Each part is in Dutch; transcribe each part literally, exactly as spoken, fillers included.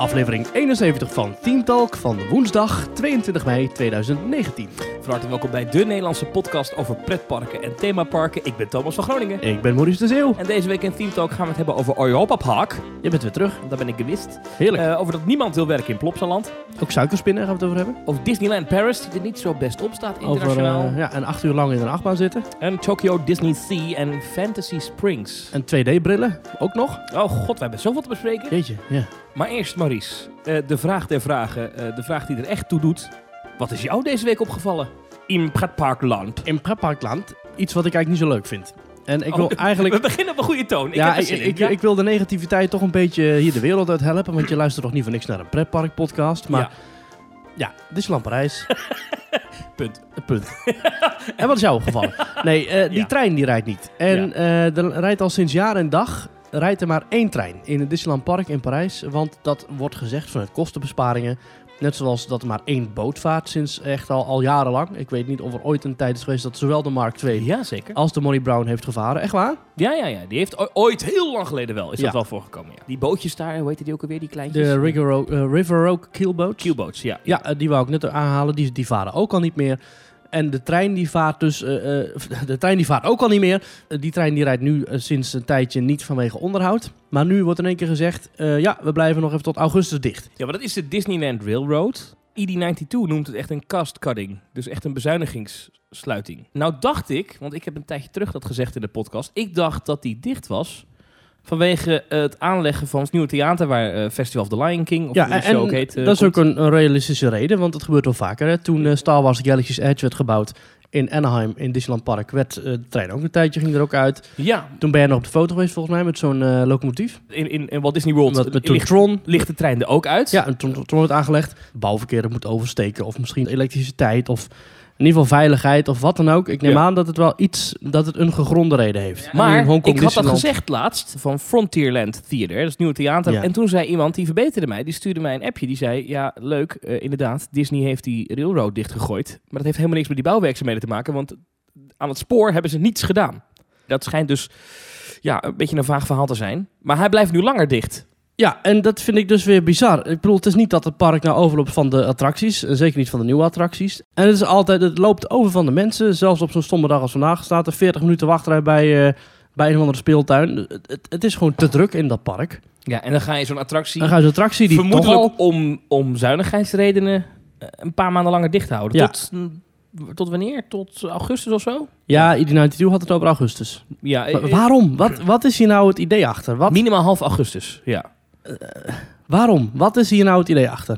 aflevering eenenzeventig van Team Talk van woensdag tweeëntwintig mei tweeduizend negentien. Van harte welkom bij de Nederlandse podcast over pretparken en themaparken. Ik ben Thomas van Groningen. Ik ben Maurice de Zeeuw. En deze week in Team Talk gaan we het hebben over Europa Park. Je bent weer terug. Daar ben ik gewist. Heerlijk. Uh, over dat niemand wil werken in Plopsaland. Ook suikerspinnen gaan we het over hebben. Over Disneyland Paris, die er niet zo best op staat internationaal. Over uh, ja, en acht uur lang in een achtbaan zitten. En Tokyo Disney Sea en Fantasy Springs. En twee D-brillen, ook nog. Oh god, we hebben zoveel te bespreken. Jeetje, ja. Maar eerst Maurice, uh, de vraag der vragen. Uh, de vraag die er echt toe doet. Wat is jou deze week opgevallen? In pretparkland. In pretparkland, iets wat ik eigenlijk niet zo leuk vind. En ik wil oh, eigenlijk... We beginnen op een goede toon. Ik ja, heb er ik, zin in. ik, ja? ik wil de negativiteit toch een beetje hier de wereld uit helpen. Want je luistert toch niet voor niks naar een pretpark podcast. Maar ja, ja Disneyland Parijs. Punt. Punt. En wat is jou opgevallen? Nee, uh, die ja. trein die rijdt niet. En ja. uh, er rijdt al sinds jaar en dag... rijdt er maar één trein in het Disneyland Park in Parijs. Want dat wordt gezegd vanuit kostenbesparingen. Net zoals dat er maar één boot vaart sinds echt al, al jarenlang. Ik weet niet of er ooit een tijd is geweest dat zowel de Mark twee ja, zeker. als de Molly Brown heeft gevaren. Echt waar? Ja, ja, ja. Die heeft o- ooit heel lang geleden wel. Is ja. dat wel voorgekomen, ja. Die bootjes daar, hoe heet die ook alweer, die kleintjes? De River Oak, uh, River Oak keelboats. Keelboats, ja. Ja, uh, die wou ik net aanhalen. Die, die varen ook al niet meer. En de trein die vaart dus, uh, uh, de trein die vaart ook al niet meer. Uh, die trein die rijdt nu uh, sinds een tijdje niet vanwege onderhoud. Maar nu wordt in één keer gezegd, uh, ja, we blijven nog even tot augustus dicht. Ja, maar dat is de Disneyland Railroad. E D tweeënnegentig noemt het echt een cost cutting. Dus echt een bezuinigingssluiting. Nou dacht ik, want ik heb een tijdje terug dat gezegd in de podcast. Ik dacht dat die dicht was vanwege het aanleggen van het nieuwe theater waar uh, Festival of the Lion King of ja, hoe de show ook heet. Uh, dat is komt. ook een, een realistische reden, want het gebeurt wel vaker. Hè? Toen uh, Star Wars Galaxy's Edge werd gebouwd in Anaheim, in Disneyland Park, werd uh, de trein ook een tijdje, ging er ook uit. Ja. Toen ben je nog op de foto geweest volgens mij met zo'n uh, locomotief. In, in, in Walt Disney World met, met ligt, Tron. ligt de trein er ook uit. Ja, en Tron, Tron wordt aangelegd. Bouwverkeer moet oversteken of misschien elektriciteit of in ieder geval veiligheid of wat dan ook. Ik neem ja. aan dat het wel iets, dat het een gegronde reden heeft. Ja. Maar ik had dat gezegd laatst van Frontierland Theater, dat is het nieuwe theater. Ja. En toen zei iemand, die verbeterde mij, die stuurde mij een appje. Die zei, ja leuk, uh, inderdaad, Disney heeft die railroad dichtgegooid. Maar dat heeft helemaal niks met die bouwwerkzaamheden te maken, want aan het spoor hebben ze niets gedaan. Dat schijnt dus ja, een beetje een vaag verhaal te zijn. Maar hij blijft nu langer dicht. Ja, en dat vind ik dus weer bizar. Ik bedoel, het is niet dat het park nou overloopt van de attracties. En zeker niet van de nieuwe attracties. En het is altijd, het loopt over van de mensen. Zelfs op zo'n stomme dag als vandaag staat er veertig minuten wachtrij bij, uh, bij een of andere speeltuin. Het, het, het is gewoon te druk in dat park. Ja, en dan ga je zo'n attractie... Dan ga je zo'n attractie die vermoedelijk toch al... om, om zuinigheidsredenen een paar maanden langer dicht te houden. Ja. Tot... Tot wanneer? Tot augustus of zo? Ja, E D tweeënnegentig had het over augustus. Ja, maar waarom? Wat, wat is hier nou het idee achter? Wat? Minimaal half augustus, ja. Uh, waarom? Wat is hier nou het idee achter?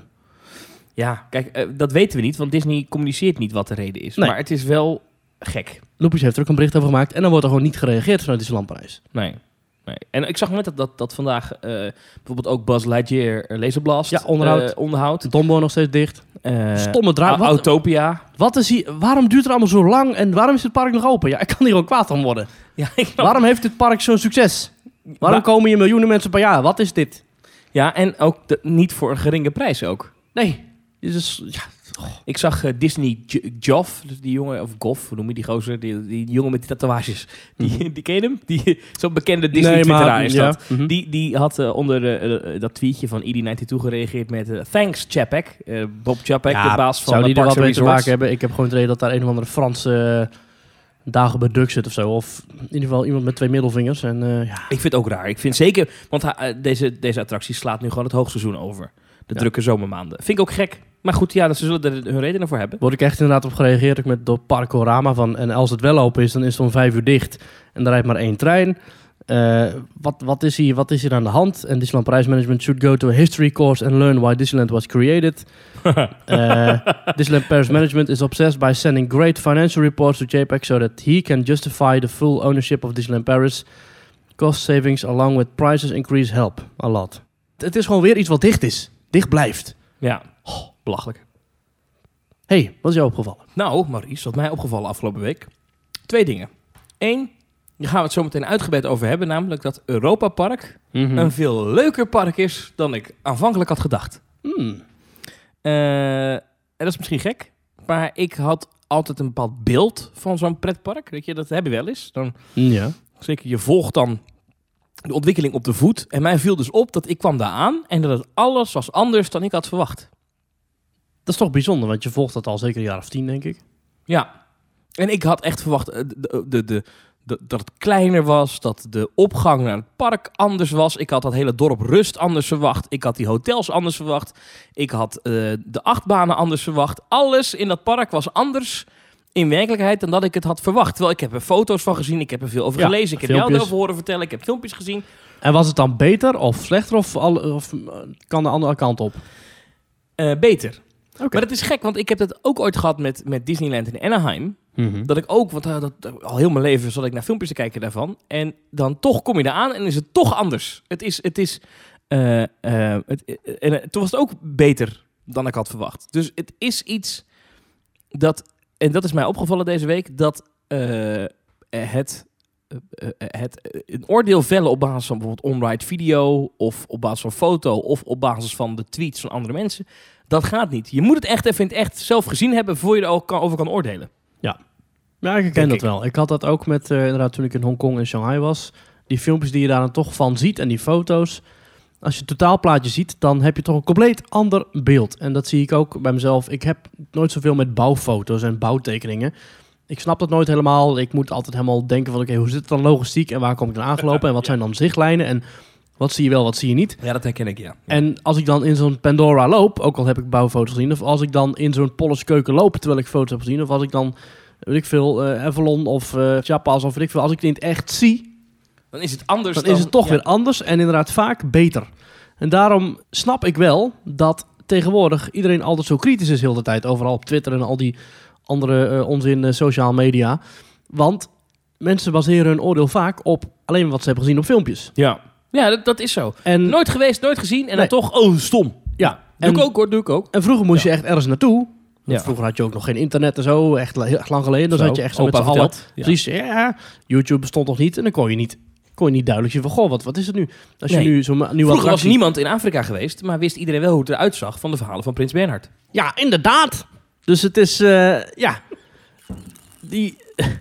Ja, kijk, uh, dat weten we niet, want Disney communiceert niet wat de reden is. Nee. Maar het is wel gek. Loopjes heeft er ook een bericht over gemaakt en dan wordt er gewoon niet gereageerd vanuit Disneyland Parijs. Nee. Nee. En ik zag net dat, dat, dat vandaag uh, bijvoorbeeld ook Buzz Lightyear Laserblast ja, onderhoud. Uh, onderhoud. Dumbo nog steeds dicht. Uh, Stomme draai. A- Autopia. Wat is hier, waarom duurt het allemaal zo lang en waarom is het park nog open? Ja, ik kan hier gewoon kwaad om worden. Ja, ik waarom heeft dit park zo'n succes? Waarom Wa- komen hier miljoenen mensen per jaar? Wat is dit? Ja, en ook de, niet voor een geringe prijs ook. Nee. Dus, ja. Oh. Ik zag uh, Disney J- Joff, dus die jongen, of Goff, hoe noem je die gozer? Die, die jongen met die tatoeages. Die, mm-hmm. die ken je hem? Die, zo'n bekende Disney-twitteraar nee, is dat. Ja. Mm-hmm. Die, die had uh, onder uh, uh, dat tweetje van E D tweeënnegentig gereageerd met uh, thanks Chapek. Uh, Bob Chapek, ja, de baas van zou die uh, Parks er wat mee te maken hebben? Ik heb gewoon het idee dat daar een of andere Franse uh, dagen druk zit of zo. Of in ieder geval iemand met twee middelvingers. En, uh, ja. Ik vind het ook raar. Ik vind zeker, want uh, deze, deze attractie slaat nu gewoon het hoogseizoen over. De ja. drukke zomermaanden. Vind ik ook gek. Maar goed, ja, ze zullen er hun redenen voor hebben. Word ik echt inderdaad op gereageerd. Ik met door Parkorama van. En als het wel open is, dan is het om vijf uur dicht. En er rijdt maar één trein. Uh, wat, wat, is hier, wat is hier aan de hand? En Disneyland Parijs Management should go to a history course and learn why Disneyland was created. uh, Disneyland Paris Management is obsessed by sending great financial reports to J PEG so that he can justify the full ownership of Disneyland Paris. Cost savings along with prices increase help a lot. Het is gewoon weer iets wat dicht is. Dicht blijft. Ja, oh, belachelijk. Hey, wat is jou opgevallen? Nou, Maurice, wat mij opgevallen afgelopen week. Twee dingen. Eén, daar gaan we het zo meteen uitgebreid over hebben. Namelijk dat Europa Park mm-hmm. een veel leuker park is dan ik aanvankelijk had gedacht. Mm. Uh, en dat is misschien gek. Maar ik had altijd een bepaald beeld van zo'n pretpark. Weet je, dat heb je wel eens. Dan, ja. Zeker, je volgt dan de ontwikkeling op de voet. En mij viel dus op dat ik kwam daar aan en dat het alles was anders dan ik had verwacht. Dat is toch bijzonder, want je volgt dat al zeker een jaar of tien, denk ik. Ja, en ik had echt verwacht de, de, de, de, de, dat het kleiner was, dat de opgang naar het park anders was. Ik had dat hele dorp Rust anders verwacht. Ik had die hotels anders verwacht. Ik had uh, de achtbanen anders verwacht. Alles in dat park was anders in werkelijkheid dan dat ik het had verwacht. Terwijl ik heb er foto's van gezien, ik heb er veel over ja, gelezen, ik heb jou erover horen vertellen, ik heb filmpjes gezien. En was het dan beter of slechter of, al, of kan de andere kant op? Uh, beter. Okay. Maar het is gek, want ik heb dat ook ooit gehad met, met Disneyland in Anaheim. Mm-hmm. Dat ik ook, want uh, dat, al heel mijn leven zat ik naar filmpjes te kijken daarvan. En dan toch kom je eraan en is het toch anders. Het is, het is, uh, uh, het, uh, en uh, toen was het ook beter dan ik had verwacht. Dus het is iets dat, en dat is mij opgevallen deze week, dat uh, het, uh, uh, het uh, een oordeel vellen op basis van bijvoorbeeld on-ride video of op basis van foto of op basis van de tweets van andere mensen. Dat gaat niet. Je moet het echt even in het echt zelf gezien hebben voor je erover kan oordelen. Ja, ja ik herken dat ik. wel. Ik had dat ook met, uh, inderdaad, toen ik in Hongkong en Shanghai was. Die filmpjes die je daar dan toch van ziet en die foto's. Als je het totaalplaatje ziet, dan heb je toch een compleet ander beeld. En dat zie ik ook bij mezelf. Ik heb nooit zoveel met bouwfoto's en bouwtekeningen. Ik snap dat nooit helemaal. Ik moet altijd helemaal denken van, oké, okay, hoe zit het dan logistiek? En waar kom ik dan aangelopen? En wat zijn dan zichtlijnen? En wat zie je wel, wat zie je niet? Ja, dat herken ik, ja. ja. En als ik dan in zo'n Pandora loop, ook al heb ik bouwfoto's gezien, of als ik dan in zo'n Polles keuken loop terwijl ik foto's heb gezien, of als ik dan, weet ik veel, uh, Avalon of uh, Chiapas of weet ik veel, als ik het in het echt zie, dan is het anders. Dan, dan is het toch ja. weer anders en inderdaad vaak beter. En daarom snap ik wel dat tegenwoordig iedereen altijd zo kritisch is heel de tijd, overal op Twitter en al die andere uh, onzin uh, social media. Want mensen baseren hun oordeel vaak op alleen wat ze hebben gezien op filmpjes. Ja. Ja, dat, dat is zo. En, nooit geweest, nooit gezien en nee. dan toch, oh, stom. Ja. Doe En, ik ook hoor, doe ik ook. En vroeger moest ja. je echt ergens naartoe. Ja. Vroeger had je ook nog geen internet en zo, echt heel lang geleden. Dan zo, zat je echt zo met z'n allen. Ja. Precies, ja, YouTube bestond nog niet en dan kon je niet, kon je niet duidelijk zien van, goh, wat, wat is het nu? Als je nee. nu zo'n nieuwe Vroeger attractie... was niemand in Afrika geweest, maar wist iedereen wel hoe het eruit zag van de verhalen van Prins Bernhard. Ja, inderdaad. Dus het is, uh, ja, die...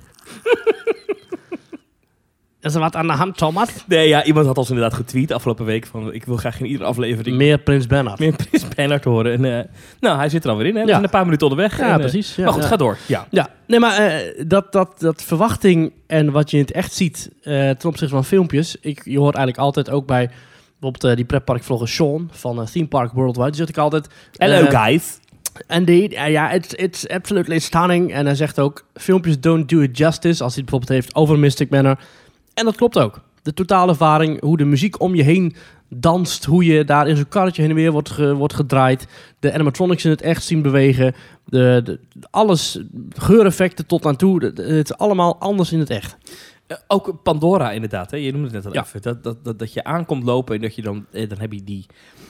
Is er wat aan de hand, Thomas? Nee, ja, iemand had ons inderdaad getweet afgelopen week van ik wil graag in iedere aflevering meer Prins Bernhard. Meer Prins Bernhard horen. En, uh, nou, hij zit er alweer in. Hè? We ja. zijn een paar minuten onderweg. Ja, en, uh, precies. Ja, maar goed, ja. ga door. Ja, ja. Nee, maar uh, dat, dat, dat verwachting en wat je in het echt ziet uh, ten opzichte van filmpjes. Ik, je hoort eigenlijk altijd ook bij bijvoorbeeld uh, die pretparkvlogger Sean van uh, Theme Park Worldwide. Die zegt ik altijd... Hello uh, guys. Indeed, ja, uh, yeah, it's, it's absolutely stunning. En hij zegt ook, filmpjes don't do it justice. Als hij het bijvoorbeeld heeft over Mystic Manor. En dat klopt ook. De totale ervaring, hoe de muziek om je heen danst, hoe je daar in zo'n karretje heen en weer wordt, ge, wordt gedraaid, de animatronics in het echt zien bewegen, de, de, alles, geureffecten tot aan toe, de, de, het is allemaal anders in het echt. Uh, ook Pandora inderdaad, hè? Je noemde het net al ja. even. Dat, dat, dat, dat je aankomt lopen en dat je dan, eh, dan heb je die...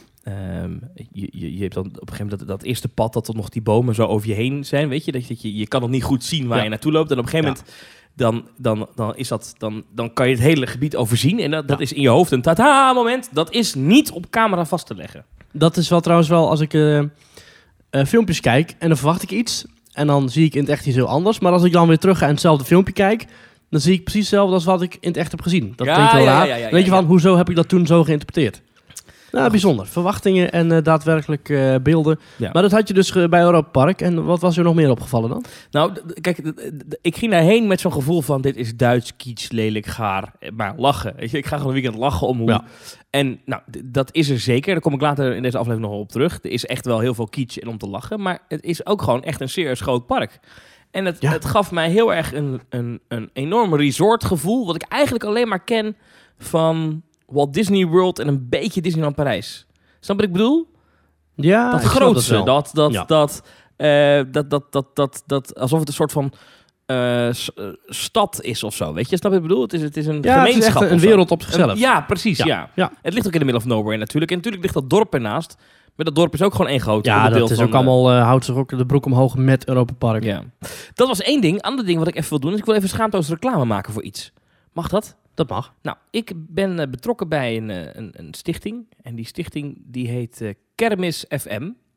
Um, je, je, je hebt dan op een gegeven moment dat, dat eerste pad, dat er nog die bomen zo over je heen zijn, weet je? Dat, dat je, je kan nog niet goed zien waar ja. je naartoe loopt en op een gegeven ja. moment... Dan, dan, dan, is dat, dan, dan kan je het hele gebied overzien. En dat, dat ja. is in je hoofd een tata moment. Dat is niet op camera vast te leggen. Dat is wel trouwens wel als ik uh, uh, filmpjes kijk en dan verwacht ik iets. En dan zie ik in het echt iets heel anders. Maar als ik dan weer terug ga en hetzelfde filmpje kijk, dan zie ik precies hetzelfde als wat ik in het echt heb gezien. Dat ja, klinkt wel ja, raar. Ja, ja, ja, weet je van, ja. hoezo heb ik dat toen zo geïnterpreteerd? Nou, bijzonder. Verwachtingen en uh, daadwerkelijk uh, beelden. Ja. Maar dat had je dus uh, bij Europa Park. En wat was er nog meer opgevallen dan? Nou, d- d- kijk, d- d- ik ging daarheen met zo'n gevoel van... dit is Duits, kitsch, lelijk, gaar. Maar lachen. Weet je, ik ga gewoon een weekend lachen om hoe... Ja. En nou, d- dat is er zeker. Daar kom ik later in deze aflevering nog op terug. Er is echt wel heel veel kitsch en om te lachen. Maar het is ook gewoon echt een zeer groot park. En het, ja. het gaf mij heel erg een, een, een enorm resortgevoel... wat ik eigenlijk alleen maar ken van... Walt Disney World en een beetje Disneyland Parijs. Snap wat ik bedoel? Ja, dat grootste. Dat, dat, ja. dat, uh, dat, dat, dat, dat, dat, alsof het een soort van uh, s- uh, stad is of zo. Weet je, snap wat ik bedoel? Het is, het is een ja, gemeenschap. Het is echt een wereld op zichzelf. Een, ja, precies. Ja. Ja. Ja. Het ligt ook in the middle of nowhere natuurlijk. En natuurlijk ligt dat dorp ernaast. Maar dat dorp is ook gewoon één groot ja, onderdeel. Ja, dat is van, ook uh, allemaal, uh, houdt zich ook de broek omhoog met Europa Park. Ja. Dat was één ding. Ander ding wat ik even wil doen, is ik wil even schaamteloos reclame maken voor iets. Mag dat? Dat mag. Nou, ik ben uh, betrokken bij een, uh, een, een stichting. En die stichting die heet uh, Kermis F M.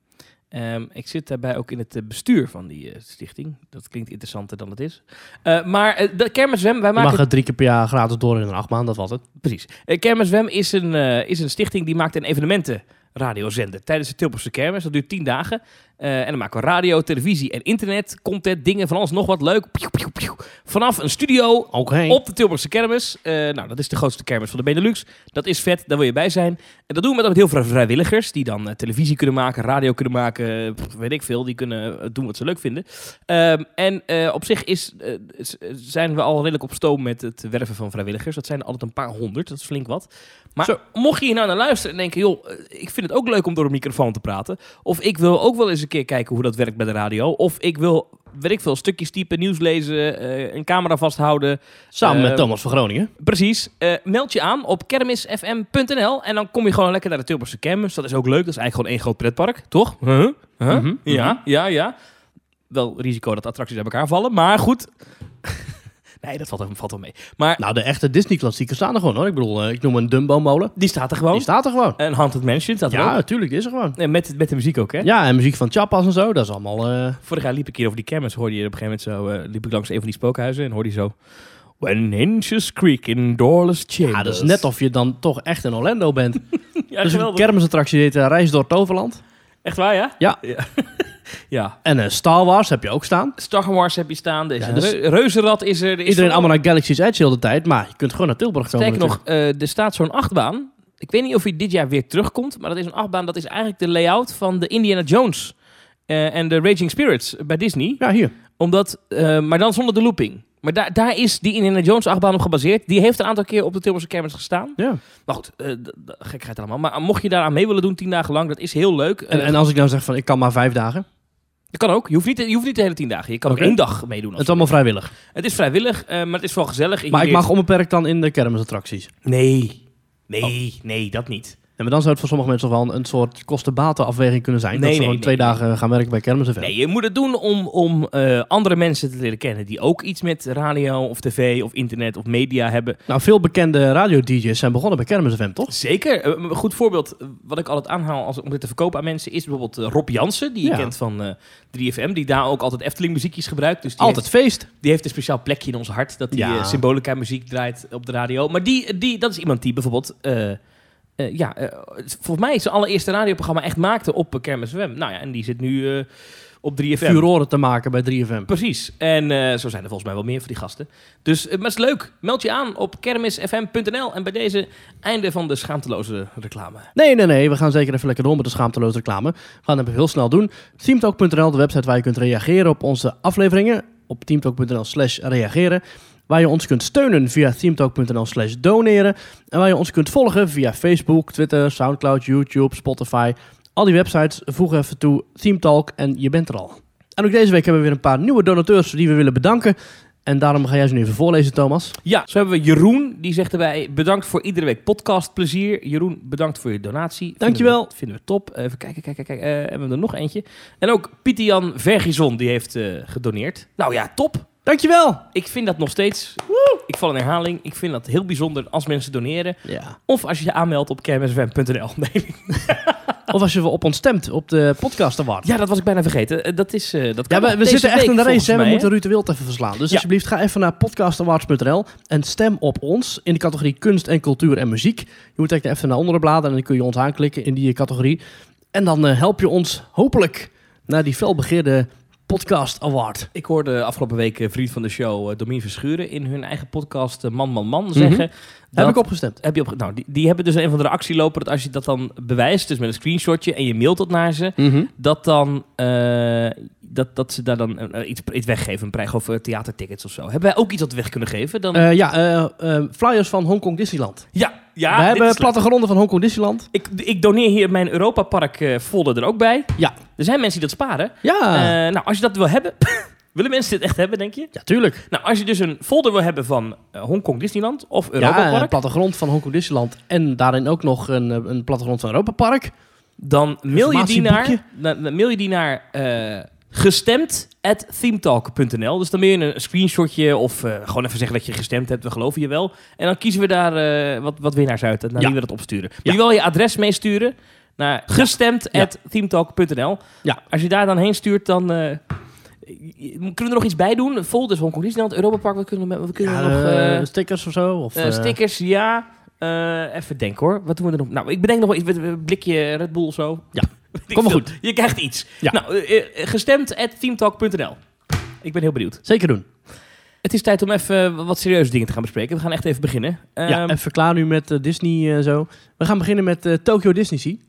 Um, ik zit daarbij ook in het uh, bestuur van die uh, stichting. Dat klinkt interessanter dan het is. Uh, maar uh, de Kermiswem... Wij Je maken mag het drie keer per jaar gratis door in een achtbaan, dat was het. Precies. Uh, Kermiswem is een, uh, is een stichting die maakt een evenementen radiozender tijdens de Tilburgse Kermis. Dat duurt tien dagen. Uh, en dan maken we radio, televisie en internet, content, dingen van alles nog wat leuk. Vanaf een studio okay. op de Tilburgse Kermis. Uh, nou, dat is de grootste kermis van de Benelux. Dat is vet, daar wil je bij zijn. En dat doen we met, met heel veel vrijwilligers die dan uh, televisie kunnen maken, radio kunnen maken, pff, weet ik veel. Die kunnen uh, doen wat ze leuk vinden. Um, en uh, op zich is, uh, zijn we al redelijk op stoom met het werven van vrijwilligers. Dat zijn er altijd een paar honderd, dat is flink wat. Maar Zo. mocht je hier nou naar luisteren en denken, joh, ik vind het ook leuk om door een microfoon te praten. Of ik wil ook wel eens een keer kijken hoe dat werkt bij de radio. Of ik wil, weet ik veel, stukjes typen, nieuws lezen, uh, een camera vasthouden. Samen uh, met Thomas van Groningen. Precies. Uh, meld je aan op kermis f m punt n l en dan kom je gewoon lekker naar de Tilburgse Kermis. Dat is ook leuk. Dat is eigenlijk gewoon één groot pretpark, toch? Huh? Huh? Mm-hmm. Ja, ja, ja. Wel risico dat attracties uit elkaar vallen, maar goed. Nee, dat valt, valt wel mee. Maar, nou, de echte Disney-klassiekers staan er gewoon, hoor. Ik bedoel, uh, ik noem een Dumbo-molen. Die staat er gewoon. Die staat er gewoon. En Haunted Mansion staat er ja, ook. Ja, natuurlijk, is er gewoon. Nee, met, met de muziek ook, hè? Ja, en muziek van Chappas en zo, dat is allemaal... Uh... Vorig jaar liep ik hier over die kermis, hoorde je op een gegeven moment zo... Uh, liep ik langs een van die spookhuizen en hoorde je zo... When inches creak in doorless chambers. Ja, dat is net of je dan toch echt in Orlando bent. Ja, dus een kermisattractie heet uh, Reis door Toverland. Echt waar, ja? Ja. Ja. Ja. En uh, Star Wars heb je ook staan. Star Wars heb je staan. Er is ja, dus een reuzenrad is er. er is iedereen allemaal naar Galaxy's Edge heel de tijd, maar je kunt gewoon naar Tilburg komen. Sterker nog, uh, er staat zo'n achtbaan. Ik weet niet of hij dit jaar weer terugkomt, maar dat is een achtbaan. Dat is eigenlijk de layout van de Indiana Jones uh, en de Raging Spirits bij Disney. Ja, hier. Omdat, uh, maar dan zonder de looping. Maar daar, daar is die Indiana Jones achtbaan op gebaseerd. Die heeft een aantal keer op de Tilburgse Kermis gestaan. Ja. Maar goed, uh, d- d- gekheid allemaal. Maar mocht je daaraan mee willen doen, tien dagen lang, dat is heel leuk. En, uh, en als ik nou zeg van, ik kan maar vijf dagen... Dat kan ook. Je hoeft niet, je hoeft niet de hele tien dagen. Je kan okay. ook één dag meedoen. Het is allemaal vrijwillig. Het is vrijwillig, uh, maar het is wel gezellig. Maar ik mag onbeperkt dan in de kermisattracties? Nee. Nee, oh. nee, dat niet. Ja, maar dan zou het voor sommige mensen wel een, een soort kosten-batenafweging kunnen zijn. Nee, dat ze nee, gewoon nee, twee nee. dagen gaan werken bij Kermis F M. Nee, je moet het doen om, om uh, andere mensen te leren kennen die ook iets met radio of tv of internet of media hebben. Nou, veel bekende radio-D J's zijn begonnen bij Kermis F M, toch? Zeker. Een goed voorbeeld wat ik altijd aanhaal als, om dit te verkopen aan mensen is bijvoorbeeld uh, Rob Jansen, die je ja. kent van uh, drie F M, die daar ook altijd Efteling muziekjes gebruikt. Dus die altijd heeft, feest. Die heeft een speciaal plekje in ons hart dat die ja. uh, Symbolica muziek draait op de radio. Maar die, die, dat is iemand die bijvoorbeeld... Uh, Uh, ja, uh, volgens mij is zijn allereerste radioprogramma echt maakte op uh, Kermis F M. Nou ja, en die zit nu uh, op drie F M. Furoren te maken bij drie F M. Precies. En uh, zo zijn er volgens mij wel meer van die gasten. Dus uh, maar het is leuk. Meld je aan op kermis f m punt n l. En bij deze einde van de schaamteloze reclame. Nee, nee, nee. We gaan zeker even lekker door met de schaamteloze reclame. We gaan het even heel snel doen. teamtalk punt n l, de website waar je kunt reageren op onze afleveringen. Op teamtalk punt n l slash reageren. Waar je ons kunt steunen via teamtalk punt n l slash doneren. En waar je ons kunt volgen via Facebook, Twitter, Soundcloud, YouTube, Spotify. Al die websites, voeg even toe Teamtalk en je bent er al. En ook deze week hebben we weer een paar nieuwe donateurs die we willen bedanken. En daarom ga jij ze nu even voorlezen, Thomas. Ja, zo hebben we Jeroen. Die zegt erbij, bedankt voor iedere week podcastplezier. Jeroen, bedankt voor je donatie. Dankjewel. Vinden we, vinden we top. Even kijken, kijken, kijken. Uh, hebben we er nog eentje. En ook Pieter-Jan Vergison, die heeft uh, gedoneerd. Nou ja, top. Dankjewel. Ik vind dat nog steeds... Woe, ik val in herhaling. Ik vind dat heel bijzonder als mensen doneren. Ja. Of als je je aanmeldt op kermis f m punt n l. Nee. Of als je op ons stemt op de podcast award. Ja, dat was ik bijna vergeten. Dat is... Uh, dat ja, we, we zitten echt in de race. Hè? We mij, moeten Ruud de Wild even verslaan. Dus ja. alsjeblieft, ga even naar podcast awards punt n l en stem op ons in de categorie kunst en cultuur en muziek. Je moet eigenlijk even naar onderen bladeren en dan kun je ons aanklikken in die categorie. En dan uh, help je ons hopelijk naar die felbegeerde Podcast Award. Ik hoorde afgelopen week uh, vriend van de show uh, Domien Verschuren in hun eigen podcast uh, Man Man Man zeggen. Mm-hmm. Dat, heb ik opgestemd. Heb je op, nou, die, die hebben dus een van de actie lopen dat als je dat dan bewijst, dus met een screenshotje en je mailt dat naar ze, mm-hmm. dat dan uh, dat, dat ze daar dan uh, iets, iets weggeven, een prijs of uh, theatertickets of zo. Hebben wij ook iets wat weg kunnen geven? Dan... Uh, ja, uh, uh, flyers van Hongkong Disneyland. Ja, ja. We hebben plattegronden van Hongkong Disneyland. Ik, ik doneer hier mijn Europa Park uh, folder er ook bij. Ja. Er zijn mensen die dat sparen. Ja. Uh, nou, als je dat wil hebben... Willen mensen dit echt hebben, denk je? Ja, tuurlijk. Nou, als je dus een folder wil hebben van uh, Hongkong Disneyland of Europa Park... Ja, een plattegrond van Hongkong Disneyland en daarin ook nog een, een plattegrond van Europa Park. Dan mail je die naar, dan, dan mail je die naar uh, gestemd at themetalk punt n l. Dus dan mail je een screenshotje of uh, gewoon even zeggen dat je gestemd hebt. We geloven je wel. En dan kiezen we daar uh, wat, wat winnaars uit naar ja. wie we dat opsturen. Moet ja. je wel je adres meesturen. naar gestemd at themetalk punt n l. Ja. Als je daar dan heen stuurt, dan... Uh, kunnen we er nog iets bij doen? Folders van Disneyland, Europa Park, wat kunnen we, wat kunnen ja, we nog... Uh, stickers of zo? Of, uh, stickers, ja. Uh, even denken hoor. Wat doen we er nog? Nou, ik bedenk nog wel iets. Een blikje Red Bull of zo. Ja, kom maar goed. Je krijgt iets. Ja. Nou, uh, gestemd at themetalk punt n l. Ik ben heel benieuwd. Zeker doen. Het is tijd om even wat serieuze dingen te gaan bespreken. We gaan echt even beginnen. Um, ja, even klaar nu met uh, Disney en uh, zo. We gaan beginnen met uh, Tokyo Disney Sea.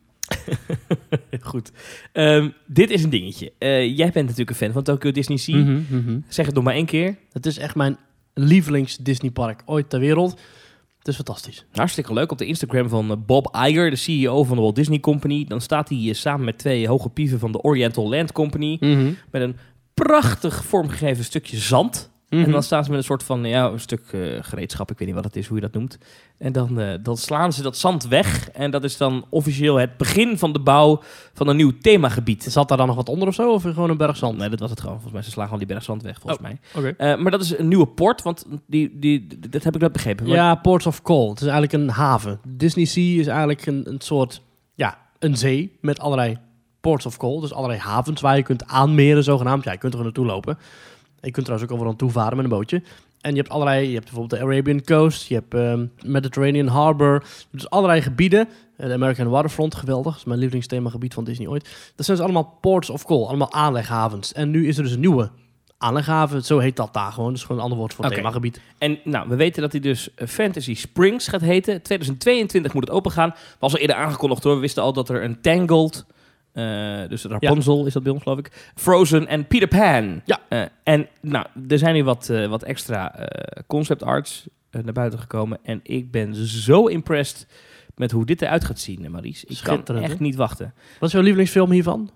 Goed. Um, dit is een dingetje. Uh, jij bent natuurlijk een fan van Tokyo Disney Sea. Mm-hmm, mm-hmm. Zeg het nog maar één keer. Het is echt mijn lievelings Disneypark ooit ter wereld. Het is fantastisch. Hartstikke leuk. Op de Instagram van Bob Iger, de C E O van de Walt Disney Company. Dan staat hij uh, samen met twee hoge pieven van de Oriental Land Company. Mm-hmm. Met een prachtig vormgegeven stukje zand. Mm-hmm. En dan staan ze met een soort van, ja, een stuk uh, gereedschap. Ik weet niet wat het is, hoe je dat noemt. En dan, uh, dan slaan ze dat zand weg. En dat is dan officieel het begin van de bouw van een nieuw themagebied. Zat daar dan nog wat onder of zo? Of gewoon een berg zand? Nee, dat was het gewoon. Volgens mij, ze slaan gewoon die berg zand weg, volgens oh, mij. Okay. Uh, maar dat is een nieuwe port, want die, die, dat heb ik net begrepen. Maar... Ja, Ports of Call. Het is eigenlijk een haven. Disney Sea is eigenlijk een, een soort, ja, een zee met allerlei Ports of Call. Dus allerlei havens waar je kunt aanmeren, zogenaamd. Ja, je kunt er naartoe lopen. Je kunt trouwens ook overal naartoe varen met een bootje. En je hebt allerlei, je hebt bijvoorbeeld de Arabian Coast, je hebt um, Mediterranean Harbor. Dus allerlei gebieden. De American Waterfront, geweldig. Dat is mijn lievelingsthemagebied van Disney ooit. Dat zijn dus allemaal Ports of Call, allemaal aanleghavens. En nu is er dus een nieuwe aanleghaven, zo heet dat daar gewoon. Dus gewoon een ander woord voor het okay. themagebied. En nou, we weten dat hij dus Fantasy Springs gaat heten. tweeduizend tweeëntwintig moet het open gaan. Was al eerder aangekondigd hoor. We wisten al dat er een Tangled... Uh, dus Rapunzel ja. is dat bij ons, geloof ik. Frozen en Peter Pan. Ja. Uh, en nou, er zijn nu wat, uh, wat extra uh, concept arts uh, naar buiten gekomen. En ik ben zo impressed met hoe dit eruit gaat zien, Maries. Ik kan echt he? niet wachten. Wat is jouw lievelingsfilm hiervan?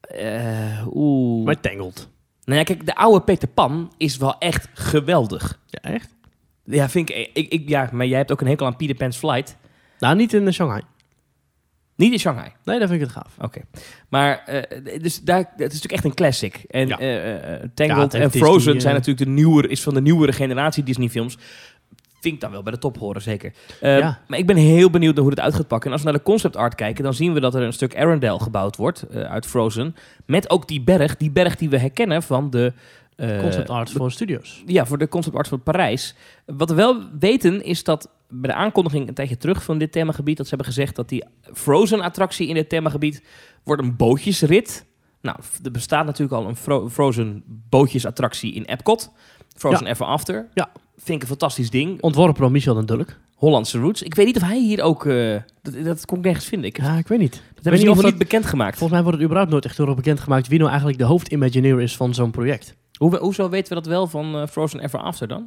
Uh, Oeh. Maar Tangled. Nou ja, kijk, de oude Peter Pan is wel echt geweldig. Ja, echt? Ja, vind ik, ik, ik... Ja, maar jij hebt ook een hekel aan Peter Pan's Flight. Nou, niet in Shanghai. Niet in Shanghai? Nee, daar vind ik het gaaf. Oké. Okay. Maar, uh, dus daar, het is natuurlijk echt een classic. En ja. uh, uh, Tangled ja, en Frozen Disney, zijn uh... natuurlijk de nieuwere, is van de nieuwere generatie Disney films. Vind ik dan wel bij de top horen, zeker. Uh, ja. Maar ik ben heel benieuwd naar hoe dit uit gaat pakken. En als we naar de concept art kijken, dan zien we dat er een stuk Arendelle gebouwd wordt uh, uit Frozen. Met ook die berg, die berg die we herkennen van de... Uh, concept art voor studios. Ja, voor de concept art van Parijs. Wat we wel weten is dat bij de aankondiging een tijdje terug van dit themagebied, dat ze hebben gezegd dat die Frozen-attractie in dit themagebied wordt een bootjesrit. Nou, er bestaat natuurlijk al een Fro- Frozen bootjesattractie in Epcot. Frozen ja. Ever After. Ja. Vind ik een fantastisch ding. Ontworpen door Michel den Dulk. Hollandse roots. Ik weet niet of hij hier ook... Uh, dat, dat kon ik nergens vinden. Ik, ja, ik weet niet. Dat hebben ze nog niet bekendgemaakt. Volgens mij wordt het überhaupt nooit echt door bekendgemaakt wie nou eigenlijk de hoofdimagineer is van zo'n project. Hoe, hoezo weten we dat wel van uh, Frozen Ever After dan?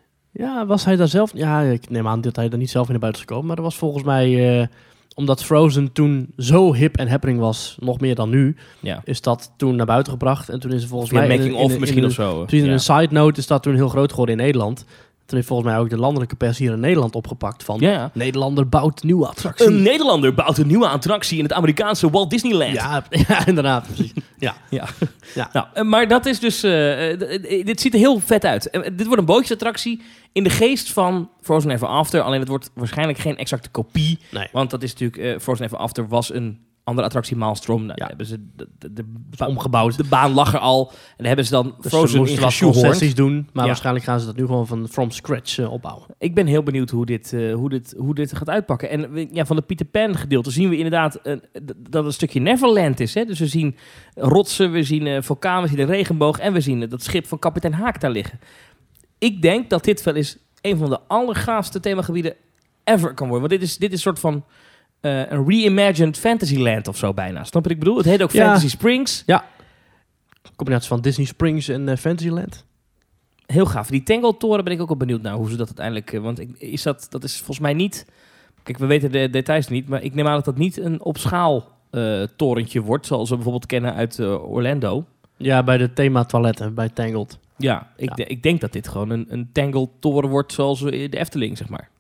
Ja, was hij daar zelf... Ja, ik neem aan dat hij er niet zelf in naar buiten is gekomen. Maar er was volgens mij... Uh, omdat Frozen toen zo hip en happening was, nog meer dan nu, ja. is dat toen naar buiten gebracht. En toen is er volgens mij... making of misschien of zo. Precies, ja. Een side note is dat toen heel groot geworden in Nederland. Toen heeft volgens mij ook de landelijke pers hier in Nederland opgepakt van... Ja, ja. Nederlander bouwt nieuwe attractie. Een Nederlander bouwt een nieuwe attractie in het Amerikaanse Walt Disneyland. Ja, ja inderdaad. Precies. Ja. ja. ja. Nou, maar dat is dus... Uh, dit ziet er heel vet uit. Uh, dit wordt een bootjesattractie in de geest van Frozen Ever After. Alleen het wordt waarschijnlijk geen exacte kopie. Nee. Want dat is natuurlijk... Uh, Frozen Ever After was een... andere attractie, Maelstrom. Nou, ja. hebben ze de, de, de ba- omgebouwd. De baan lag er al. En daar hebben ze dan dus Frozen in geshoehorned doen. Maar ja. waarschijnlijk gaan ze dat nu gewoon van from scratch uh, opbouwen. Ik ben heel benieuwd hoe dit, uh, hoe dit, hoe dit gaat uitpakken. En ja, van de Peter Pan gedeelte zien we inderdaad uh, dat het een stukje Neverland is. Hè? Dus we zien rotsen, we zien uh, vulkanen, we zien een regenboog. En we zien uh, dat schip van kapitein Haak daar liggen. Ik denk dat dit wel eens een van de allergaafste themagebieden ever kan worden. Want dit is, dit is een soort van... Uh, een reimagined Fantasyland of zo bijna. Snap je wat ik bedoel? Het heet ook ja. Fantasy Springs. Ja. Combinatie van Disney Springs en uh, Fantasyland. Heel gaaf. Die Tangled-toren ben ik ook wel benieuwd naar hoe ze dat uiteindelijk... Uh, want ik, is dat, dat is volgens mij niet... Kijk, we weten de details niet, maar ik neem aan dat dat niet een op schaal uh, torentje wordt, zoals we bijvoorbeeld kennen uit uh, Orlando. Ja, bij de thema-toiletten, bij Tangled. Ja, ik, ja. De, ik denk dat dit gewoon een, een Tangled-toren wordt zoals de Efteling, zeg maar.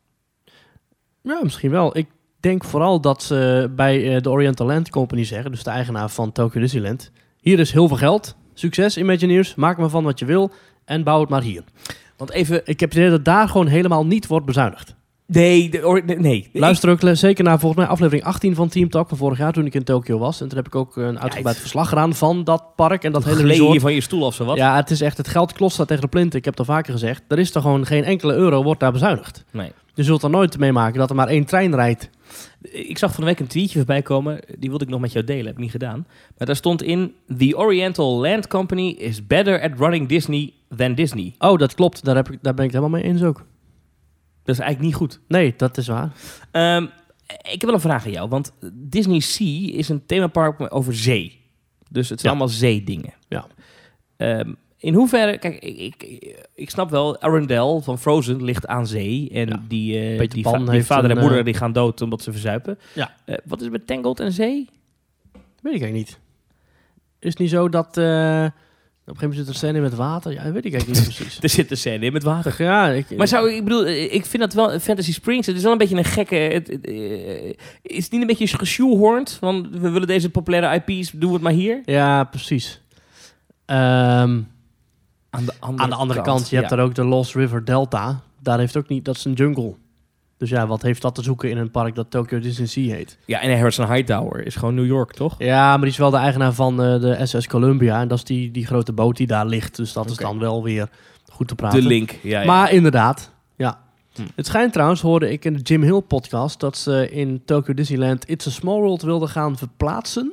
Ja, misschien wel. Ik denk vooral dat ze bij uh, de Oriental Land Company zeggen, dus de eigenaar van Tokyo Disneyland, hier is heel veel geld, succes Imagineers, maak maar van wat je wil en bouw het maar hier. Want even, ik heb het idee dat daar gewoon helemaal niet wordt bezuinigd. Nee, de, or, nee. Luister ook zeker naar volgens mij aflevering achttien van Team Talk van vorig jaar toen ik in Tokio was. En toen heb ik ook een uitgebreid ja, verslag gedaan van dat park en dat hele resort. Je van je stoel of zo wat? Ja, het is echt, het geld klopt daar tegen de plint. Ik heb het al vaker gezegd. Er is er gewoon geen enkele euro wordt daar bezuinigd. Nee. Je zult er nooit meemaken dat er maar één trein rijdt. Ik zag van de week een tweetje voorbij komen. Die wilde ik nog met jou delen, heb ik niet gedaan. Maar daar stond in: The Oriental Land Company is better at running Disney than Disney. Oh, dat klopt. Daar, heb ik, daar ben ik het helemaal mee eens ook. Dat is eigenlijk niet goed. Nee, dat is waar. Um, ik heb wel een vraag aan jou. Want Disney Sea is een themapark over zee. Dus het zijn ja. allemaal zeedingen. Ja. Um, in hoeverre... Kijk, ik, ik, ik snap wel... Arendelle van Frozen ligt aan zee. En ja. die, uh, die, va- die vader en moeder uh, die gaan dood omdat ze verzuipen. Ja. Uh, wat is met Tangled en zee? Weet ik eigenlijk niet. Is het niet zo dat... Uh, op een gegeven moment zit er scène in met water. Ja, dat weet ik eigenlijk niet precies. Er zit een scène in met water. Ja, ik, maar zou ik bedoel, ik vind dat wel Fantasy Springs. Het is wel een beetje een gekke. Het, het, uh, is het niet een beetje geshoehorned? Want we willen deze populaire I P's, doen we het maar hier. Ja, precies. Um, aan de andere, aan de andere kant, kant je ja. hebt daar ook de Lost River Delta. Daar heeft ook niet. Dat is een jungle. Dus ja, wat heeft dat te zoeken in een park dat Tokyo Disney Sea heet? Ja, en Harrison Hightower is gewoon New York, toch? Ja, maar die is wel de eigenaar van uh, de S S Columbia. En dat is die, die grote boot die daar ligt. Dus dat okay. is dan wel weer goed te praten. De link, ja. ja. Maar inderdaad, ja. Hm. Het schijnt trouwens, hoorde ik in de Jim Hill podcast... dat ze in Tokyo Disneyland It's a Small World wilden gaan verplaatsen.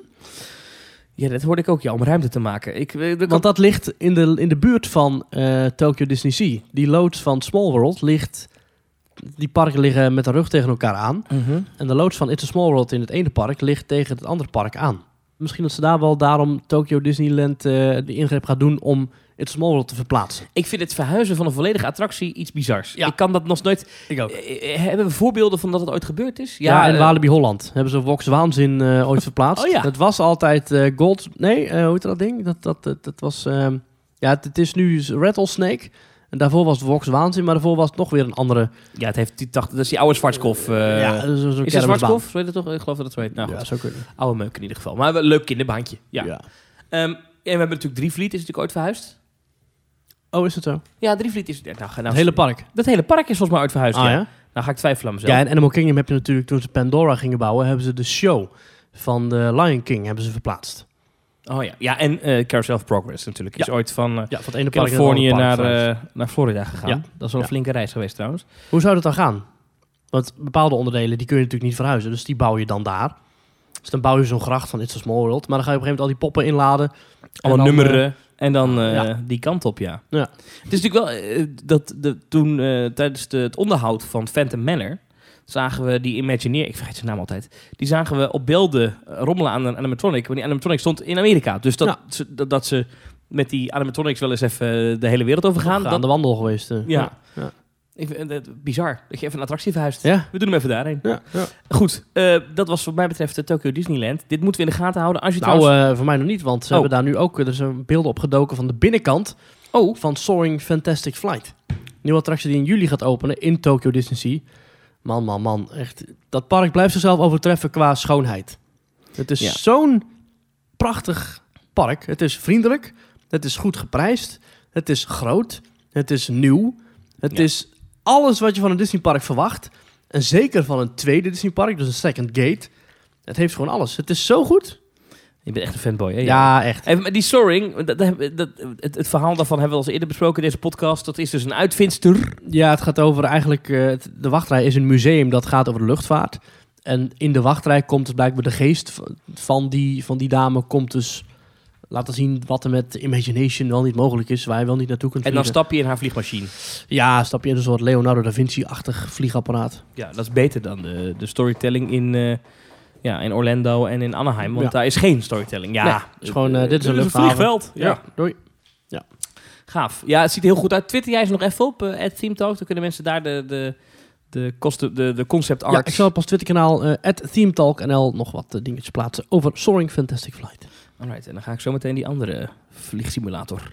Ja, dat hoorde ik ook, ja, om ruimte te maken. Ik, ik, Want dat ligt in de, in de buurt van uh, Tokyo Disney Sea. Die loods van Small World ligt... Die parken liggen met de rug tegen elkaar aan. Mm-hmm. En de loods van It's a Small World in het ene park ligt tegen het andere park aan. Misschien dat ze daar wel daarom Tokyo Disneyland uh, de ingreep gaat doen om It's a Small World te verplaatsen. Ik vind het verhuizen van een volledige attractie iets bizars. Ja. Ik kan dat nog nooit... Ik ook. Uh, hebben we voorbeelden van dat het ooit gebeurd is? Ja, ja in uh, Walibi Holland hebben ze Vox Waanzin uh, ooit verplaatst. Oh ja. Het was altijd uh, Gold... Nee, uh, hoe heet dat ding? Dat, dat, dat, dat was... Uh, ja, het, het is nu Rattlesnake... En daarvoor was het Vox Waanzin, maar daarvoor was het nog weer een andere... Ja, het heeft die tacht, dat is die oude Schwarzkopf. Uh, ja, zo, zo is het Schwarzkopf? Weet je toch? Ik geloof dat het zo heet. Nou, ja, goed. zo kunnen. Oude meuk in ieder geval. Maar een leuk kinderbaantje. Ja. ja. Um, en we hebben natuurlijk Drievliet, is natuurlijk ooit verhuisd. Oh, is het zo? Ja, Drievliet is... Nou, nou, het hele park? Dat hele park is volgens mij ooit verhuisd, ah, ja. ja. Nou ga ik twijfelen aan mezelf. Ja, in Animal Kingdom heb je natuurlijk, toen ze Pandora gingen bouwen, hebben ze de show van de Lion King hebben ze verplaatst. Oh ja, ja en uh, Carousel of Progress natuurlijk. Is ja. ooit van, uh, ja, van het ene Californië park naar, uh, naar Florida gegaan. Ja. Dat is wel een ja. flinke reis geweest trouwens. Hoe zou dat dan gaan? Want bepaalde onderdelen die kun je natuurlijk niet verhuizen. Dus die bouw je dan daar. Dus dan bouw je zo'n gracht van It's a Small World. Maar dan ga je op een gegeven moment al die poppen inladen. Allemaal nummeren. Uh, en dan uh, ja. die kant op, ja. ja. Het is natuurlijk wel... Uh, dat de, toen uh, tijdens de, het onderhoud van Phantom Manor... zagen we die Imagineer... Ik vergeet zijn naam altijd. Die zagen we op beelden rommelen aan een animatronic. Want die animatronic stond in Amerika. Dus dat, ja. ze, dat, dat ze met die animatronics wel eens even de hele wereld over gaan. Dat, aan de wandel geweest. Uh. Ja. ja. ja. Ik vind het bizar dat je even een attractie verhuist. Ja. We doen hem even daarheen. Ja. Ja. Goed, uh, dat was wat mij betreft de Tokyo Disneyland. Dit moeten we in de gaten houden. Als je nou, trouwens... uh, voor mij nog niet. Want ze oh. hebben daar nu ook... Er zijn beelden opgedoken van de binnenkant... Oh. van Soaring Fantastic Flight. Nieuwe attractie die in juli gaat openen in Tokyo Disney Sea. Man, man, man. Echt, dat park blijft zichzelf overtreffen qua schoonheid. Het is ja. zo'n prachtig park. Het is vriendelijk. Het is goed geprijsd. Het is groot. Het is nieuw. Het ja. is alles wat je van een Disneypark verwacht. En zeker van een tweede Disneypark, dus een second gate. Het heeft gewoon alles. Het is zo goed. Je bent echt een fanboy, hè? Ja, echt. En die Soaring, dat, dat, dat, het, het verhaal daarvan hebben we al eerder besproken in deze podcast. Dat is dus een uitvindster. Ja, het gaat over eigenlijk... Uh, het, de wachtrij is een museum dat gaat over de luchtvaart. En in de wachtrij komt dus blijkbaar de geest van die, van die dame... komt dus laten zien wat er met Imagination wel niet mogelijk is. Waar je wel niet naartoe kunt vliegen. En dan stap je in haar vliegmachine. Ja, stap je in een soort Leonardo da Vinci-achtig vliegapparaat. Ja, dat is beter dan de, de storytelling in... Uh, Ja, in Orlando en in Anaheim, want ja. daar is geen storytelling. Ja, nee, is gewoon, uh, dit is een luchthaven. vliegveld. Ja. ja, doei. Ja. Gaaf. Ja, het ziet er heel goed uit. Twitter jij eens nog even op, uh, at Theme Talk. Dan kunnen mensen daar de, de, de, kosten, de, de concept art... Ja, ik zal op ons Twitterkanaal uh, at Theme Talk N L nog wat uh, dingetjes plaatsen over Soaring Fantastic Flight. Alright, en dan ga ik zo meteen die andere vliegsimulator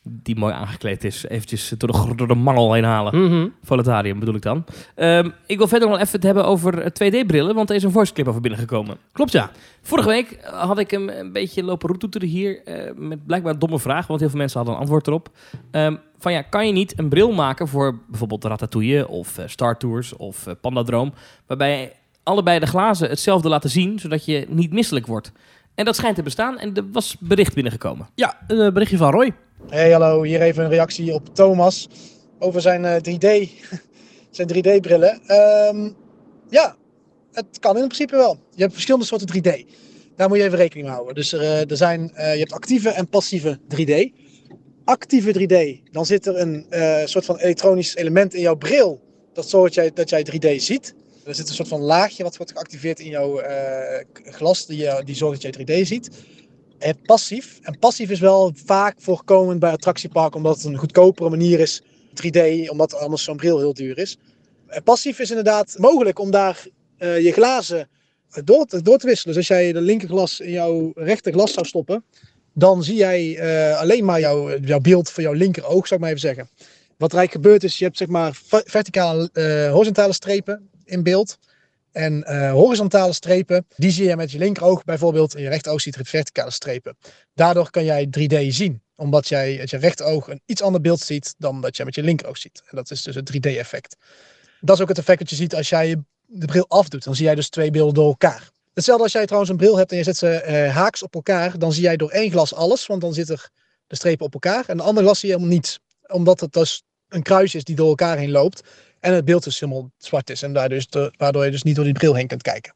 die mooi aangekleed is, eventjes door de, door de mangel heen halen. Mm-hmm. Voletarium bedoel ik dan. Um, ik wil verder nog even het hebben over twee D-brillen, want er is een voice clip over binnengekomen. Klopt, ja. Vorige week had ik hem een beetje lopen roetoeteren hier, uh, met blijkbaar een domme vraag, want heel veel mensen hadden een antwoord erop. Um, van ja, kan je niet een bril maken voor bijvoorbeeld Ratatouille of uh, Star Tours of uh, Pandadroom, waarbij allebei de glazen hetzelfde laten zien, zodat je niet misselijk wordt? En dat schijnt te bestaan en er was bericht binnengekomen. Ja, een berichtje van Roy. Hey, hallo. Hier even een reactie op Thomas over zijn uh, drie D, zijn drie D-brillen. Um, ja, het kan in principe wel. Je hebt verschillende soorten drie D. Daar moet je even rekening mee houden. Dus er, uh, er zijn, uh, je hebt actieve en passieve drie D. Actieve drie D, dan zit er een uh, soort van elektronisch element in jouw bril. Dat zorgt jij, dat jij drie D ziet. Er zit een soort van laagje wat wordt geactiveerd in jouw uh, glas, die, uh, die zorgt dat jij drie D ziet. En passief. En passief is wel vaak voorkomend bij attractieparken, omdat het een goedkopere manier is, drie D, omdat anders zo'n bril heel duur is. En passief is inderdaad mogelijk om daar uh, je glazen door te, door te wisselen. Dus als jij de linkerglas in jouw rechterglas zou stoppen, dan zie jij uh, alleen maar jouw, jouw beeld van jouw linkeroog, zou ik maar even zeggen. Wat er eigenlijk gebeurt is, je hebt zeg maar verticale, uh, horizontale strepen in beeld. En uh, horizontale strepen, die zie je met je linkeroog bijvoorbeeld. In je rechteroog ziet er verticale strepen. Daardoor kan jij drie D zien. Omdat jij met je rechteroog een iets ander beeld ziet dan dat je met je linkeroog ziet. En dat is dus het drie D-effect. Dat is ook het effect dat je ziet als jij de bril afdoet. Dan zie jij dus twee beelden door elkaar. Hetzelfde als jij trouwens een bril hebt en je zet ze uh, haaks op elkaar. Dan zie jij door één glas alles, want dan zitten de strepen op elkaar. En de andere glas zie je helemaal niets. Omdat het dus een kruis is die door elkaar heen loopt. En het beeld dus helemaal zwart is. En daardoor, de, waardoor je dus niet door die bril heen kunt kijken.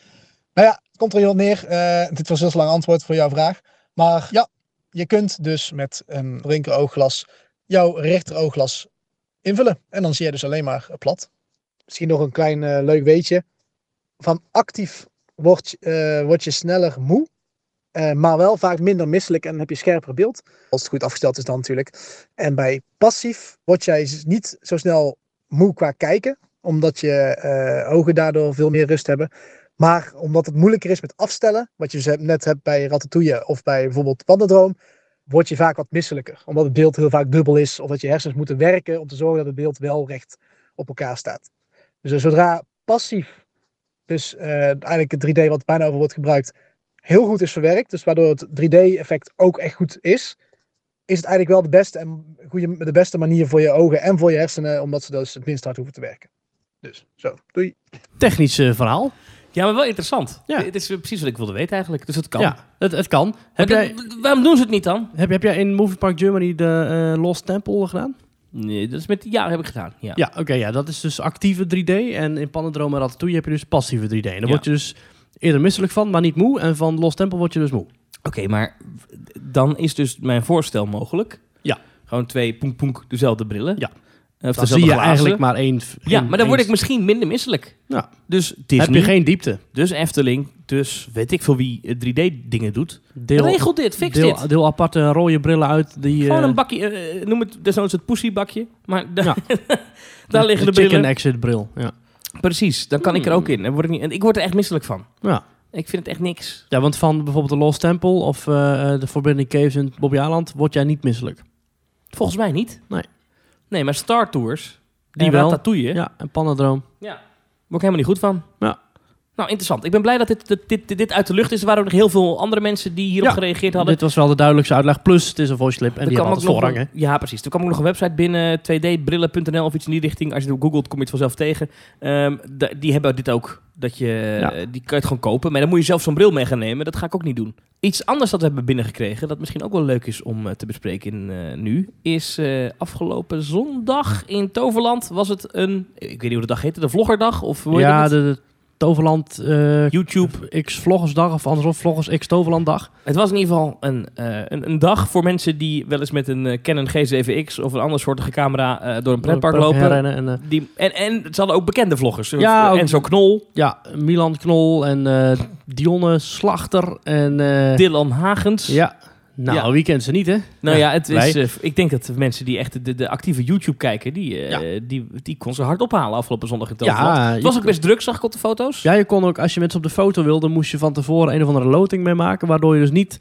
Nou ja, het komt er heel op neer. Uh, dit was een heel lang antwoord voor jouw vraag. Maar ja, je kunt dus met een linkeroogglas jouw rechteroogglas invullen. En dan zie je dus alleen maar plat. Misschien nog een klein uh, leuk weetje. Van actief word, uh, word je sneller moe. Uh, maar wel vaak minder misselijk en dan heb je scherper beeld. Als het goed afgesteld is dan natuurlijk. En bij passief word jij niet zo snel moe qua kijken. Omdat je uh, ogen daardoor veel meer rust hebben. Maar omdat het moeilijker is met afstellen. Wat je net hebt bij Ratatouille of bij bijvoorbeeld Pandadroom. Word je vaak wat misselijker. Omdat het beeld heel vaak dubbel is. Of dat je hersens moeten werken om te zorgen dat het beeld wel recht op elkaar staat. Dus uh, zodra passief, dus uh, eigenlijk het drie D wat bijna over wordt gebruikt, heel goed is verwerkt. Dus waardoor het drie D-effect ook echt goed is. Is het eigenlijk wel de beste, en goede, de beste manier voor je ogen en voor je hersenen. Omdat ze dus het minst hard hoeven te werken. Dus zo, doei. Technisch uh, verhaal. Ja, maar wel interessant. Ja. Het is precies wat ik wilde weten eigenlijk. Dus het kan. Ja, het, het kan. Heb de, jij, waarom doen ze het niet dan? Heb, heb jij in Movie Park Germany de uh, Lost Temple gedaan? Nee, dat is met ja, heb ik gedaan. Ja, ja oké. Okay, ja, dat is dus actieve drie D. En in Pandadroom en Ratatouille heb je dus passieve drie D. En dan ja. word je dus eerder misselijk van, maar niet moe. En van Lost Temple word je dus moe. Oké, okay, maar dan is dus mijn voorstel mogelijk. Ja. Gewoon twee poenk poenk dezelfde brillen. Ja. Of dan zie je glazen. Eigenlijk maar één. Ja, één, maar dan word één... ik misschien minder misselijk. Ja. Dus Disney, heb je geen diepte. Dus Efteling, dus weet ik veel wie drie D-dingen doet. Deel, Regel dit, fix deel, dit. Deel aparte rode brillen uit. Die, Gewoon uh... een bakje, uh, noem het desnoods het pussy-bakje. Maar da- ja. daar liggen de, de brillen. Chicken exit bril, ja. Precies, dan kan hmm. ik er ook in. En, word ik, niet, en ik word er echt misselijk van. Ja. Ik vind het echt niks. Ja, want van bijvoorbeeld de Lost Temple of de uh, Forbidden Caves in Bobby Aland word jij niet misselijk. Volgens mij niet. Nee. Nee, maar Star Tours, die en wel. Ratatouille. Ja, en Pandadroom. Ja, word ik helemaal niet goed van. Ja. Nou, interessant. Ik ben blij dat dit, dit, dit, dit uit de lucht is. Er waren ook nog heel veel andere mensen die hierop ja, gereageerd hadden. Dit was wel de duidelijkste uitleg. Plus, het is een voice clip en er die had altijd voorrang. Een, ja, precies. Er kwam ook nog een website binnen, twee d brillen punt n l of iets in die richting. Als je het googelt, kom je het vanzelf tegen. Um, d- die hebben dit ook. Dat je, ja. uh, die kan je het gewoon kopen. Maar dan moet je zelf zo'n bril mee gaan nemen. Dat ga ik ook niet doen. Iets anders dat we hebben binnengekregen, dat misschien ook wel leuk is om uh, te bespreken in, uh, nu, is uh, afgelopen zondag in Toverland was het een, ik weet niet hoe de dag heette, de vloggerdag? Of hoe ja, heet de, de Toverland uh, YouTube X Vloggersdag of andersom Vloggers X Toverlanddag. Het was in ieder geval een, uh, een, een dag voor mensen die wel eens met een uh, Canon G zeven X of een andere soortige camera uh, door een pretpark lopen. En, uh, die, en, en ze hadden ook bekende vloggers. Ja, Enzo Knol. Ja, Milan Knol en uh, Dionne Slachter en uh, Dylan Hagens. Ja. Nou, ja. Wie kent ze niet, hè? Nou ja, het is, uh, ik denk dat de mensen die echt de, de actieve YouTube kijken, die, uh, ja. die, die kon ze hard ophalen afgelopen zondag in Toverland. Ja, het was ook best druk, zag ik op de foto's. Ja, je kon ook, als je mensen op de foto wilde, moest je van tevoren een of andere loting mee maken, waardoor je dus niet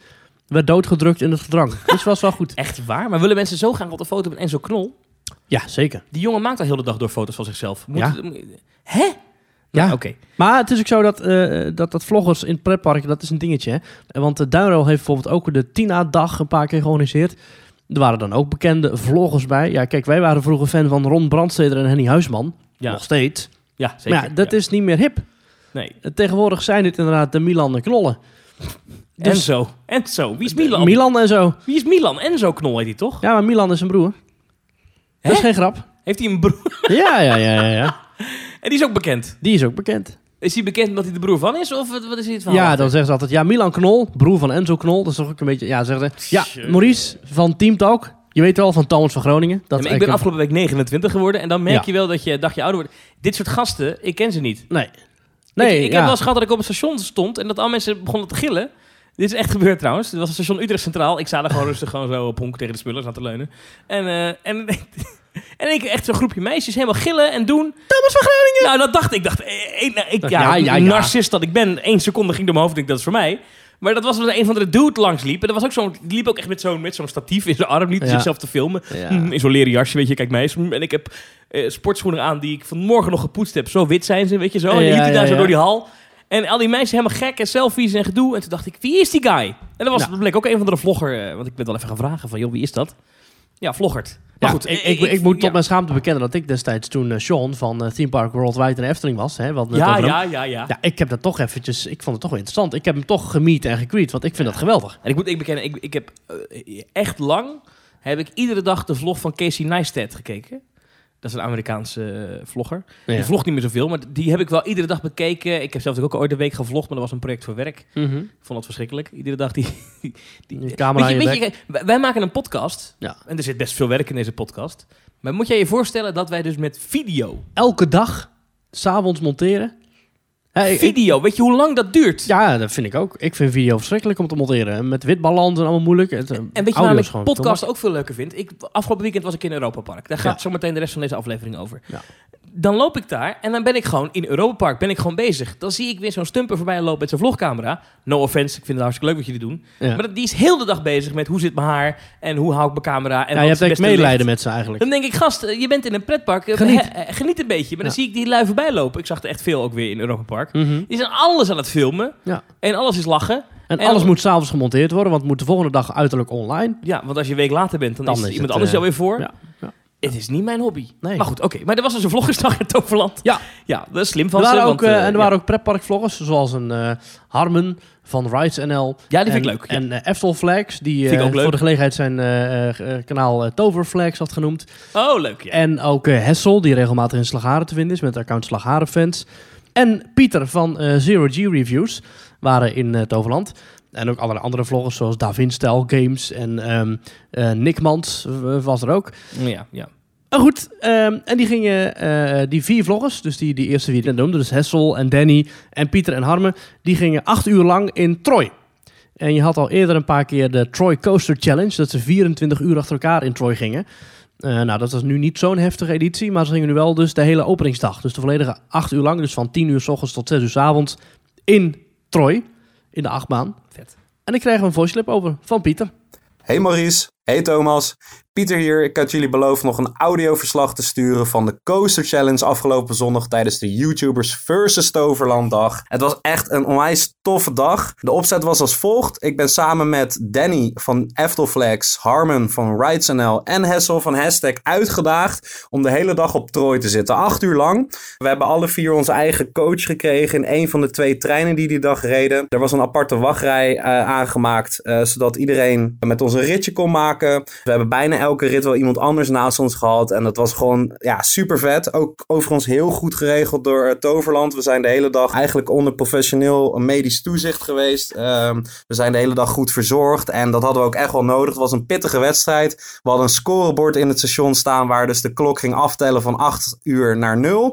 werd doodgedrukt in het gedrang. Dus was wel goed. Echt waar? Maar willen mensen zo graag op de foto met Enzo Knol? Ja, zeker. Die jongen maakt al heel de dag door foto's van zichzelf. Moet, Ja. Hè? Ja, oké. Okay. Maar het is ook zo dat, uh, dat, dat vloggers in het pretpark, dat is een dingetje. Hè? Want uh, Duinrol heeft bijvoorbeeld ook de Tina-dag een paar keer georganiseerd. Er waren dan ook bekende vloggers bij. Ja, kijk, wij waren vroeger fan van Ron Brandsteder en Henny Huisman. Ja. Nog steeds. Ja, zeker. Maar ja, dat ja. is niet meer hip. Nee. Tegenwoordig zijn dit inderdaad de Milan en Knollen. Dus, Enzo. Enzo. Wie is Milan? Milan en zo. Wie is Milan? Enzo Knol heet hij toch? Ja, maar Milan is zijn broer. Hè? Dat is geen grap. Heeft hij een broer? Ja, ja, ja, ja, ja. En die is ook bekend? Die is ook bekend. Is hij bekend omdat hij de broer van is? Of wat is het verhaal? Ja, dan zeggen ze altijd, ja, Milan Knol, broer van Enzo Knol. Dat is toch ook een beetje, ja, zeggen ze. Ja, Maurice van Team Talk. Je weet wel, van Thomas van Groningen. Dat ja, maar ik ben afgelopen week negenentwintig geworden. En dan merk ja. je wel dat je dacht je ouder wordt. Dit soort gasten, ik ken ze niet. Nee. nee ik ik ja. heb wel eens gehad dat ik op het station stond en dat al mensen begonnen te gillen. Dit is echt gebeurd trouwens. Dit was het station Utrecht Centraal. Ik sta daar gewoon rustig gewoon zo op honk tegen de spullers aan te leunen. En, uh, en, en ik echt zo'n groepje meisjes helemaal gillen en doen. Thomas van Groningen! Nou, dat dacht ik. dacht, ik, nou, ik ja, ja, ja, ja. narcist dat ik ben. Eén seconde ging door mijn hoofd en ik, dat is voor mij. Maar dat was omdat een van de dude langs liep. En dat was ook zo'n, die liep ook echt met zo'n, met zo'n statief in zijn arm. Niet ja. zichzelf te filmen. Ja. Hm, in zo'n leren jasje, weet je. Kijk mij eens. En ik heb uh, sportschoenen aan die ik vanmorgen nog gepoetst heb. Zo wit zijn ze, weet je zo. En die ja, liep hij daar ja, zo ja. door die hal. En al die meisjes helemaal gek en selfies en gedoe. En toen dacht ik, wie is die guy? En dat, was, nou. dat bleek ook een van de vlogger. Uh, want ik ben wel even gaan vragen van, joh, wie is dat? Ja, vloggert. Maar ja, goed, ik, ik, ik, ik moet tot ja. mijn schaamte bekennen dat ik destijds toen uh, Sean van uh, Theme Park Worldwide in Efteling was. Hè, wat ja, ja, ja, ja. Ja, ik heb dat toch eventjes, ik vond het toch wel interessant. Ik heb hem toch gemiet en gecreed, want ik vind ja. dat geweldig. En ik moet ik bekennen, ik, ik heb uh, echt lang, heb ik iedere dag de vlog van Casey Neistat gekeken. Dat is een Amerikaanse uh, vlogger. Ja. Die vlogt niet meer zoveel, maar die heb ik wel iedere dag bekeken. Ik heb zelf ook ooit een week gevlogd, maar dat was een project voor werk. Mm-hmm. Ik vond het verschrikkelijk. Iedere dag die... die, die camera weet je, je weet je, wij, wij maken een podcast. Ja. En er zit best veel werk in deze podcast. Maar moet jij je voorstellen dat wij dus met video... Elke dag, 's avonds monteren. Hey, video, ik, weet je hoe lang dat duurt? Ja, dat vind ik ook. Ik vind video verschrikkelijk om te monteren. Met witbalans en allemaal moeilijk. Het, en, en weet je waarom ik podcast ook veel leuker vind? Ik, afgelopen weekend was ik in Europa Park. Daar gaat ja. zo meteen de rest van deze aflevering over. Ja. Dan loop ik daar en dan ben ik gewoon in Europa Park ben ik gewoon bezig. Dan zie ik weer zo'n stumper voorbij lopen met zijn vlogcamera. No offense, ik vind het hartstikke leuk wat jullie doen. Ja. Maar die is heel de dag bezig met hoe zit mijn haar en hoe hou ik mijn camera. En ja, je hebt echt medelijden met ze eigenlijk. Dan denk ik, gast, je bent in een pretpark. Geniet, he, geniet een beetje. Maar ja. dan zie ik die lui voorbij lopen. Ik zag er echt veel ook weer in Europa Park. Mm-hmm. Die zijn alles aan het filmen. Ja. En alles is lachen. En, en alles moet s'avonds gemonteerd worden, want het moet de volgende dag uiterlijk online. Ja, want als je een week later bent, dan, dan is, is iemand het, anders uh, jou weer voor. Ja, ja. Het is niet mijn hobby. Nee. Maar goed, oké. Okay. Maar er was dus een vloggersdag in Toverland. Ja. Ja, dat is slim van er ze. Waren want, ook, uh, uh, en er ja. waren ook pretparkvloggers, zoals een uh, Harmen van Rides N L. Ja, die vind en, ik leuk. Ja. En uh, Eftel Flags, die uh, voor de gelegenheid zijn uh, uh, kanaal uh, Tover Flags had genoemd. Oh, leuk. Ja. En ook uh, Hessel, die regelmatig in Slagharen te vinden is, met account Slagharen fans. En Pieter van uh, Zero G Reviews waren in uh, Toverland. En ook allerlei andere vloggers, zoals Davin Style Games en um, uh, Nick Mans uh, was er ook. Ja, ja. Maar goed, um, en die gingen, uh, die vier vloggers, dus die, die eerste wie ik net noemde, dus Hessel en Danny en Pieter en Harmen, die gingen acht uur lang in Troy. En je had al eerder een paar keer de Troy Coaster Challenge, dat ze vierentwintig uur achter elkaar in Troy gingen. Uh, nou, dat was nu niet zo'n heftige editie, maar ze gingen nu wel dus de hele openingsdag. Dus de volledige acht uur lang, dus van tien uur 's ochtends tot zes uur 's avonds in Troy, in de achtbaan. Vet. En dan kregen we een voice clip over van Pieter. Hey Maurice, hey Thomas. Pieter hier, ik had jullie beloofd nog een audioverslag te sturen van de Coaster Challenge afgelopen zondag tijdens de YouTubers versus Toverland dag. Het was echt een onwijs toffe dag. De opzet was als volgt. Ik ben samen met Danny van Eftelflex, Harmen van Rides N L en Hessel van Hashtag uitgedaagd om de hele dag op Troy te zitten. Acht uur lang. We hebben alle vier onze eigen coach gekregen in een van de twee treinen die die dag reden. Er was een aparte wachtrij uh, aangemaakt, uh, zodat iedereen met ons een ritje kon maken. We hebben bijna elke rit wel iemand anders naast ons gehad. En dat was gewoon ja, super vet. Ook overigens heel goed geregeld door uh, Toverland. We zijn de hele dag eigenlijk onder professioneel medisch toezicht geweest. Um, we zijn de hele dag goed verzorgd. En dat hadden we ook echt wel nodig. Het was een pittige wedstrijd. We hadden een scorebord in het station staan waar dus de klok ging aftellen van acht uur naar nul.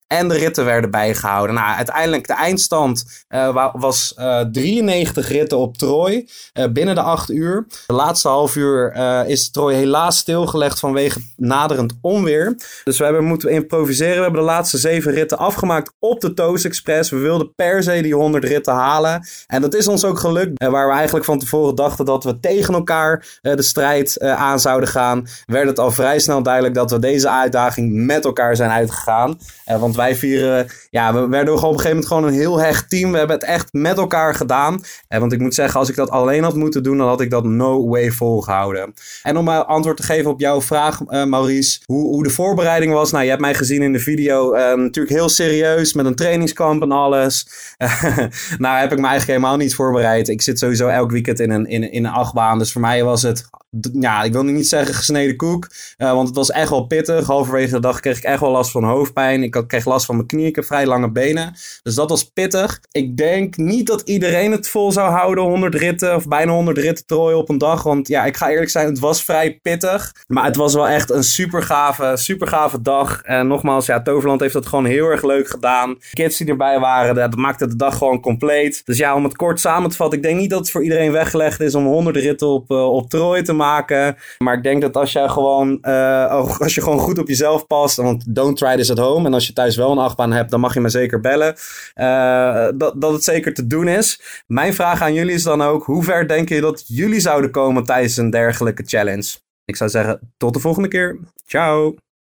En de ritten werden bijgehouden. Nou, uiteindelijk de eindstand uh, was uh, drieënnegentig ritten op Troy. Uh, binnen de acht uur. De laatste half uur uh, is Troy helaas stilgelegd vanwege naderend onweer. Dus we hebben moeten improviseren. We hebben de laatste zeven ritten afgemaakt op de Toast Express. We wilden per se die honderd ritten halen. En dat is ons ook gelukt. Uh, waar we eigenlijk van tevoren dachten dat we tegen elkaar uh, de strijd uh, aan zouden gaan. Werd het al vrij snel duidelijk dat we deze uitdaging met elkaar zijn uitgegaan. Uh, want wij vieren, ja, we werden gewoon op een gegeven moment gewoon een heel hecht team. We hebben het echt met elkaar gedaan. Uh, want ik moet zeggen, als ik dat alleen had moeten doen, dan had ik dat no way volgehouden. En om uh, antwoord te geven op jouw vraag, uh, Maurice, hoe, hoe de voorbereiding was. Nou, je hebt mij gezien in de video, uh, natuurlijk heel serieus, met een trainingskamp en alles. Uh, nou, heb ik me eigenlijk helemaal niet voorbereid. Ik zit sowieso elk weekend in een, in, in een achtbaan. Dus voor mij was het, ja, ik wil nu niet zeggen gesneden koek. Uh, want het was echt wel pittig. Halverwege de dag kreeg ik echt wel last van hoofdpijn. Ik kreeg last van mijn knie. Ik heb vrij lange benen. Dus dat was pittig. Ik denk niet dat iedereen het vol zou houden. honderd ritten of bijna honderd ritten Troy op een dag. Want ja, ik ga eerlijk zijn, het was vrij pittig. Maar het was wel echt een super gave, super gave dag. En nogmaals, ja, Toverland heeft dat gewoon heel erg leuk gedaan. Kids die erbij waren, dat maakte de dag gewoon compleet. Dus ja, om het kort samen te vatten. Ik denk niet dat het voor iedereen weggelegd is om honderd ritten op, uh, op Troy te maken. Maar ik denk dat als jij gewoon, uh, als je gewoon goed op jezelf past. Want don't try this at home. En als je thuis wel een achtbaan hebt, dan mag je me zeker bellen. Uh, dat, dat het zeker te doen is. Mijn vraag aan jullie is dan ook, hoe ver denk je dat jullie zouden komen tijdens een dergelijke challenge? Ik zou zeggen, tot de volgende keer. Ciao.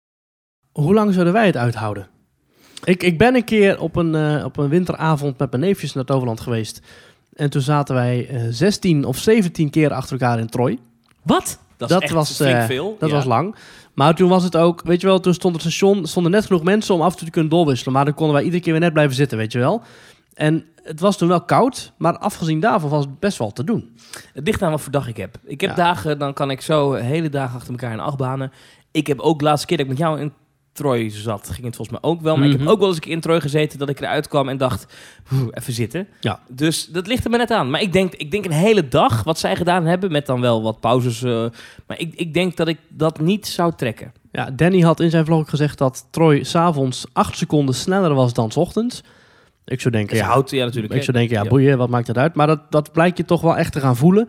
Hoe lang zouden wij het uithouden? Ik, ik ben een keer op een, uh, op een winteravond met mijn neefjes naar Toverland geweest. En toen zaten wij uh, zestien of zeventien keer achter elkaar in Troy. Wat? Dat, dat is echt was flink uh, veel. Dat ja. was lang. Maar toen was het ook, weet je wel, toen stond het station, stonden net genoeg mensen om af en toe te kunnen doorwisselen. Maar dan konden wij iedere keer weer net blijven zitten, weet je wel. En het was toen wel koud, maar afgezien daarvan was het best wel te doen. Het ligt aan wat voor dag ik heb. Ik heb Ja. dagen, dan kan ik zo hele dagen achter elkaar in achtbanen. Ik heb ook de laatste keer dat ik met jou in Troy zat, ging het volgens mij ook wel. Maar Mm-hmm. ik heb ook wel eens een keer in Troy gezeten dat ik eruit kwam en dacht, even zitten. Ja. Dus dat ligt er me net aan. Maar ik denk, ik denk een hele dag wat zij gedaan hebben, met dan wel wat pauzes. Uh, maar ik, ik denk dat ik dat niet zou trekken. Ja, Danny had in zijn vlog ook gezegd dat Troy 's avonds acht seconden sneller was dan 's ochtends. Ik zou denken, Ja, ja, houdt, ja natuurlijk. ik zou denken, ja, boeien, wat maakt het uit? Maar dat, dat blijkt je toch wel echt te gaan voelen.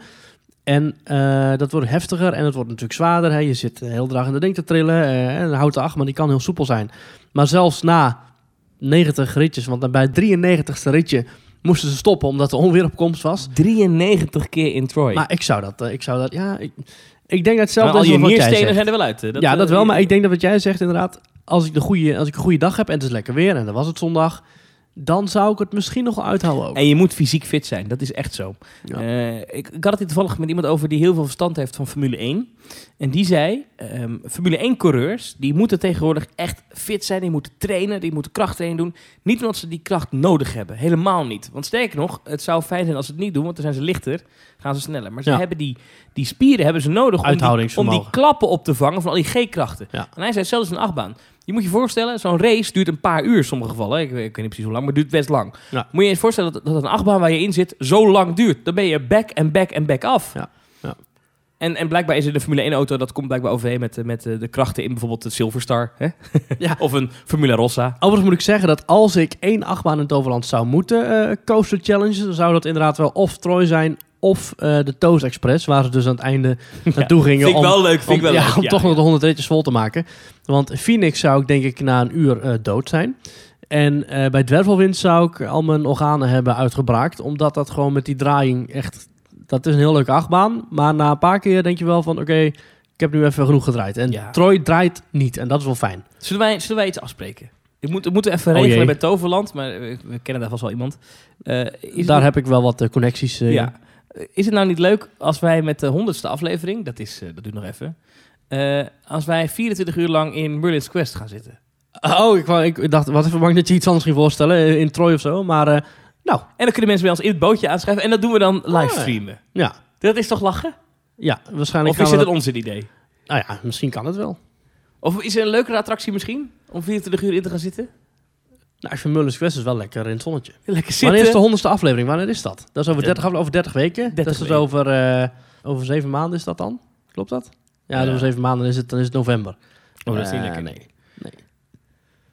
En uh, dat wordt heftiger en het wordt natuurlijk zwaarder. Hè. Je zit de hele dag in de ding te trillen. Uh, en de houten achtbaan, die kan heel soepel zijn. Maar zelfs na negentig ritjes, want bij het drieënnegentigste ritje moesten ze stoppen omdat de onweer op komst was. drieënnegentig keer in Troy. Maar ik zou dat, uh, ik zou dat, ja, ik, ik denk dat zelf maar al dat je wat jij nierstenen zegt. zijn er wel uit. Hè? Dat, ja, dat uh, wel, maar ik denk dat wat jij zegt inderdaad, als ik, de goede, als ik een goede dag heb en het is lekker weer en dan was het zondag, dan zou ik het misschien nog wel uithouden ook. En je moet fysiek fit zijn, dat is echt zo. Ja. Uh, ik, ik had het toevallig met iemand over die heel veel verstand heeft van Formule één. En die zei, um, Formule één-coureurs, die moeten tegenwoordig echt fit zijn. Die moeten trainen, die moeten krachttraining doen. Niet omdat ze die kracht nodig hebben, helemaal niet. Want sterker nog, het zou fijn zijn als ze het niet doen, want dan zijn ze lichter, gaan ze sneller. Maar ze Ja. hebben die, die spieren hebben ze nodig om die, om Uithoudingsvermogen. die klappen op te vangen van al die G-krachten. Ja. En hij zei, zelfs een achtbaan. Je moet je voorstellen, zo'n race duurt een paar uur in sommige gevallen. Ik weet, ik weet niet precies hoe lang, maar het duurt best lang. Ja. Moet je je voorstellen dat, dat een achtbaan waar je in zit zo lang duurt. Dan ben je back en back en back af. Ja. Ja. En, en blijkbaar is er een Formule één-auto, dat komt blijkbaar overeen met, met de, de krachten in bijvoorbeeld de Silverstar. Hè? Ja. Of een Formula Rossa. Overigens moet ik zeggen dat als ik één achtbaan in Toverland zou moeten uh, coaster challenges, dan zou dat inderdaad wel of Troy zijn of uh, de Toast Express, waar ze dus aan het einde naartoe gingen. Vind ik om, wel leuk, vind om, ik wel ja, leuk. om Ja, toch ja. nog de honderd ritjes vol te maken. Want Phoenix zou ik denk ik na een uur uh, dood zijn. En uh, bij Dwervelwind zou ik al mijn organen hebben uitgebraakt, omdat dat gewoon met die draaiing echt, dat is een heel leuke achtbaan. Maar na een paar keer denk je wel van oké, okay, ik heb nu even genoeg gedraaid. En Ja. Troy draait niet en dat is wel fijn. Zullen wij, zullen wij iets afspreken? Ik moet, we moeten even Oh, regelen jee. bij Toverland, maar we, we kennen daar vast wel iemand. Uh, is Daar het, heb ik wel wat uh, connecties. Uh, ja. Is het nou niet leuk als wij met de honderdste aflevering, dat, is, uh, dat duurt nog even, uh, als wij vierentwintig uur lang in Merlin's Quest gaan zitten? Oh, ik, wou, ik dacht, wat even bang dat je iets anders ging voorstellen uh, in Troy of zo. Maar uh, nou, En dan kunnen mensen bij ons in het bootje aanschrijven en dat doen we dan livestreamen. ja. Dat is toch lachen? Ja, waarschijnlijk Of is gaan het we een dat- onzin idee? Nou ja, misschien kan het wel. Of is er een leukere attractie misschien? Om vierentwintig uur in te gaan zitten? Nou, ik vind Mullen's Quest is wel lekker in het zonnetje. Lekker zitten. Wanneer is de honderdste aflevering? Wanneer is dat? Dat is over dertig, over dertig weken. dertig dat is dus weken. over, uh, over zeven maanden is dat dan? Klopt dat? Ja, Ja. over zeven maanden is het, dan is het november. Oh, dat is niet Eh, lekker. Nee. nee.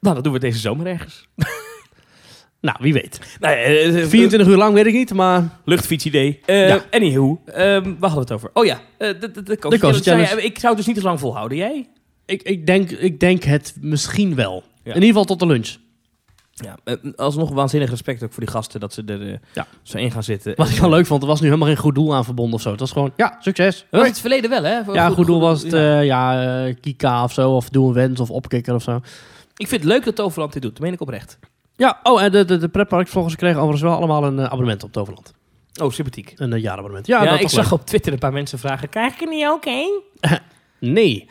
Nou, dat doen we deze zomer ergens. Nou, wie weet. Nee, uh, vierentwintig uur lang weet ik niet, maar... Luchtfietsidee. Uh, ja. Anywho, uh, waar hadden we het over? Oh ja, uh, de, de, de, de Coaster Challenge. Ik zou het dus niet te lang volhouden. Jij? Ik, ik, denk, ik denk het misschien wel. Ja. In ieder geval tot de lunch. Ja, uh, alsnog waanzinnig respect ook voor die gasten dat ze er uh, ja. zo in gaan zitten. Wat ik wel leuk vond, er was nu helemaal geen goed doel aan verbonden of zo. Het was gewoon, ja, succes. Dat was in het verleden wel, hè? Voor ja, goed, goed doel was het, ja, uh, ja uh, Kika of zo, of Doe een Wens of Opkikker of zo. Ik vind het leuk dat Toverland dit doet, dat meen ik oprecht. Ja, oh, en de, de, de pretparkvloggers kregen overigens wel allemaal een uh, abonnement op Toverland. Oh, sympathiek. Een uh, jaarabonnement. Ja, ja dat ik zag leuk. op Twitter een paar mensen vragen, krijg ik er niet ook één? Nee.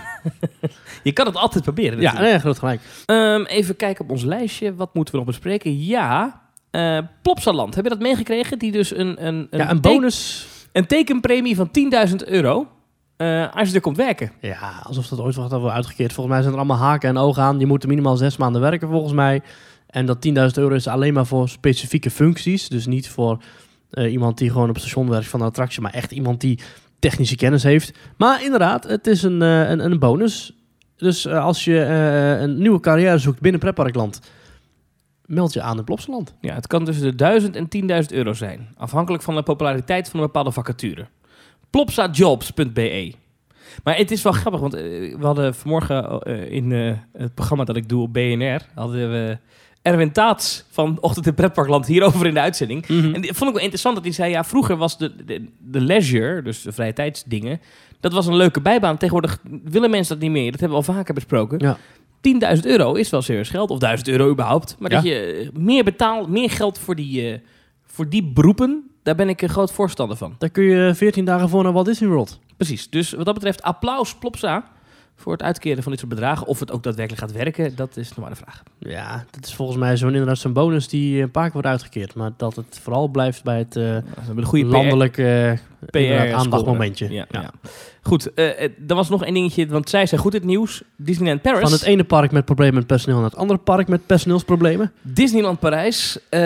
Je kan het altijd proberen. Ja, nee, groot gelijk. Um, even kijken op ons lijstje. Wat moeten we nog bespreken? Ja, uh, Plopsaland. Heb je dat meegekregen? Die dus een, een, een, ja, een bonus... Een tekenpremie van tienduizend euro. Uh, als je er komt werken. Ja, alsof dat ooit wordt uitgekeerd. Volgens mij zijn er allemaal haken en ogen aan. Je moet er minimaal zes maanden werken volgens mij. En dat tienduizend euro is alleen maar voor specifieke functies. Dus niet voor uh, iemand die gewoon op het station werkt van de attractie. Maar echt iemand die technische kennis heeft. Maar inderdaad, het is een, uh, een, een bonus. Dus uh, als je uh, een nieuwe carrière zoekt binnen pretparkland, meld je aan in Plopsaland. Ja, het kan tussen de duizend en tienduizend euro zijn. Afhankelijk van de populariteit van een bepaalde vacature. plopsajobs punt b e. Maar het is wel grappig, want uh, we hadden vanmorgen uh, in uh, het programma dat ik doe op B N R, hadden we Erwin Taats van Ochtend in Pretparkland hierover in de uitzending. Mm-hmm. En die vond ik wel interessant dat hij zei, ja, vroeger was de, de, de leisure, dus de vrije tijdsdingen, dat was een leuke bijbaan. Tegenwoordig willen mensen dat niet meer. Dat hebben we al vaker besproken. Ja. tienduizend euro is wel serieus geld, of duizend euro überhaupt. Maar ja. dat je meer betaalt, meer geld voor die, uh, voor die beroepen, daar ben ik een groot voorstander van. Daar kun je veertien dagen voor naar Walt Disney World. Precies. Dus wat dat betreft applaus Plopsa voor het uitkeren van dit soort bedragen. Of het ook daadwerkelijk gaat werken, dat is nog maar de vraag. Ja, dat is volgens mij zo'n inderdaad zo'n bonus die een paar keer wordt uitgekeerd. Maar dat het vooral blijft bij het uh, een goede landelijke P R aandachtmomentje. Ja, ja. Ja. Goed, uh, er was nog één dingetje, want zij zijn goed het nieuws. Disneyland Paris. Van het ene park met problemen met personeel naar het andere park met personeelsproblemen. Disneyland Parijs. Uh,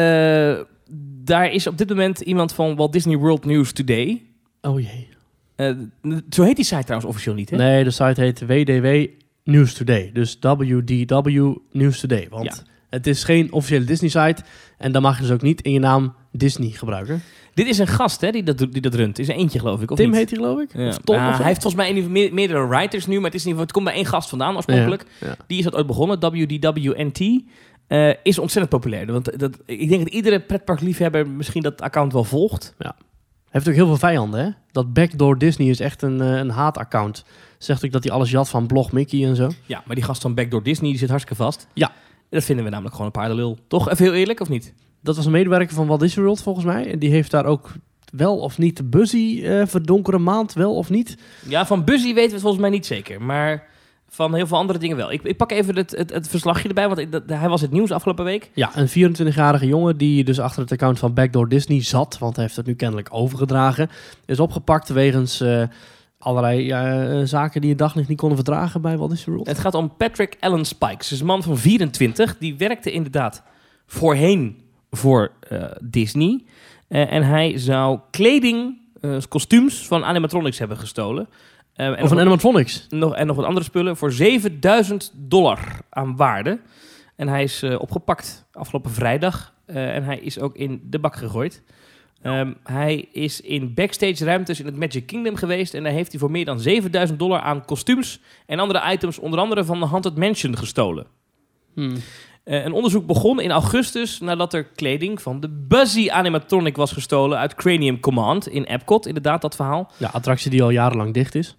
daar is op dit moment iemand van Walt Disney World News Today. Oh jee. Uh, zo heet die site trouwens officieel niet, hè? Nee, de site heet W D W News Today. Dus W D W News Today. Want ja. het is geen officiële Disney-site. En dan mag je dus ook niet in je naam Disney gebruiken. Dit is een gast, hè, die dat, die dat runt. Is er eentje, geloof ik, of Tim niet? heet hij, geloof ik? Ja. Of Tom, uh, of hij heeft volgens mij meer, meerdere writers nu, maar het, is niet, het komt bij één gast vandaan oorspronkelijk. Ja. Ja. Die is dat ooit begonnen, W D W N T. Uh, is ontzettend populair. Want dat, ik denk dat iedere pretparkliefhebber misschien dat account wel volgt. Ja. Hij heeft ook heel veel vijanden, hè? Dat Backdoor Disney is echt een, een haataccount. Zegt ook dat hij alles jat van Blog Mickey en zo. Ja, maar die gast van Backdoor Disney die zit hartstikke vast. Ja. Dat vinden we namelijk gewoon een paardenlul. Toch? Even heel eerlijk, of niet? Dat was een medewerker van Walt Disney World, volgens mij. En die heeft daar ook wel of niet de Buzzy uh, verdonkere maand, wel of niet. Ja, van Buzzy weten we het volgens mij niet zeker. Maar van heel veel andere dingen wel. Ik, ik pak even het, het, het verslagje erbij, want ik, dat, hij was het nieuws afgelopen week. Ja, een vierentwintigjarige jongen die dus achter het account van Backdoor Disney zat, want hij heeft het nu kennelijk overgedragen, is opgepakt wegens uh, allerlei uh, zaken die je daglicht niet konden verdragen bij Walt Disney World. Het gaat om Patrick Allen Spikes. Dus een man van vierentwintig. Die werkte inderdaad voorheen voor uh, Disney. Uh, en hij zou kleding, uh, kostuums van animatronics hebben gestolen. Uh, en of van animatronics. Nog, en nog wat andere spullen voor zevenduizend dollar aan waarde. En hij is uh, opgepakt afgelopen vrijdag. Uh, en hij is ook in de bak gegooid. Um, hij is in backstage ruimtes in het Magic Kingdom geweest. En daar heeft hij voor meer dan zevenduizend dollar aan kostuums en andere items, onder andere van de Haunted Mansion, gestolen. Hmm. Uh, een onderzoek begon in augustus nadat er kleding van de Buzzy animatronic was gestolen uit Cranium Command in Epcot. Inderdaad, dat verhaal. Ja, attractie die al jarenlang dicht is.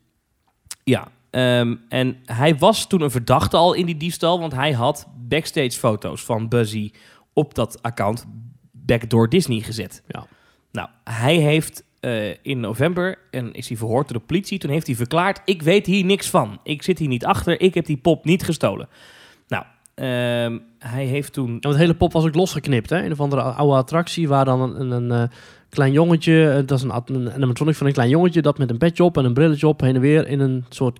Ja, um, en hij was toen een verdachte al in die diefstal, want hij had backstage foto's van Buzzy op dat account Backdoor Disney gezet. Ja. Nou, hij heeft uh, in november, en is hij verhoord door de politie, toen heeft hij verklaard, ik weet hier niks van. Ik zit hier niet achter, ik heb die pop niet gestolen. Nou, um, hij heeft toen... Ja, het hele pop was ook losgeknipt, hè? Een of andere oude attractie waar dan een, een, een uh, klein jongetje, uh, dat is een, een animatronic van een klein jongetje, dat met een petje op en een brilletje op heen en weer in een soort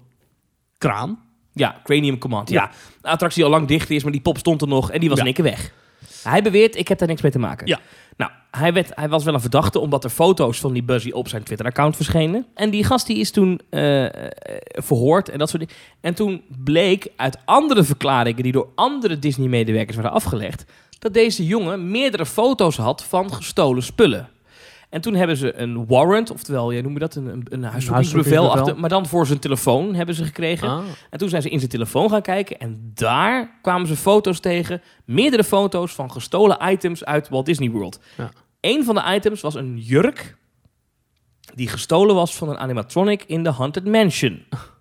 kraan. Ja, Cranium Command. Ja, ja, een attractie die al lang dicht is, maar die pop stond er nog en die was ja. in één keer weg. Hij beweert, ik heb daar niks mee te maken. Ja. Nou, hij, werd, hij was wel een verdachte, omdat er foto's van die Buzzy op zijn Twitter-account verschenen. En die gast die is toen uh, verhoord en dat soort dingen. En toen bleek uit andere verklaringen die door andere Disney-medewerkers werden afgelegd, dat deze jongen meerdere foto's had van gestolen spullen. En toen hebben ze een warrant, oftewel, jij noem je dat, een, een, een huiszoekingsbevel, achter, maar dan voor zijn telefoon hebben ze gekregen. Ah. En toen zijn ze in zijn telefoon gaan kijken en daar kwamen ze foto's tegen, meerdere foto's van gestolen items uit Walt Disney World. Ja. Eén van de items was een jurk die gestolen was van een animatronic in de Haunted Mansion.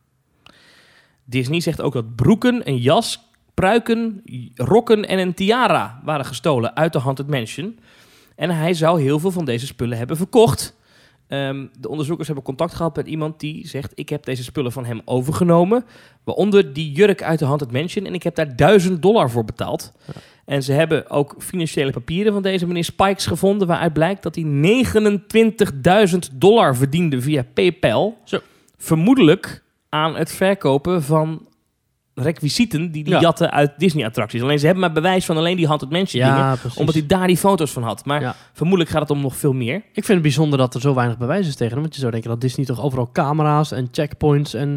Disney zegt ook dat broeken, een jas, pruiken, rokken en een tiara waren gestolen uit de Haunted Mansion. En hij zou heel veel van deze spullen hebben verkocht. Um, de onderzoekers hebben contact gehad met iemand die zegt, ik heb deze spullen van hem overgenomen. Waaronder die jurk uit de Haunted Mansion. En ik heb daar duizend dollar voor betaald. Ja. En ze hebben ook financiële papieren van deze meneer Spikes gevonden, waaruit blijkt dat hij negenentwintigduizend dollar verdiende via PayPal. Zo. Vermoedelijk aan het verkopen van requisieten die die ja. jatten uit Disney-attracties. Alleen ze hebben maar bewijs van alleen die Haunted Mansion ja, dingen, precies. Omdat hij daar die foto's van had. Maar ja. vermoedelijk gaat het om nog veel meer. Ik vind het bijzonder dat er zo weinig bewijs is tegen hem. Want je zou denken dat Disney toch overal camera's en checkpoints en,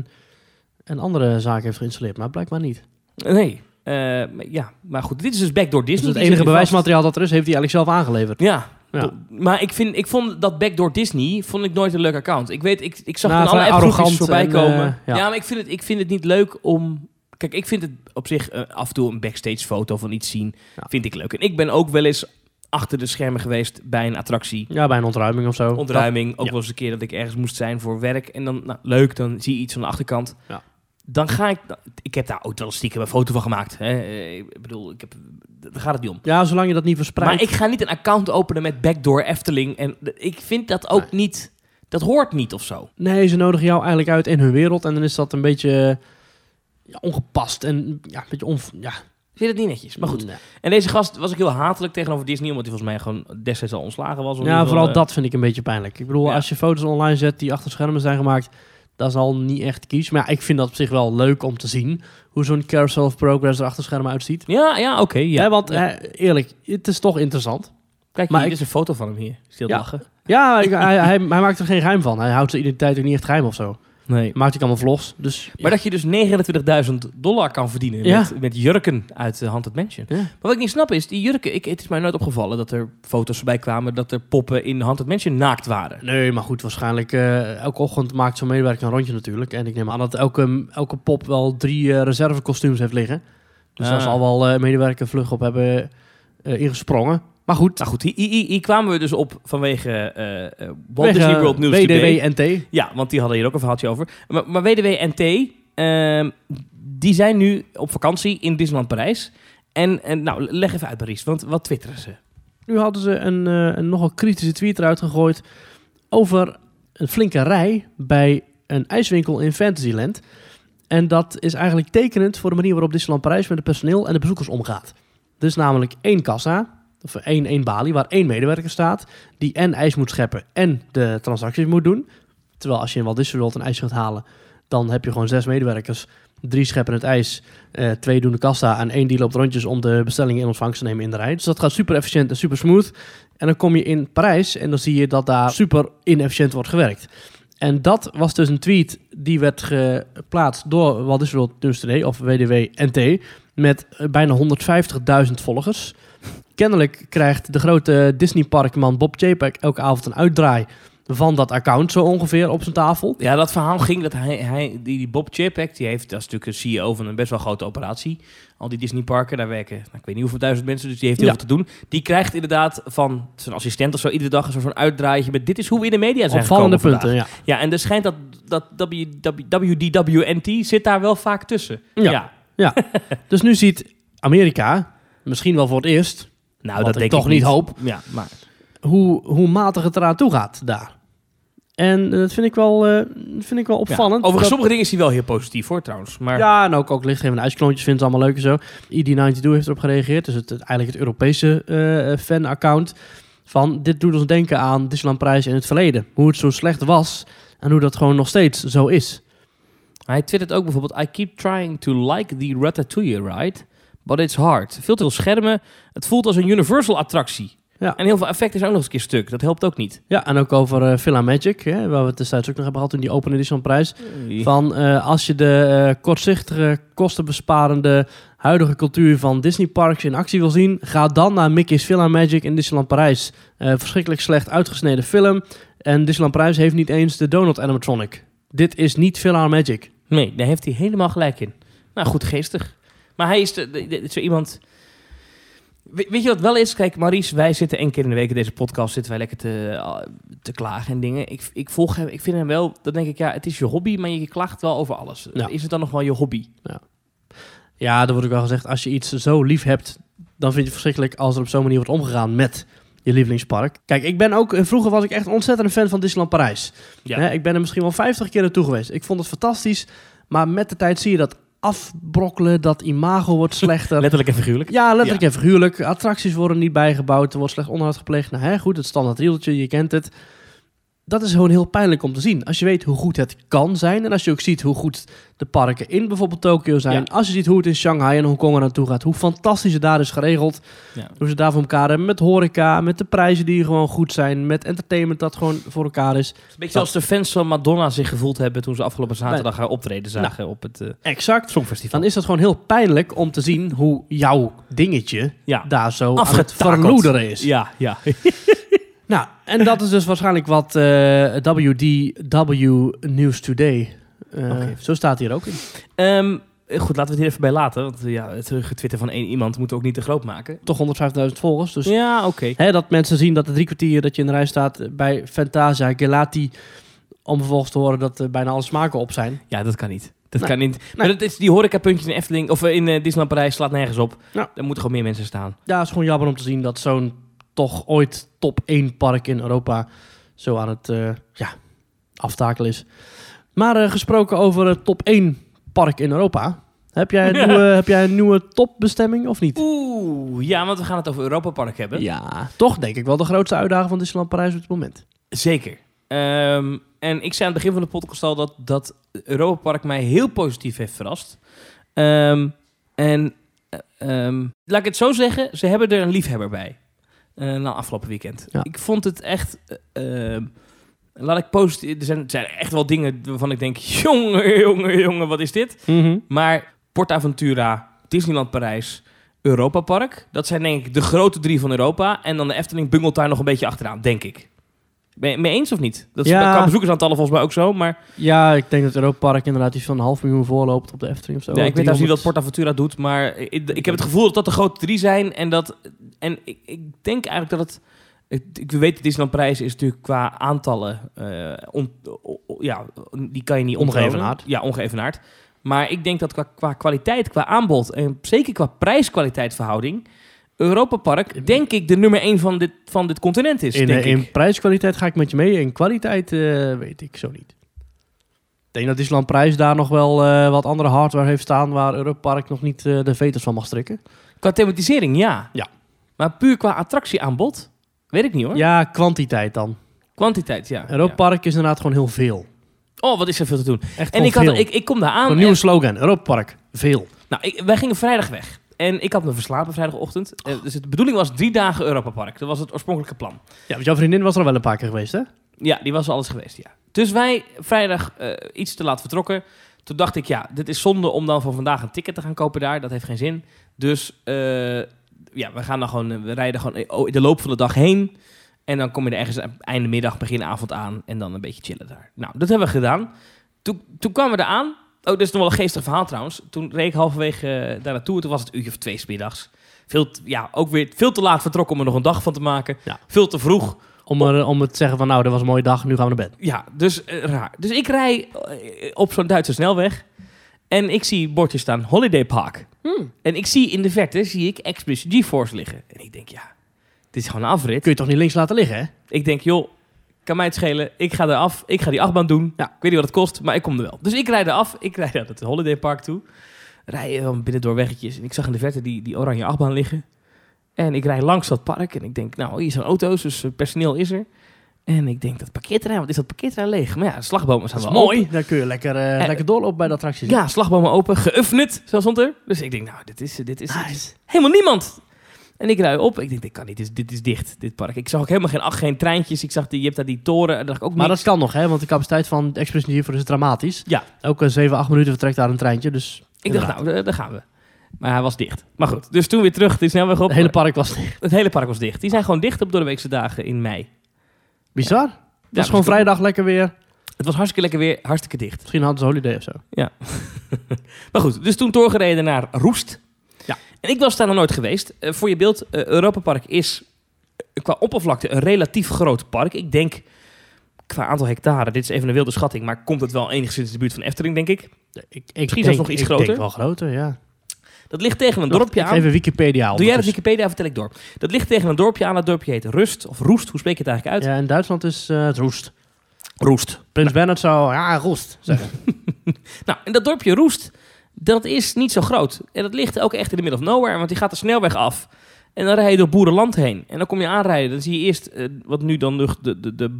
en andere zaken heeft geïnstalleerd. Maar blijkbaar niet. Nee. Uh, ja, maar goed. Dit is dus Backdoor Disney. Dus het enige bewijsmateriaal dat er is, heeft hij eigenlijk zelf aangeleverd. Ja. Ja. Maar ik, vind, ik vond dat Backdoor Disney vond ik nooit een leuk account. Ik weet, ik, ik zag nou, er alle appgroepjes voorbij en, komen. Uh, ja. ja, maar ik vind, het, ik vind het niet leuk om... Kijk, ik vind het op zich uh, af en toe een backstage foto van iets zien, ja. vind ik leuk. En ik ben ook wel eens achter de schermen geweest bij een attractie. Ja, bij een ontruiming of zo. Ontruiming, dat, ook ja. ja. wel eens een keer dat ik ergens moest zijn voor werk. En dan, nou, leuk, dan zie je iets van de achterkant. Ja. Dan ga ik... Ik heb daar ook wel stiekem een foto van gemaakt. Hè. Ik bedoel, ik heb, daar gaat het niet om. Ja, zolang je dat niet verspreidt. Maar ik ga niet een account openen met Backdoor Efteling. En ik vind dat ook nee. niet... Dat hoort niet of zo. Nee, ze nodigen jou eigenlijk uit in hun wereld. En dan is dat een beetje... Ja, ongepast en ja, een beetje on... Ja. Ik vind het niet netjes, maar goed. Nee. En deze gast was ook heel hatelijk tegenover Disney, omdat hij volgens mij gewoon destijds al ontslagen was. Ja, vooral uh... dat vind ik een beetje pijnlijk. Ik bedoel, ja. als je foto's online zet die achter schermen zijn gemaakt, dat is al niet echt kies. Maar ja, ik vind dat op zich wel leuk om te zien, hoe zo'n Carousel of Progress er achter schermen uitziet. Ja, ja, oké. Okay, ja. ja, want ja. Eh, eerlijk, het is toch interessant. Kijk, hier, maar dit ik... is een foto van hem hier. Stil ja. lachen. Ja, ik, hij, hij, hij maakt er geen geheim van. Hij houdt zijn identiteit ook niet echt geheim of zo. Nee. Maakt ik allemaal vlogs. Dus, maar ja. dat je dus negenentwintigduizend dollar kan verdienen ja. met, met jurken uit de Haunted Mansion. Ja. Maar wat ik niet snap is, die jurken... Ik, het is mij nooit opgevallen dat er foto's voorbij kwamen dat er poppen in de Haunted Mansion naakt waren. Nee, maar goed, waarschijnlijk... Uh, elke ochtend maakt zo'n medewerker een rondje natuurlijk. En ik neem aan dat elke, elke pop wel drie uh, reservekostuums heeft liggen. Dus ah. daar zal wel uh, medewerker vlug op hebben uh, ingesprongen. Maar goed. Nou goed, hier, hier, hier kwamen we dus op vanwege uh, Walt Disney World News W D W N T. Ja, want die hadden hier ook een verhaaltje over. Maar, maar W D W N T, uh, die zijn nu op vakantie in Disneyland Parijs. En, en nou, leg even uit, Maurice, want wat twitteren ze? Nu hadden ze een, uh, een nogal kritische tweet eruit gegooid over een flinke rij bij een ijswinkel in Fantasyland. En dat is eigenlijk tekenend voor de manier waarop Disneyland Parijs met het personeel en de bezoekers omgaat. Dus namelijk één kassa... Of één, één balie waar één medewerker staat die en ijs moet scheppen en de transacties moet doen. Terwijl als je in Walt Disney World een ijs gaat halen, dan heb je gewoon zes medewerkers. Drie scheppen het ijs, uh, twee doen de kassa en één die loopt rondjes om de bestellingen in ontvangst te nemen in de rij. Dus dat gaat super efficiënt en super smooth. En dan kom je in Parijs en dan zie je dat daar super inefficiënt wordt gewerkt. En dat was dus een tweet die werd geplaatst door Walt Disney World News Today of W D W N T met bijna honderdvijftigduizend volgers. Kennelijk krijgt de grote Disney-parkman Bob Chapek elke avond een uitdraai van dat account zo ongeveer op zijn tafel. Ja, dat verhaal ging dat hij, hij die, die Bob Chapek, die heeft, dat is natuurlijk een C E O van een best wel grote operatie. Al die Disney-parken, daar werken, nou, ik weet niet hoeveel duizend mensen, dus die heeft heel ja. veel te doen. Die krijgt inderdaad van zijn assistent of zo iedere dag een soort van uitdraaitje met dit is hoe we in de media zijn opvallende gekomen punten, ja. Ja, en er schijnt dat, dat W D W N T zit daar wel vaak tussen. Ja, ja. ja. Dus nu ziet Amerika, misschien wel voor het eerst... Nou, dat denk ik toch niet niet hoop. Ja, maar hoe, hoe matig het eraan toe gaat daar. En dat vind ik wel, uh, vind ik wel opvallend. Ja, over dat... sommige dingen is hij wel heel positief hoor trouwens. Maar... Ja, en ook, ook lichtgevende ijsklontjes vindt ze allemaal leuk en zo. E D tweeënnegentig heeft erop gereageerd. Dus het, het, eigenlijk het Europese uh, fan-account. Van dit doet ons denken aan Disneyland Parijs in het verleden. Hoe het zo slecht was en hoe dat gewoon nog steeds zo is. Hij twittert ook bijvoorbeeld: I keep trying to like the Ratatouille ride. but it's hard. Veel te veel schermen. Het voelt als een Universal attractie. Ja. En heel veel effecten is ook nog eens een keer stuk. Dat helpt ook niet. Ja, en ook over uh, Villa Magic, hè, waar we het destijds ook nog hebben gehad in die Open Edition prijs. Hey. Van uh, als je de uh, kortzichtige, kostenbesparende huidige cultuur van Disney Parks in actie wil zien, ga dan naar Mickey's Villa Magic in Disneyland Parijs. Uh, verschrikkelijk slecht uitgesneden film. En Disneyland Parijs heeft niet eens de Donald animatronic. Dit is niet Villa Magic. Nee, daar heeft hij helemaal gelijk in. Nou, goed geestig. Maar hij is de, de, de, zo iemand... We, weet je wat wel is? Kijk, Maurice, wij zitten één keer in de week in deze podcast, zitten wij lekker te, te klagen en dingen. Ik, ik volg hem, ik vind hem wel, dan denk ik, ja, het is je hobby, maar je klaagt wel over alles. Ja. Is het dan nog wel je hobby? Ja. Ja, er wordt ook wel gezegd, als je iets zo lief hebt, dan vind je het verschrikkelijk als er op zo'n manier wordt omgegaan met je lievelingspark. Kijk, ik ben ook, vroeger was ik echt ontzettend een fan van Disneyland Parijs. Ja. Hè, ik ben er misschien wel vijftig keer naartoe geweest. Ik vond het fantastisch, maar met de tijd zie je dat afbrokkelen, dat imago wordt slechter. Letterlijk en figuurlijk. Ja, letterlijk ja. en figuurlijk. Attracties worden niet bijgebouwd, er wordt slecht onderhoud gepleegd. Nou, hè, goed, het standaard rieltje, je kent het. Dat is gewoon heel pijnlijk om te zien. Als je weet hoe goed het kan zijn en als je ook ziet hoe goed de parken in bijvoorbeeld Tokio zijn. Ja. Als je ziet hoe het in Shanghai en Hongkong er naartoe gaat, hoe fantastisch het daar is geregeld. Ja. Hoe ze daar voor elkaar hebben met horeca, met de prijzen die gewoon goed zijn, met entertainment dat gewoon voor elkaar is. Het is een beetje zoals de fans van Madonna zich gevoeld hebben toen ze afgelopen zaterdag haar optreden zagen nou, op het uh, exact. Songfestival. Dan is dat gewoon heel pijnlijk om te zien hoe jouw dingetje ja. daar zo afgetakeld aan het verloederen is. Ja, ja. Nou, en dat is dus waarschijnlijk wat uh, W D W News Today. Uh, okay. Zo staat hier ook in. Um, goed, laten we het hier even bij laten. Want ja, het getwitter van één iemand moet ook niet te groot maken. Toch honderdvijftigduizend volgers. Dus ja, oké. Okay. Dat mensen zien dat het drie kwartier dat je in de rij staat bij Fantasia Gelati, om vervolgens te horen dat uh, bijna alle smaken op zijn. Ja, dat kan niet. Dat nee. kan niet. Nee. Maar dat is die horecapuntjes in Efteling of in uh, Disneyland Parijs slaat nergens op. Ja. Daar moeten gewoon meer mensen staan. Ja, het is gewoon jammer om te zien dat zo'n toch ooit top één park in Europa zo aan het uh, ja, aftakelen is. Maar uh, gesproken over uh, top één park in Europa. Heb jij, een ja. nieuwe, heb jij een nieuwe topbestemming of niet? Oeh, ja, want we gaan het over Europa Park hebben. Ja, toch denk ik wel de grootste uitdaging van Disneyland Parijs op het moment. Zeker. Um, en ik zei aan het begin van de podcast al dat, dat Europa Park mij heel positief heeft verrast. Um, en uh, um, laat ik het zo zeggen, ze hebben er een liefhebber bij. Uh, na afgelopen weekend. Ja. Ik vond het echt... Uh, uh, laat ik positief... Er zijn, er zijn echt wel dingen waarvan ik denk... Jongen, jongen, jongen, wat is dit? Mm-hmm. Maar PortAventura, Disneyland Parijs, Europa Park... dat zijn denk ik de grote drie van Europa. En dan de Efteling bungelt daar nog een beetje achteraan, denk ik. Ben je mee eens of niet? Dat is ja. qua bezoekersaantallen volgens mij ook zo, maar... Ja, ik denk dat Europa Park inderdaad iets van een half miljoen voorloopt op de Efteling of zo. Ja, ik weet trouwens niet wat PortAventura doet, maar ik, ik heb het gevoel dat dat de grote drie zijn. En, dat, en ik, ik denk eigenlijk dat het... Ik, ik weet, Disneyland Parijs is natuurlijk qua aantallen... Uh, on, on, ja, die kan je niet ongeëvenaard. Ja, ongeëvenaard. Maar ik denk dat qua, qua kwaliteit, qua aanbod... en zeker qua prijs-kwaliteitverhouding... Europa Park, denk ik, de nummer één van dit, van dit continent is. In, denk in ik. prijskwaliteit ga ik met je mee. In kwaliteit uh, weet ik zo niet. Ik denk dat Disneyland Parijs daar nog wel uh, wat andere hardware heeft staan... waar Europa Park nog niet uh, de veters van mag strikken. Qua thematisering, ja. Ja. Maar puur qua attractieaanbod, weet ik niet hoor. Ja, kwantiteit dan. Kwantiteit, ja. Europa ja. Park is inderdaad gewoon heel veel. Oh, wat is er veel te doen. Echt en ik, had, ik, ik kom daar aan. Een nieuwe en... slogan, Europa Park, veel. Nou, ik, wij gingen vrijdag weg. En ik had me verslapen vrijdagochtend. Oh. Uh, dus de bedoeling was drie dagen Europa Park. Dat was het oorspronkelijke plan. Ja, want jouw vriendin was er al wel een paar keer geweest, hè? Ja, die was al alles geweest, ja. Dus wij vrijdag uh, iets te laat vertrokken. Toen dacht ik, ja, dit is zonde om dan voor vandaag een ticket te gaan kopen daar. Dat heeft geen zin. Dus uh, ja, we gaan dan gewoon, we rijden gewoon in de loop van de dag heen. En dan kom je er ergens einde middag, begin avond aan. En dan een beetje chillen daar. Nou, dat hebben we gedaan. Toen, toen kwamen we er aan. Oh, dit is nog wel een geestig verhaal trouwens. Toen reed ik halverwege uh, daar naartoe. Toen was het een uurtje of twee 's middags. Veel, t- ja, ook weer veel te laat vertrokken om er nog een dag van te maken. Ja. Veel te vroeg. Om, er, om het te zeggen van nou, dat was een mooie dag, nu gaan we naar bed. Ja, dus uh, raar. Dus ik rij uh, op zo'n Duitse snelweg. En ik zie bordjes staan, Holiday Park. Hmm. En ik zie in de verte, zie ik Expedition GeForce liggen. En ik denk, ja, dit is gewoon een afrit. Kun je toch niet links laten liggen, hè? Ik denk, joh, kan mij het schelen. Ik ga eraf. Ik ga die achtbaan doen. Ja. Ik weet niet wat het kost, maar ik kom er wel. Dus ik rijd eraf. Ik rijd naar het Holiday Park toe. Rij dan binnen door weggetjes. En ik zag in de verte die, die oranje achtbaan liggen. En ik rijd langs dat park. En ik denk, nou, hier zijn auto's, dus personeel is er. En ik denk, dat parkeerterrein, wat is dat parkeerterrein leeg? Maar ja, de slagbomen staan Dat wel is mooi. open. Daar kun je lekker, uh, uh, lekker doorlopen bij de attracties. Ja, slagbomen open, geöffnet, zo stond er. Dus ik denk, nou, dit is, dit is, Nice. dit is helemaal niemand. En ik rui op. Ik denk, dit kan niet. Dit is, dit is dicht, dit park. Ik zag ook helemaal geen, ach, geen treintjes. Ik zag, die, je hebt daar die toren. Daar dacht ik ook Maar niks. dat kan nog, hè? Want de capaciteit van de Express hiervoor is dramatisch. Ja. Elke zeven, acht minuten vertrekt daar een treintje. Dus Ik dacht, nou, daar, daar gaan we. Maar hij was dicht. Maar goed, dus toen weer terug de snelweg op. het hele park was dicht. Het hele park was dicht. Die zijn gewoon dicht op doordeweekse dagen in mei. Bizar. Dat Ja, is gewoon vrijdag lekker weer. Het was hartstikke lekker weer, hartstikke dicht. Misschien hadden ze holiday of zo. Ja. Maar goed, dus toen doorgereden naar Roest. Ja. En ik was daar nog nooit geweest. Uh, voor je beeld, uh, Europa Park is uh, qua oppervlakte een relatief groot park. Ik denk, qua aantal hectare, dit is even een wilde schatting, maar komt het wel enigszins in de buurt van Efteling, denk ik. Ik, ik Misschien denk, zelfs nog iets ik groter. denk wel groter, ja. Dat ligt tegen een dorpje aan. Even Wikipedia Doe jij dat Wikipedia, vertel ik door. Dat ligt tegen een dorpje aan. Dat dorpje heet Rust, of Roest. Hoe spreek je het eigenlijk uit? Ja, in Duitsland is uh, het Roest. Roest. Prins Bernhard zou, ja, Roest zeggen. Nou, en dat dorpje Roest, dat is niet zo groot. En dat ligt ook echt in de middle of nowhere, want die gaat de snelweg af. En dan rij je door boerenland heen. En dan kom je aanrijden. Dan zie je eerst uh, wat nu dan de, de, de, de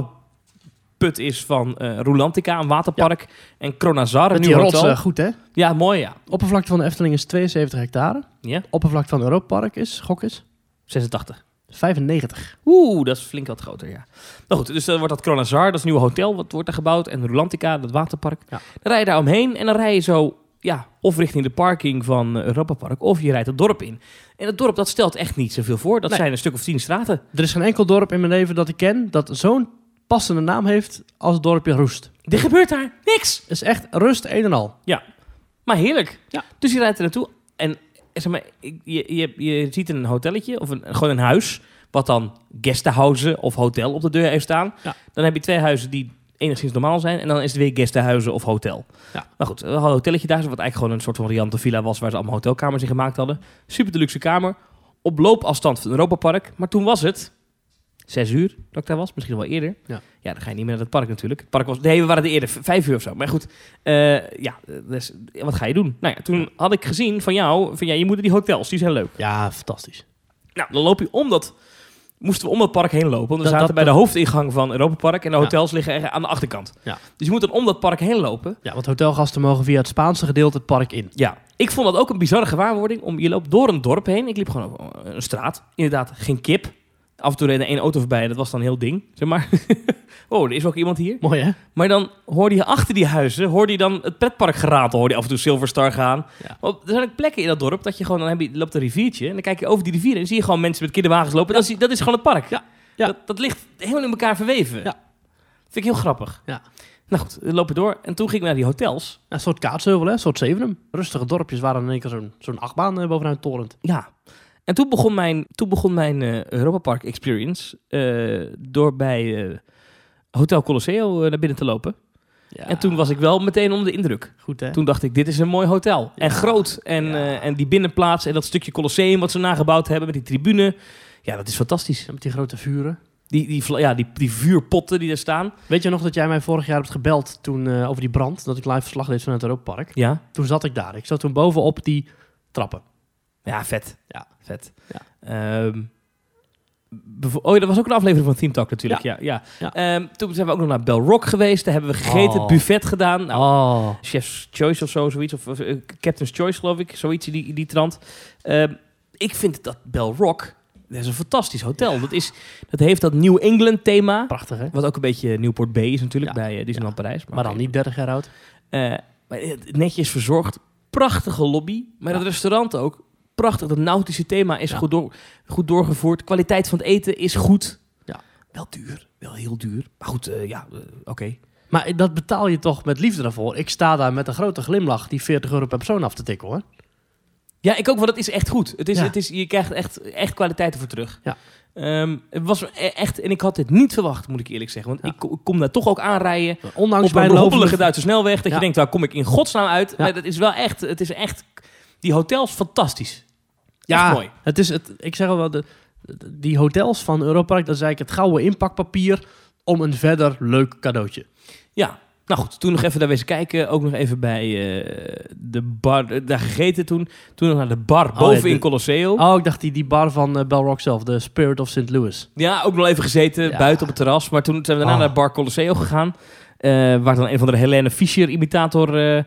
bouwput is van uh, Rulantica, een waterpark. Ja. En Kronazar, een nieuw nieuw hotel. hotel. Uh, goed, hè? Ja, mooi, ja. Oppervlakte van de Efteling is tweeënzeventig hectare. Ja. Oppervlakte van Europa Park is, gok is? zesentachtig. vijfennegentig. Oeh, dat is flink wat groter, ja. Nou goed, dus dan wordt dat Kronazar, dat is een nieuw hotel, wat wordt er gebouwd. En Rulantica, dat waterpark. Ja. Dan rij je daar omheen en dan rij je zo, ja, of richting de parking van Europa Park, of je rijdt het dorp in. En het dorp, dat stelt echt niet zoveel voor. Dat nee. zijn een stuk of tien straten. Er is geen enkel dorp in mijn leven dat ik ken dat zo'n passende naam heeft als het dorpje Roest. Er gebeurt daar niks. Het is echt rust, een en al. Ja, maar heerlijk. Ja. Dus je rijdt er naartoe en zeg maar, je, je, je ziet een hotelletje of een, gewoon een huis, wat dan guesthuizen of hotel op de deur heeft staan. Ja. Dan heb je twee huizen die enigszins normaal zijn en dan is het weer guesthuizen of hotel. Ja. Maar goed, een hotelletje daar, wat eigenlijk gewoon een soort van riante villa was, waar ze allemaal hotelkamers in gemaakt hadden. Super de luxe kamer, op loopafstand van het Europa Park. Maar toen was het zes uur dat ik daar was, misschien wel eerder. Ja, ja dan ga je niet meer naar het park natuurlijk. Het park was, nee, we waren er eerder, v- vijf uur of zo. Maar goed, uh, ja, dus, wat ga je doen? Nou ja, toen had ik gezien van jou, van ja, je moet die hotels, die zijn leuk. Ja, fantastisch. Nou, dan loop je om dat, moesten we om dat park heen lopen. Want we dat, zaten dat, bij dat, de hoofdingang van Europa Park en de hotels ja. liggen aan de achterkant. Ja. Dus je moet dan om dat park heen lopen. Ja, want hotelgasten mogen via het Spaanse gedeelte het park in. Ja, ik vond dat ook een bizarre gewaarwording. Om, je loopt door een dorp heen. Ik liep gewoon over een straat. Inderdaad, geen kip. Af en toe reed er één auto voorbij. Dat was dan een heel ding, zeg maar. Oh, er is ook iemand hier. Mooi, hè? Maar dan hoorde je achter die huizen, hoorde je dan het pretpark geratel. Hoorde je af en toe Silverstar gaan. Ja. Maar er zijn ook plekken in dat dorp dat je gewoon, dan heb je, loopt een riviertje. En dan kijk je over die rivier en dan zie je gewoon mensen met kinderwagens lopen. Ja. Dat, is, dat is gewoon het park. Ja. Ja. Dat, dat ligt helemaal in elkaar verweven. Ja. Vind ik heel grappig. Ja. Nou goed, we lopen door. En toen ging ik naar die hotels. Ja, een soort kaatsheuvel, hè? Een soort Zevenum. Rustige dorpjes waren in één keer zo'n, zo'n achtbaan uh, bovenuit torent. Ja. En toen begon mijn, toen begon mijn uh, Europa Park experience uh, door bij uh, Hotel Colosseo uh, naar binnen te lopen. Ja. En toen was ik wel meteen onder de indruk. Goed, hè? Toen dacht ik, dit is een mooi hotel. Ja. En groot. En, ja. uh, en die binnenplaats en dat stukje Colosseum wat ze nagebouwd hebben met die tribune. Ja, dat is fantastisch. Ja, met die grote vuren. Die, die, ja, die, die vuurpotten die er staan. Weet je nog dat jij mij vorig jaar hebt gebeld toen uh, over die brand? Dat ik live verslag deed vanuit het Europa Park. Ja. Toen zat ik daar. Ik zat toen bovenop die trappen. Ja, vet. Ja. Vet. Ja. Um, bevo- oh, dat was ook een aflevering van Team Talk natuurlijk. Ja. Ja, ja. Ja. Um, toen zijn we ook nog naar Bell Rock geweest. Daar hebben we gegeten, oh. buffet gedaan. Nou, oh. Chef's Choice of zo, zoiets. Of uh, Captain's Choice, geloof ik. Zoiets in die, die trant. Um, ik vind dat Bell Rock, dat is een fantastisch hotel. Ja. Dat, is, dat heeft dat New England thema. Prachtig, hè? Wat ook een beetje Newport Bay is natuurlijk, ja. bij uh, Disneyland ja. Parijs. Maar, maar dan okay. niet dertig jaar oud. Uh, maar netjes verzorgd. Prachtige lobby. Maar ja. dat restaurant ook. Prachtig, dat nautische thema is ja. goed, door, goed doorgevoerd. Kwaliteit van het eten is goed. Ja. Wel duur, wel heel duur. Maar goed, uh, ja, uh, oké. Okay. Maar dat betaal je toch met liefde daarvoor? Ik sta daar met een grote glimlach die veertig euro per persoon af te tikken, hoor. Ja, ik ook, want het is echt goed. Het is, ja. het is, je krijgt echt, echt kwaliteit ervoor terug. Ja. Um, het was echt, en ik had dit niet verwacht, moet ik eerlijk zeggen. Want ja. ik, ik kom daar toch ook aanrijden. Ondanks op bij een hoppelige Duitse snelweg. Dat ja. je denkt, waar kom ik in godsnaam uit? Ja. Maar dat is wel echt, het is echt, die hotels fantastisch. Ja, echt mooi. Het is het, ik zeg al wel, de, de, die hotels van Europa Park, dat is eigenlijk het gouden inpakpapier om een verder leuk cadeautje. Ja, Nou goed, toen nog even daar wezen kijken. Ook nog even bij uh, de bar, daar gegeten toen. Toen nog naar de bar oh, boven ja, de, in Colosseo. Oh, ik dacht die, die bar van uh, Bell Rock zelf, de Spirit of Saint Louis. Ja, ook nog even gezeten, ja. buiten op het terras. Maar toen zijn we daarna oh. naar de bar Colosseo gegaan. Uh, waar dan een van de Helene Fischer-imitator... Uh,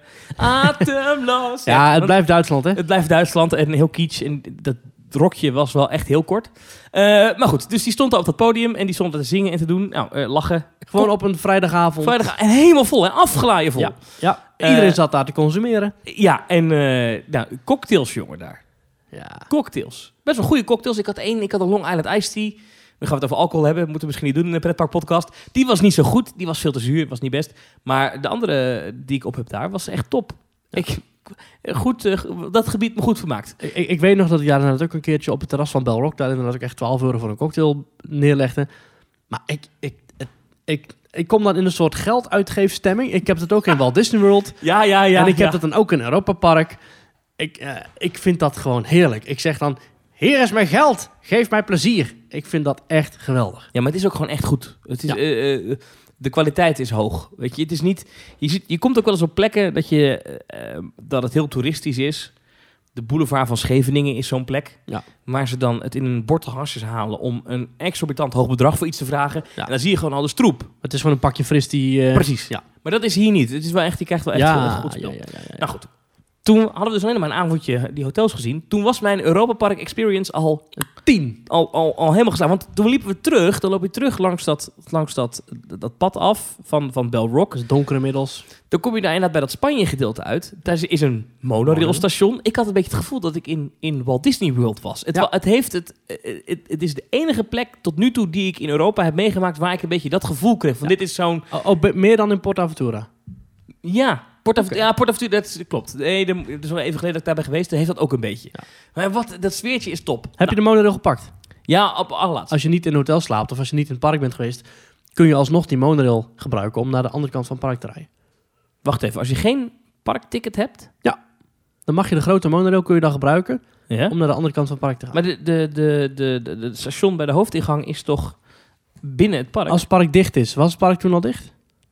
Atemloos. ja, ja, het blijft Duitsland, hè? Het blijft Duitsland en heel kitsch. En dat rokje was wel echt heel kort. Uh, maar goed, dus die stond daar op dat podium en die stond er te zingen en te doen. Nou, uh, lachen. Gewoon Kom. op een vrijdagavond. Vrijdag, en helemaal vol, hè? Afgelaaien vol. Ja, ja. Iedereen uh, zat daar te consumeren. Ja, en uh, nou, cocktails, jongen, daar. Ja. Cocktails. Best wel goede cocktails. Ik had één, ik had een Long Island Iced Tea. Dan gaan we het over alcohol hebben. Moeten we misschien niet doen in een pretpark podcast. Die was niet zo goed. Die was veel te zuur. Was niet best. Maar de andere die ik op heb daar was echt top. Ja. Ik... Goed, uh, dat gebied me goed vermaakt. Ik, ik weet nog dat ik ja, dan ook een keertje op het terras van Bell Rock, daar inderdaad ook echt twaalf euro voor een cocktail neerlegde. Maar ik, ik, ik, ik, ik kom dan in een soort gelduitgeefstemming. Ik heb het ook in Walt Disney World. Ja, ja, ja. En ik ja. heb het dan ook in Europa Park. Ik, uh, ik vind dat gewoon heerlijk. Ik zeg dan, hier is mijn geld. Geef mij plezier. Ik vind dat echt geweldig. Ja, maar het is ook gewoon echt goed. Het is... Ja. Uh, uh, De kwaliteit is hoog. Weet je, het is niet. Je, ziet, je komt ook wel eens op plekken dat je uh, dat het heel toeristisch is. De boulevard van Scheveningen is zo'n plek. Ja. Waar ze dan het in een bord hasjes halen om een exorbitant hoog bedrag voor iets te vragen. Ja. En dan zie je gewoon al de stroep. Het is gewoon een pakje fris die. Uh... Precies. Ja. Maar dat is hier niet. Het is wel echt. Je krijgt wel echt ja, een goed spel. Ja, ja, ja, ja, ja. Nou goed. Toen hadden we dus alleen maar een avondje die hotels gezien. Toen was mijn Europa Park experience al tien. Al, al, al helemaal geslaagd. Want toen liepen we terug. Dan loop je terug langs dat, langs dat, dat pad af van, van Bell Rock. Het is donker inmiddels. Dan kom je daar inderdaad bij dat Spanje gedeelte uit. Daar is een monorailstation. Ik had een beetje het gevoel dat ik in, in Walt Disney World was. Het, ja. het, heeft het, het, het is de enige plek tot nu toe die ik in Europa heb meegemaakt waar ik een beetje dat gevoel kreeg. Van ja. Dit is zo'n... Oh, oh, meer dan in PortAventura? Ja. PortAventura, okay. Ja, PortAventura, dat is, klopt. Nee, de, het is wel even geleden dat ik daar ben geweest. Dan heeft dat ook een beetje. Ja. Maar wat, dat sfeertje is top. Heb nou. je de monorail gepakt? Ja, op allerlaatst. Als je niet in een hotel slaapt of als je niet in het park bent geweest, kun je alsnog die monorail gebruiken om naar de andere kant van het park te rijden. Wacht even, als je geen parkticket hebt? Ja. Dan mag je de grote monorail kun je dan gebruiken ja? om naar de andere kant van het park te gaan. Maar de, de, de, de, de, de station bij de hoofdingang is toch binnen het park? Als het park dicht is. Was het park toen al dicht?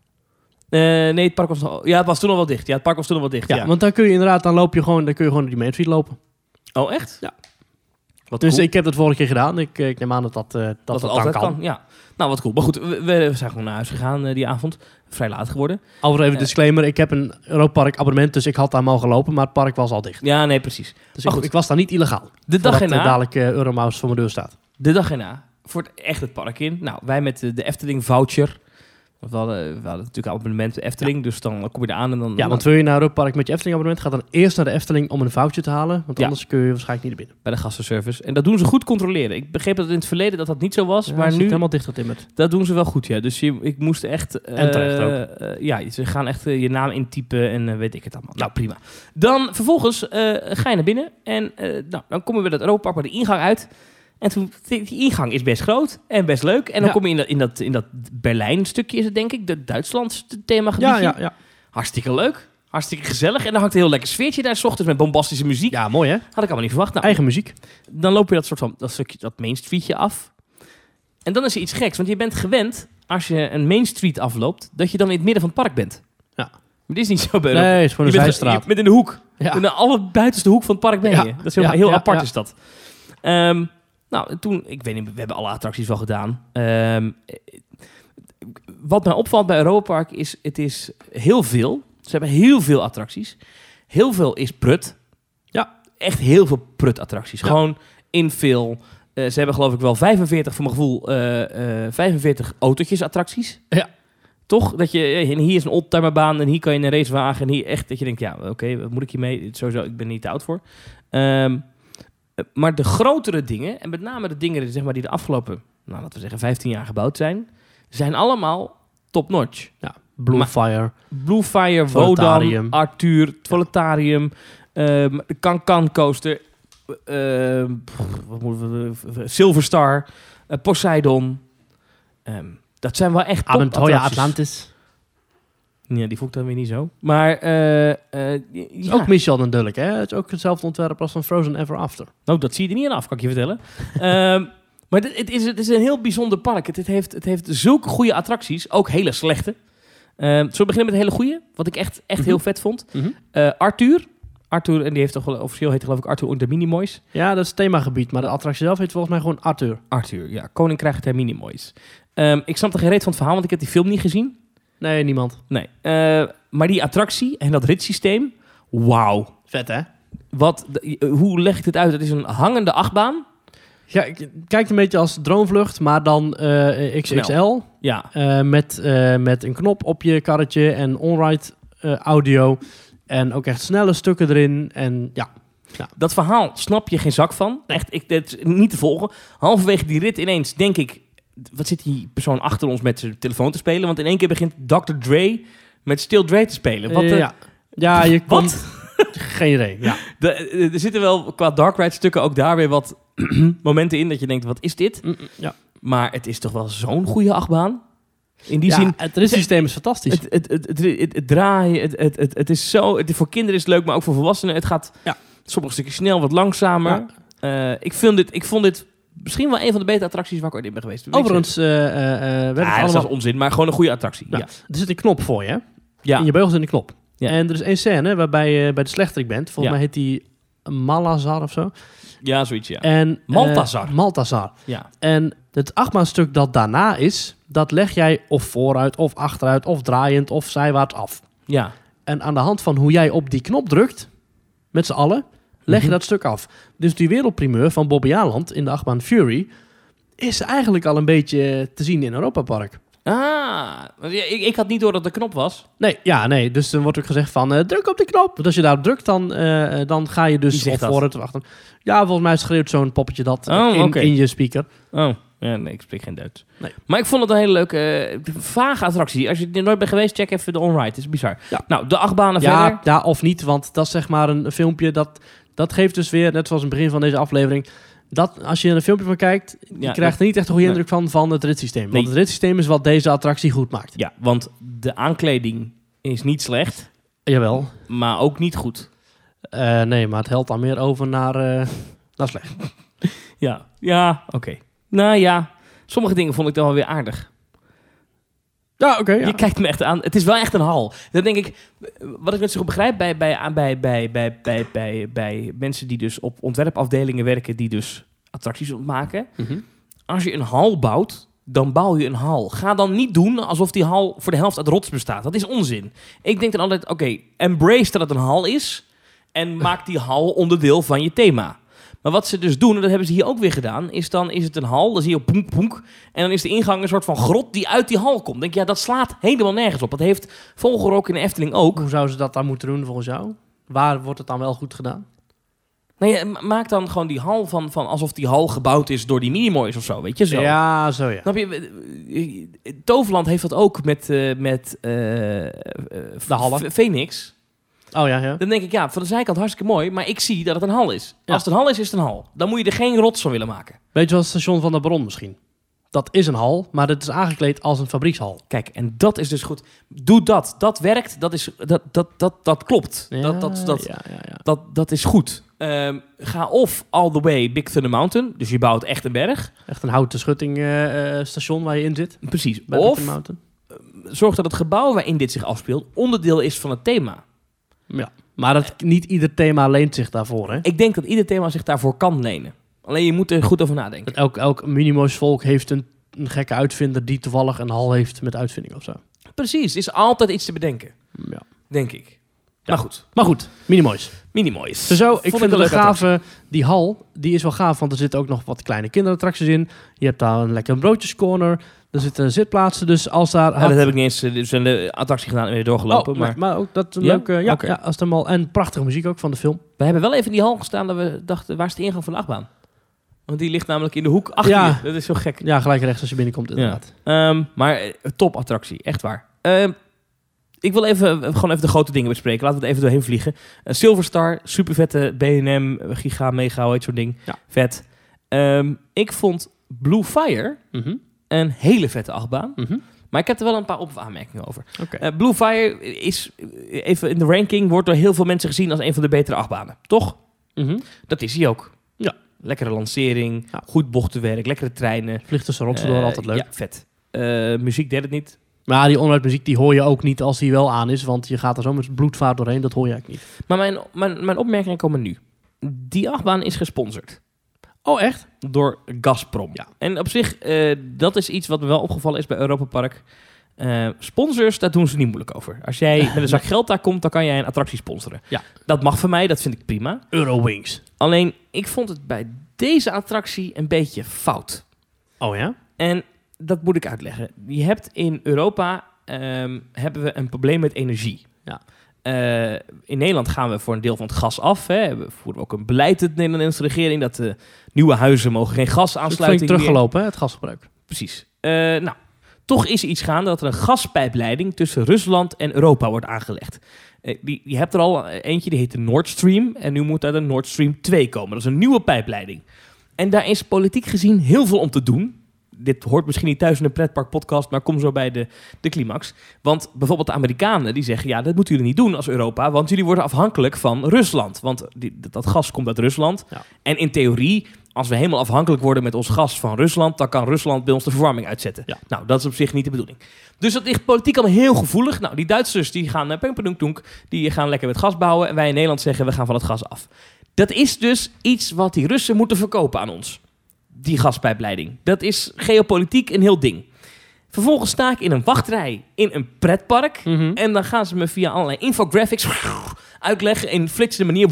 Uh, nee, het park was nog, ja, het was toen al wel dicht. Ja, het park was toen al wel dicht. Ja, ja. want dan kun je inderdaad, dan loop je gewoon, dan kun je gewoon door die Main Street lopen. Oh, echt? Ja. Wat dus cool. Ik heb dat vorige keer gedaan. Ik, ik neem aan dat dat, uh, dat, dat, dat altijd kan. kan. Ja. Nou, wat cool. Maar goed, we, we zijn gewoon naar huis gegaan uh, die avond. Vrij laat geworden. Over even uh, disclaimer. Ik heb een Europa Park abonnement, dus ik had daar mogen lopen, maar het park was al dicht. Ja, nee, precies. Dus ik, ik was daar niet illegaal. De dag erna. Uh, dadelijk uh, Euromouse voor mijn deur staat. De dag erna. Voor het echt het park in. Nou, wij met de, de Efteling voucher. We hadden, we hadden natuurlijk een abonnement de Efteling, ja. Dus dan kom je er aan en dan... Ja, want wil je naar Europa Park met je Efteling abonnement, ga dan eerst naar de Efteling om een voucher te halen, want anders ja. kun je waarschijnlijk niet naar binnen. Bij de gastenservice. En dat doen ze goed controleren. Ik begreep dat in het verleden dat dat niet zo was, ja, maar nu... helemaal dicht getimmerd. Dat doen ze wel goed, ja. Dus je, ik moest echt... Uh, en terecht ook. Uh, ja, ze gaan echt uh, je naam intypen en uh, weet ik het allemaal. Nou, prima. Dan vervolgens uh, ga je naar binnen en uh, nou, dan kom je bij dat Europa Park bij de ingang uit. En toen, die ingang is best groot en best leuk. En dan ja. kom je in dat, in dat, in dat Berlijn-stukje, is het denk ik, het Duitslands themagebiedje. Ja, ja, ja. Hartstikke leuk, hartstikke gezellig. En dan hangt een heel lekker sfeertje daar, 's ochtends met bombastische muziek. Ja, mooi hè? Had ik allemaal niet verwacht. Nou, eigen muziek. Dan loop je dat soort van, dat stukje, dat Main Streetje af. En dan is er iets geks, want je bent gewend, als je een Main Street afloopt, dat je dan in het midden van het park bent. Ja. Maar dit is niet zo bij Nee, het is gewoon een zijstraat. Je bent in de hoek. Ja. In de allerbuitenste hoek van het park ben je. Ja. Dat is heel, ja, heel ja, apart ja. is dat. Um, Nou, toen, ik weet niet, we hebben alle attracties wel gedaan. Um, wat mij opvalt bij Europa Park is, het is heel veel. Ze hebben heel veel attracties. Heel veel is prut. Ja. Echt heel veel prut-attracties. Ja. Gewoon infill. Uh, ze hebben geloof ik wel vijfenveertig, voor mijn gevoel, uh, uh, vijfenveertig autootjes-attracties. Ja. Toch? Dat je, en hier is een oldtimerbaan en hier kan je een racewagen. En hier echt, dat je denkt, ja, oké, okay, wat moet ik hiermee? Sowieso, ik ben niet te oud voor. Um, Maar de grotere dingen, en met name de dingen zeg maar, die de afgelopen, nou, laten we zeggen, vijftien jaar gebouwd zijn, zijn allemaal top-notch. Ja, Bluefire. Bluefire, Wodan, Arthur, het Voletarium, um, de Can-Can coaster, uh, wat moeten we, Silverstar, uh, Poseidon. Um, dat zijn wel echt top Aventoya Atlantis. Ja, die vond ik dan weer niet zo. Maar uh, uh, ja. Ook Michel den Dulk, hè? Het is ook hetzelfde ontwerp als van Frozen Ever After. Nou, dat zie je er niet aan af, kan ik je vertellen. um, maar dit, het, is, het is een heel bijzonder park. Het, het, heeft, het heeft zulke goede attracties, ook hele slechte. zullen we beginnen met een hele goeie? Wat ik echt, echt Mm-hmm. heel vet vond. Mm-hmm. Uh, Arthur. Arthur, en die heeft toch wel, officieel heet geloof ik Arthur und de Minimoys. Ja, dat is het themagebied, maar de attractie zelf heet volgens mij gewoon Arthur. Arthur, ja. Koninkrijk der Minimoys. Um, ik snap er geen reet van het verhaal, want ik heb die film niet gezien. Nee, niemand. Nee. Uh, maar die attractie en dat ritssysteem, wauw. Vet, hè? Wat, de, hoe leg ik dit uit? Het is een hangende achtbaan. Ja, het kijkt een beetje als droomvlucht, maar dan uh, X X L. Ja. Uh, met, uh, met een knop op je karretje en on-ride uh, audio. En ook echt snelle stukken erin. En ja. ja. Dat verhaal snap je geen zak van. Echt, ik, het is niet te volgen. Halverwege die rit ineens denk ik... Wat zit die persoon achter ons met zijn telefoon te spelen? Want in één keer begint dokter Dre met Still Dre te spelen. Wat, uh, ja. ja, je wat? komt... Geen idee, ja. De, er zitten wel qua dark ride stukken ook daar weer wat momenten in dat je denkt, wat is dit? Mm, ja. Maar het is toch wel zo'n goede achtbaan? In die ja, zin... het ritssysteem is fantastisch. Het, het, het, het, het, het draaien, het, het, het, het is zo... Het, voor kinderen is het leuk, maar ook voor volwassenen. Het gaat ja. sommige stukken snel, wat langzamer. Ja. Uh, ik, vind dit, ik vond dit misschien wel een van de betere attracties waar ik ooit in ben geweest. Overigens, uh, uh, we hebben ja, allemaal... dat is onzin, maar gewoon een goede attractie. Ja. Ja. Er zit een knop voor je, hè? Ja. In je beugel zit een knop. Ja. En er is één scène waarbij je bij de slechterik bent. Volgens ja. mij heet die Malazar of zo. Ja, zoiets, ja. En, Maltazar. Uh, Maltazar. Ja. En het achtbaanstuk dat daarna is, dat leg jij of vooruit, of achteruit, of draaiend, of zijwaarts af. Ja. En aan de hand van hoe jij op die knop drukt, met z'n allen, leg je mm-hmm. dat stuk af. Dus die wereldprimeur van Bobby Aland in de achtbaan Fury is eigenlijk al een beetje te zien in Europa Park. Ah, ik, ik had niet door dat de knop was. Nee, ja, nee. Dus dan wordt ook gezegd van, uh, druk op die knop. Want als je daarop drukt, dan, uh, dan ga je dus of vooruit of achter. Ja, volgens mij schreeuwt zo'n poppetje dat oh, in, okay. in je speaker. Oh, ja, nee, ik spreek geen Duits. Nee. Maar ik vond het een hele leuke, uh, vage attractie. Als je er nooit bent geweest, check even de on-ride. Het is bizar. Ja. Nou, de achtbanen ja, verder. Ja, of niet, want dat is zeg maar een, een filmpje. Dat, dat geeft dus weer, net zoals in het begin van deze aflevering... Dat, als je er een filmpje van kijkt, je ja, krijgt dat, er niet echt een goede nee. indruk van, van het ritssysteem. Nee. Want het ritssysteem is wat deze attractie goed maakt. Ja, want de aankleding is niet slecht, Jawel. maar ook niet goed. Uh, nee, maar het helpt dan meer over naar, uh, naar slecht. ja, ja, oké. Okay. Nou ja, sommige dingen vond ik dan wel weer aardig. Ja, oké. Okay, ja. Je kijkt me echt aan. Het is wel echt een hal. Dan denk ik, wat ik net zo goed begrijp bij, bij, bij, bij, bij, bij, bij, bij mensen die dus op ontwerpafdelingen werken, die dus attracties ontmaken. Mm-hmm. Als je een hal bouwt, dan bouw je een hal. Ga dan niet doen alsof die hal voor de helft uit rots bestaat. Dat is onzin. Ik denk dan altijd, oké, okay, embrace dat het een hal is en maak die hal onderdeel van je thema. Maar wat ze dus doen, en dat hebben ze hier ook weer gedaan, is dan is het een hal, dan zie je poenk, poenk, en dan is de ingang een soort van grot die uit die hal komt. Denk je, ja, dat slaat helemaal nergens op. Dat heeft Vogelrok in de Efteling ook. Hoe zouden ze dat dan moeten doen volgens jou? Waar wordt het dan wel goed gedaan? Nee, maak dan gewoon die hal van, van alsof die hal gebouwd is door die Minimoys of zo, weet je zo. Ja, zo ja. Snap je? Toverland heeft dat ook met, uh, met uh, uh, de hallen. Phoenix. Oh ja, ja. Dan denk ik, ja, van de zijkant hartstikke mooi, maar ik zie dat het een hal is. Ja. Als het een hal is, is het een hal. Dan moet je er geen rots van willen maken. Weet je wel, het station van de Baron misschien? Dat is een hal, maar het is aangekleed als een fabriekshal. Kijk, en dat is dus goed. Doe dat. Dat werkt. Dat, is, dat, dat, dat, dat klopt. Ja, dat, dat, dat, ja, ja, ja. dat, dat is goed. Um, ga of all the way Big Thunder Mountain. Dus je bouwt echt een berg. Echt een houten schutting uh, uh, station waar je in zit. Precies. Bij of Big Mountain. Uh, zorg dat het gebouw waarin dit zich afspeelt onderdeel is van het thema. Ja, maar dat, niet ieder thema leent zich daarvoor, hè? Ik denk dat ieder thema zich daarvoor kan lenen. Alleen je moet er goed over nadenken. Elk, elk Minimoys volk heeft een, een gekke uitvinder die toevallig een hal heeft met uitvinding of zo. Precies, er is altijd iets te bedenken. Ja. Denk ik. Ja. Maar goed. Maar goed, Minimoys. Minimoys. Dus zo, ik Vond vind ik het een een leuke gave, die hal, die is wel gaaf, want er zitten ook nog wat kleine kinderattracties in. Je hebt daar een lekker broodjescorner, er zitten zitplaatsen, dus als daar... Ja, dat heb ik niet eens, dus een de attractie gedaan en weer doorgelopen. Oh, maar... maar, maar ook dat een Ja? leuke, ja, Okay. ja, als het allemaal, en prachtige muziek ook van de film. We hebben wel even in die hal gestaan dat we dachten, waar is de ingang van de achtbaan? Want die ligt namelijk in de hoek achter Ja. je. Dat is zo gek. Ja, gelijk rechts als je binnenkomt inderdaad. Ja. Um, maar uh, top attractie, echt waar. Um, ik wil even, uh, gewoon even de grote dingen bespreken. Laten we het even doorheen vliegen. Uh, Silverstar, super vette B en M, Giga, Mega, hoe heet zo'n ding. Ja. Vet. Um, ik vond Blue Fire Mm-hmm. een hele vette achtbaan. Mm-hmm. Maar ik heb er wel een paar op- aanmerkingen over. Okay. Uh, Blue Fire is, even in de ranking, wordt door heel veel mensen gezien als een van de betere achtbanen. Toch? Mm-hmm. Dat is hij ook. Ja. Lekkere lancering, Ja. goed bochtenwerk, lekkere treinen. Vliegt tussen rotsen Uh, door, altijd leuk. Ja, vet. Uh, muziek deed het niet. Maar die onride muziek die hoor je ook niet als die wel aan is. Want je gaat er zo met bloedvaart doorheen. Dat hoor je eigenlijk niet. Maar mijn, mijn, mijn opmerkingen komen nu. Die achtbaan is gesponsord. Oh, echt? Door Gazprom. Ja. En op zich, uh, dat is iets wat me wel opgevallen is bij Europa Park. Uh, sponsors, daar doen ze niet moeilijk over. Als jij met een zak geld daar komt, dan kan jij een attractie sponsoren. Ja. Dat mag voor mij, dat vind ik prima. Eurowings. Alleen, ik vond het bij deze attractie een beetje fout. Oh ja? En dat moet ik uitleggen. Je hebt in Europa um, hebben we een probleem met energie. Ja. Uh, in Nederland gaan we voor een deel van het gas af. Hè. We voeren ook een beleid in de Nederlandse regering dat de nieuwe huizen mogen geen gasaansluiting meer. Teruggelopen, hè, het gasgebruik. Precies. Uh, nou, toch is er iets gaande dat er een gaspijpleiding tussen Rusland en Europa wordt aangelegd. Uh, die, je hebt er al eentje, die heet de Nord Stream. En nu moet daar de Nord Stream twee komen. Dat is een nieuwe pijpleiding. En daar is politiek gezien heel veel om te doen. Dit hoort misschien niet thuis in een pretparkpodcast, maar kom zo bij de, de climax. Want bijvoorbeeld de Amerikanen die zeggen, ja, dat moeten jullie niet doen als Europa, want jullie worden afhankelijk van Rusland. Want die, dat gas komt uit Rusland. Ja. En in theorie, als we helemaal afhankelijk worden met ons gas van Rusland, dan kan Rusland bij ons de verwarming uitzetten. Ja. Nou, dat is op zich niet de bedoeling. Dus dat ligt politiek allemaal heel gevoelig. Nou, die Duitsers die gaan uh, pumpedoenk, die gaan lekker met gas bouwen. En wij in Nederland zeggen, we gaan van het gas af. Dat is dus iets wat die Russen moeten verkopen aan ons. Die gaspijpleiding. Dat is geopolitiek een heel ding. Vervolgens sta ik in een wachtrij in een pretpark. Mm-hmm. En dan gaan ze me via allerlei infographics uitleggen in flitsende manier.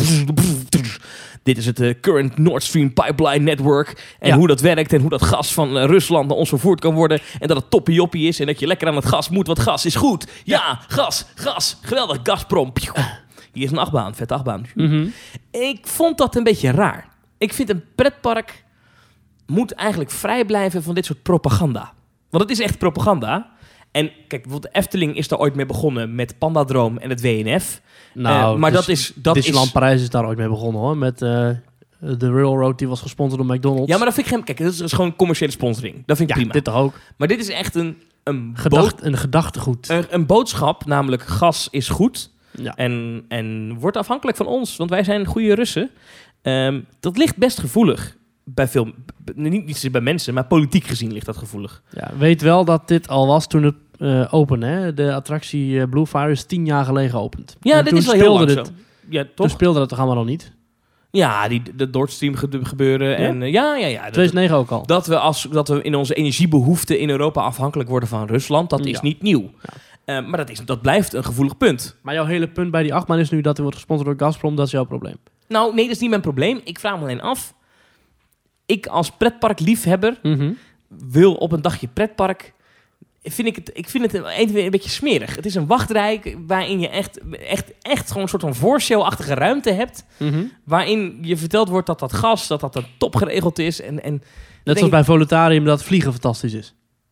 Dit is het uh, current Nord Stream pipeline network. En ja. hoe dat werkt en hoe dat gas van uh, Rusland naar ons vervoerd kan worden. En dat het toppie-joppie is en dat je lekker aan het gas moet. Want gas is goed. Ja, ja gas, gas. Geweldig, Gazprom. Hier is een achtbaan, vette achtbaan. Mm-hmm. Ik vond dat een beetje raar. Ik vind een pretpark moet eigenlijk vrij blijven van dit soort propaganda. Want het is echt propaganda. En kijk, bijvoorbeeld de Efteling is daar ooit mee begonnen met Pandadroom en het W N F. Nou, uh, maar dus, dat is... Dat Disneyland is... Parijs is daar ooit mee begonnen, hoor. Met uh, de Railroad, die was gesponsord door McDonald's. Ja, maar dat vind ik geen... Kijk, dat is, dat is gewoon commerciële sponsoring. Dat vind ik ja, prima. dit toch ook. Maar dit is echt een... Een, Gedacht, bood... een gedachtegoed. Een, een boodschap, namelijk gas is goed. Ja. En, en wordt afhankelijk van ons, want wij zijn goede Russen. Um, dat ligt best gevoelig. Bij veel, niet, niet bij mensen, maar politiek gezien ligt dat gevoelig. Ja, weet wel dat dit al was toen het uh, opende. Hè? De attractie uh, Blue Fire is tien jaar geleden geopend. Ja, en dit is al heel lang dit, zo. Ja, toch? Toen speelde dat toch allemaal nog niet? Ja, die, de Nord Stream ge- gebeuren. Ja? En, uh, ja, ja, ja. tweeduizend negen ook al. Dat we, als, dat we in onze energiebehoeften in Europa afhankelijk worden van Rusland, dat is ja. niet nieuw. Ja. Uh, maar dat, is, dat blijft een gevoelig punt. Maar jouw hele punt bij die achtbaan is nu dat er wordt gesponsord door Gazprom. Dat is jouw probleem. Nou, nee, dat is niet mijn probleem. Ik vraag me alleen af. Ik als pretparkliefhebber mm-hmm. wil op een dagje pretpark. Vind ik, het, ik vind het een, een beetje smerig. Het is een wachtrij waarin je echt, echt, echt gewoon een soort van voorshow-achtige ruimte hebt. Mm-hmm. Waarin je verteld wordt dat dat gas, dat dat een top geregeld is. En, en net zoals bij Volutarium dat vliegen fantastisch is.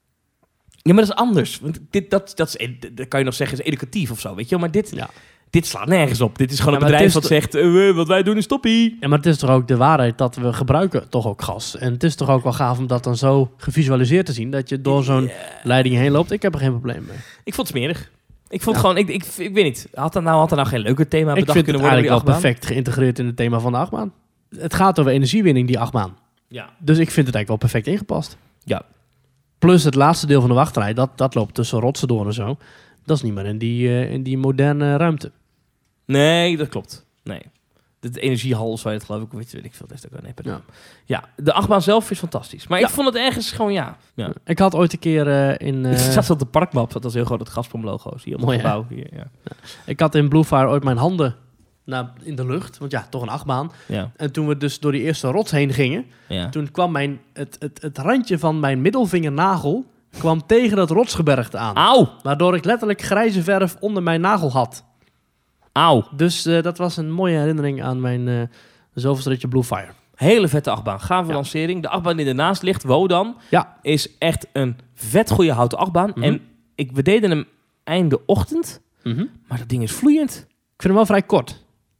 Ja, maar dat is anders. Want dit, dat, dat, is, dat kan je nog zeggen, is educatief of zo, weet je. Maar dit... Ja. Dit slaat nergens op. Dit is gewoon ja, een bedrijf wat t- zegt, uh, wat wij doen is toppie. Ja, maar het is toch ook de waarheid dat we gebruiken toch ook gas. En het is toch ook wel gaaf om dat dan zo gevisualiseerd te zien. Dat je door zo'n yeah. leiding heen loopt. Ik heb er geen probleem mee. Ik vond het smerig. Ik vond ja. gewoon, ik, ik, ik weet niet. Had er nou, had er nou geen leuker thema bedacht kunnen worden? Ik vind het eigenlijk wel perfect geïntegreerd in het thema van de achtbaan. Het gaat over energiewinning, die achtbaan. Ja. Dus ik vind het eigenlijk wel perfect ingepast. Ja. Plus het laatste deel van de wachtrij, dat, dat loopt tussen rotsen door en zo. Dat is niet meer in die, uh, in die moderne ruimte. Nee, dat klopt. Nee. De energiehal, zou je het geloof ik, weet, weet ik veel. Dat is ook nee, ja. ja, de achtbaan zelf is fantastisch. Maar ja. ik vond het ergens gewoon, ja. ja. Ik had ooit een keer uh, in... Uh... Ik zat op de parkmap, dat was heel groot, het Gazprom-logo. Zie je op het gebouw. Hier, ja. Ja. Ik had in Blue Fire ooit mijn handen naar, in de lucht. Want ja, toch een achtbaan. Ja. En toen we dus door die eerste rots heen gingen... Ja. Toen kwam mijn, het, het, het randje van mijn middelvingernagel... kwam tegen dat rotsgebergte aan. Auw! Waardoor ik letterlijk grijze verf onder mijn nagel had. Auw. Dus uh, dat was een mooie herinnering aan mijn uh, zoveelste ritje Blue Fire. Hele vette achtbaan. Gave ja. lancering. De achtbaan die ernaast ligt, Wodan, ja. is echt een vet goede houten achtbaan. Mm-hmm. En ik, we deden hem einde ochtend, mm-hmm. maar dat ding is vloeiend. Ik vind hem wel vrij kort.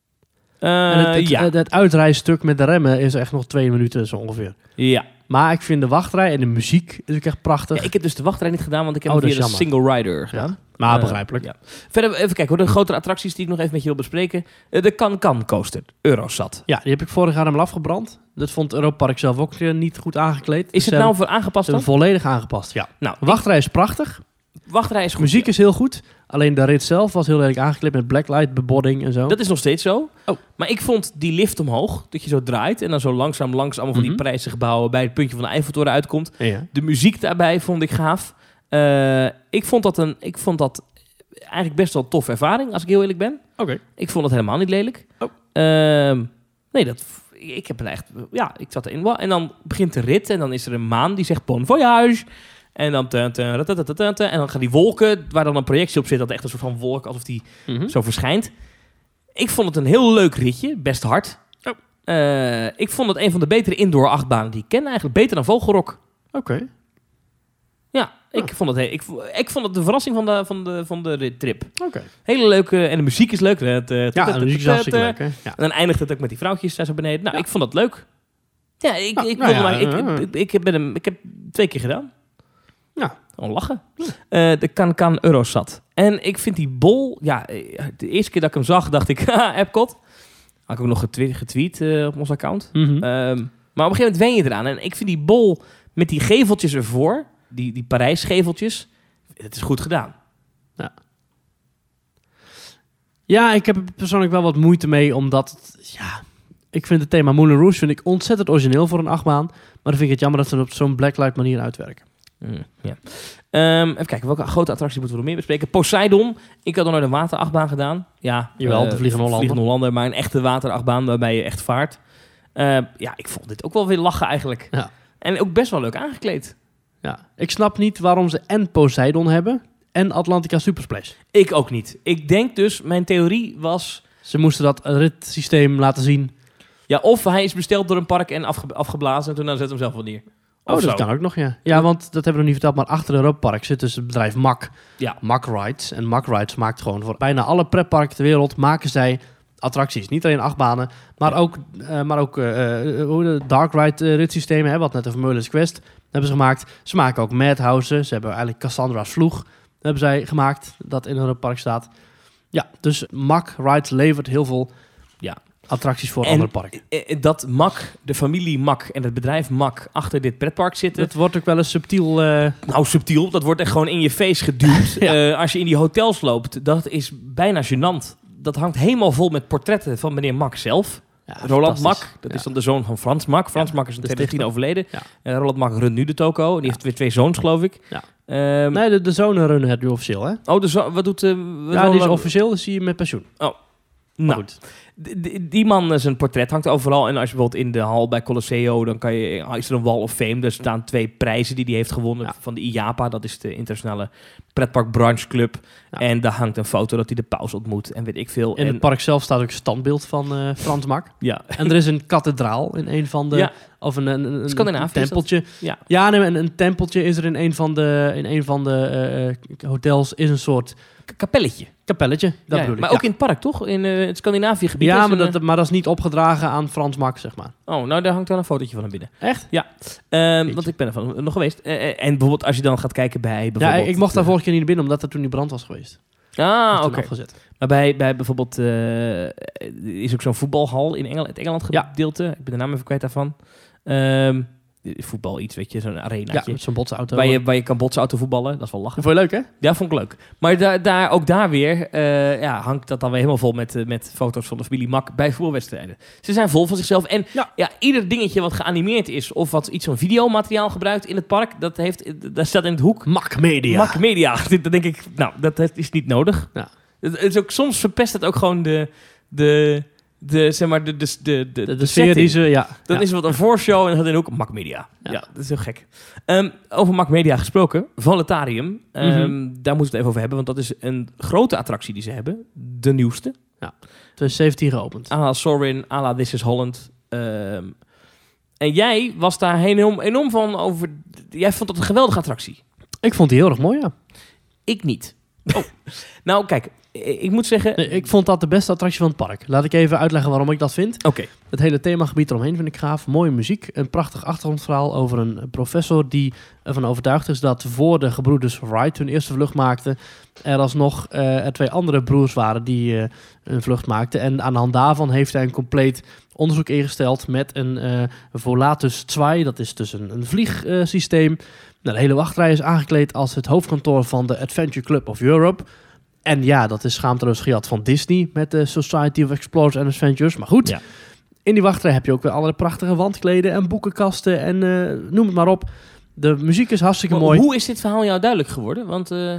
Uh, en het, het, ja. het, het uitrijstuk met de remmen is echt nog twee minuten zo ongeveer. Ja. Maar ik vind de wachtrij en de muziek is ook echt prachtig. Ja, ik heb dus de wachtrij niet gedaan, want ik heb oh, hem via de single rider gedaan. Ja. Maar uh, begrijpelijk. Ja. Verder even kijken hoor, de grotere attracties die ik nog even met je wil bespreken. Uh, de Can-Can coaster, Eurosat. Ja, die heb ik vorig jaar helemaal afgebrand. Dat vond Europa Park zelf ook uh, niet goed aangekleed. Is dus het nou voor aangepast dan? Volledig aangepast, ja. Nou, de wachtrij is prachtig. Wachtrij is goed. Muziek is heel goed. Alleen de rit zelf was heel erg aangeklipt met blacklight, bebodding en zo. Dat is nog steeds zo. Oh. Maar ik vond die lift omhoog, dat je zo draait en dan zo langzaam langs allemaal van die Mm-hmm. Parijse gebouwen bij het puntje van de Eiffeltoren uitkomt. Ja. De muziek daarbij vond ik gaaf. Uh, ik, vond dat een, ik vond dat eigenlijk best wel een toffe ervaring, als ik heel eerlijk ben. Oké. Okay. Ik vond het helemaal niet lelijk. Oh. Uh, nee, dat... Ik heb er echt... Ja, ik zat erin. En dan begint de rit en dan is er een maan die zegt bon voyage. En dan... Tun, tun, tun, tun, tun, tun, en dan gaan die wolken, waar dan een projectie op zit, dat echt een soort van wolk, alsof die Mm-hmm. zo verschijnt. Ik vond het een heel leuk ritje. Best hard. Oh. Uh, ik vond het een van de betere indoor achtbanen die ik ken. Eigenlijk beter dan Vogelrok. Oké. Okay. Ja, ik, oh. vond het, ik, ik vond het de verrassing van de, van de, van de trip. Oké. Okay. Hele leuke... En de muziek is leuk. Het, uh, ja, de muziek is hartstikke leuk. Hè? Ja. En dan eindigt het ook met die vrouwtjes daar zo beneden. Nou, ja. Ik vond dat leuk. Ja, ik, ah, ik, nou wilde ja, maar, ik, uh, ik, ik, ik, ben hem, ik heb twee keer gedaan. Ja. Gewoon lachen. Uh, de Can-Can Eurosat. En ik vind die bol... Ja, de eerste keer dat ik hem zag, dacht ik... Haha, Epcot. Had ik ook nog getweet, getweet uh, op ons account. Mm-hmm. Um, maar op een gegeven moment wen je eraan. En ik vind die bol met die geveltjes ervoor... Die, die Parijs-geveltjes... Het is goed gedaan. Ja. Ja, ik heb er persoonlijk wel wat moeite mee, omdat... Het, ja, ik vind het thema Moulin Rouge vind ik ontzettend origineel voor een achtbaan. Maar dan vind ik het jammer dat ze het op zo'n blacklight manier uitwerken. Mm, ja. um, even kijken, welke grote attractie moeten we nog meer bespreken? Poseidon. Ik had nog nooit een waterachtbaan gedaan. Ja, jawel, uh, de Vliegende Hollander. Vliegende Hollander, maar een echte waterachtbaan waarbij je echt vaart. Uh, ja, ik vond dit ook wel weer lachen eigenlijk. Ja. En ook best wel leuk aangekleed. Ja. Ik snap niet waarom ze en Poseidon hebben en Atlantica Supersplash. Ik ook niet. Ik denk dus, mijn theorie was... Ze moesten dat ritssysteem laten zien. Ja, of hij is besteld door een park en afge- afgeblazen en toen dan zet hem zelf wel neer. Of oh, dat zo. Kan ook nog, ja. Ja, want dat hebben we nog niet verteld, maar achter Europa Park zit dus het bedrijf M A C. Ja. M A C Rides. En M A C Rides maakt gewoon voor bijna alle pretparken ter wereld maken zij attracties. Niet alleen achtbanen, maar ook, uh, maar ook uh, uh, Dark Ride uh, ritssystemen, hè, wat net over Merlin's Quest hebben ze gemaakt. Ze maken ook Madhouse. Ze hebben eigenlijk Cassandra's Vloeg hebben zij gemaakt, dat in Europa Park staat. Ja, dus M A C Rides levert heel veel ja, attracties voor en andere parken. Dat M A C, de familie M A C en het bedrijf M A C achter dit pretpark zitten. Het wordt ook wel eens subtiel... Uh... Nou, subtiel. Dat wordt echt gewoon in je face geduwd. ja. uh, als je in die hotels loopt, dat is bijna gênant. Dat hangt helemaal vol met portretten van meneer M A C zelf. Ja, Roland M A C, dat ja. is dan de zoon van Frans M A C. Frans ja, M A C is in twintig tien overleden. Ja. Uh, Roland M A C runt nu de toko. Die ja. heeft weer twee zoons, geloof ik. Ja. Um, nee, de, de zonen runnen het nu officieel, hè? Oh, de zo- wat doet... Uh, wat ja, die is officieel, is hij met pensioen. Oh. Nou, goed. Die, die man, zijn portret hangt overal. En als je bijvoorbeeld in de hal bij Colosseo, dan kan je, is er een Wall of Fame. Er staan twee prijzen die hij heeft gewonnen. Ja. Van de I A P A, dat is de internationale pretpark branche club. Ja. En daar hangt een foto dat hij de paus ontmoet. En weet ik veel. In en, het park zelf staat ook een standbeeld van uh, Frans M A C. Ja. En er is een kathedraal in een van de... Ja. Of een, een, een, Scandinavië, een tempeltje. Ja, ja nee, een, een tempeltje is er in een van de, in een van de uh, hotels. Is een soort... Kapelletje. Kapelletje, dat ja, bedoel ik. Maar ja. ook in het park, toch? In uh, het Scandinavië gebied. Ja, maar, een, dat, maar dat is niet opgedragen aan Frans M A C, zeg maar. Oh, nou daar hangt dan een fotootje van naar binnen. Echt? Ja. Um, want ik ben er van nog geweest. Uh, en bijvoorbeeld als je dan gaat kijken bij... Ja, ik mocht daar vorige keer niet binnen, omdat er toen die brand was geweest. Ah, oké. Okay. Maar bij, bij bijvoorbeeld... Uh, is ook zo'n voetbalhal in Engeland, het Engeland gedeelte. Ja. Ik ben de naam even kwijt daarvan. Um, voetbal iets, weet je, zo'n arenaatje. Ja, met zo'n botsauto. Waar je, waar je kan botsauto voetballen. Dat is wel lachen. Vond je leuk, hè? Ja, vond ik leuk. Maar daar, daar, ook daar weer uh, ja, hangt dat dan weer helemaal vol met, uh, met foto's van de familie M A C bij voetbalwedstrijden. Ze zijn vol van zichzelf. En ja. Ja, ieder dingetje wat geanimeerd is of wat iets van videomateriaal gebruikt in het park, dat heeft, daar staat in het hoek. M A C Media. M A C Media. Dan denk ik, nou, dat, dat is niet nodig. Ja. Het, het is ook, soms verpest het ook gewoon de... de De, zeg maar, de, de, de, de, de, de sfeer die ze, ja. Dan ja. is er wat een voorshow en dat in ook M A C Media. Ja. ja, dat is heel gek. Um, over M A C Media gesproken, Planetarium. Um, mm-hmm. Daar moeten we het even over hebben, want dat is een grote attractie die ze hebben. De nieuwste. Ja, twintig zeventien geopend. À la Soarin', à la This is Holland. Um, en jij was daar enorm, enorm van over... Jij vond dat een geweldige attractie. Ik vond die heel erg mooi, ja. Ik niet. Oh. Nou, kijk... ik moet zeggen... Nee, ik vond dat de beste attractie van het park. Laat ik even uitleggen waarom ik dat vind. Oké. Okay. Het hele themagebied eromheen vind ik gaaf. Mooie muziek. Een prachtig achtergrondverhaal over een professor die ervan overtuigd is dat voor de gebroeders Wright hun eerste vlucht maakten, er alsnog uh, er twee andere broers waren die uh, een vlucht maakten. En aan de hand daarvan heeft hij een compleet onderzoek ingesteld met een uh, Volatus twee. Dat is dus een, een vliegsysteem. Uh, nou, de hele wachtrij is aangekleed als het hoofdkantoor van de Adventure Club of Europe. En ja, dat is schaamteloos gejat van Disney met de Society of Explorers and Adventures. Maar goed, ja. In die wachtrij heb je ook weer allerlei prachtige wandkleden en boekenkasten en uh, noem het maar op. De muziek is hartstikke maar, mooi. Hoe is dit verhaal jou duidelijk geworden? Want uh...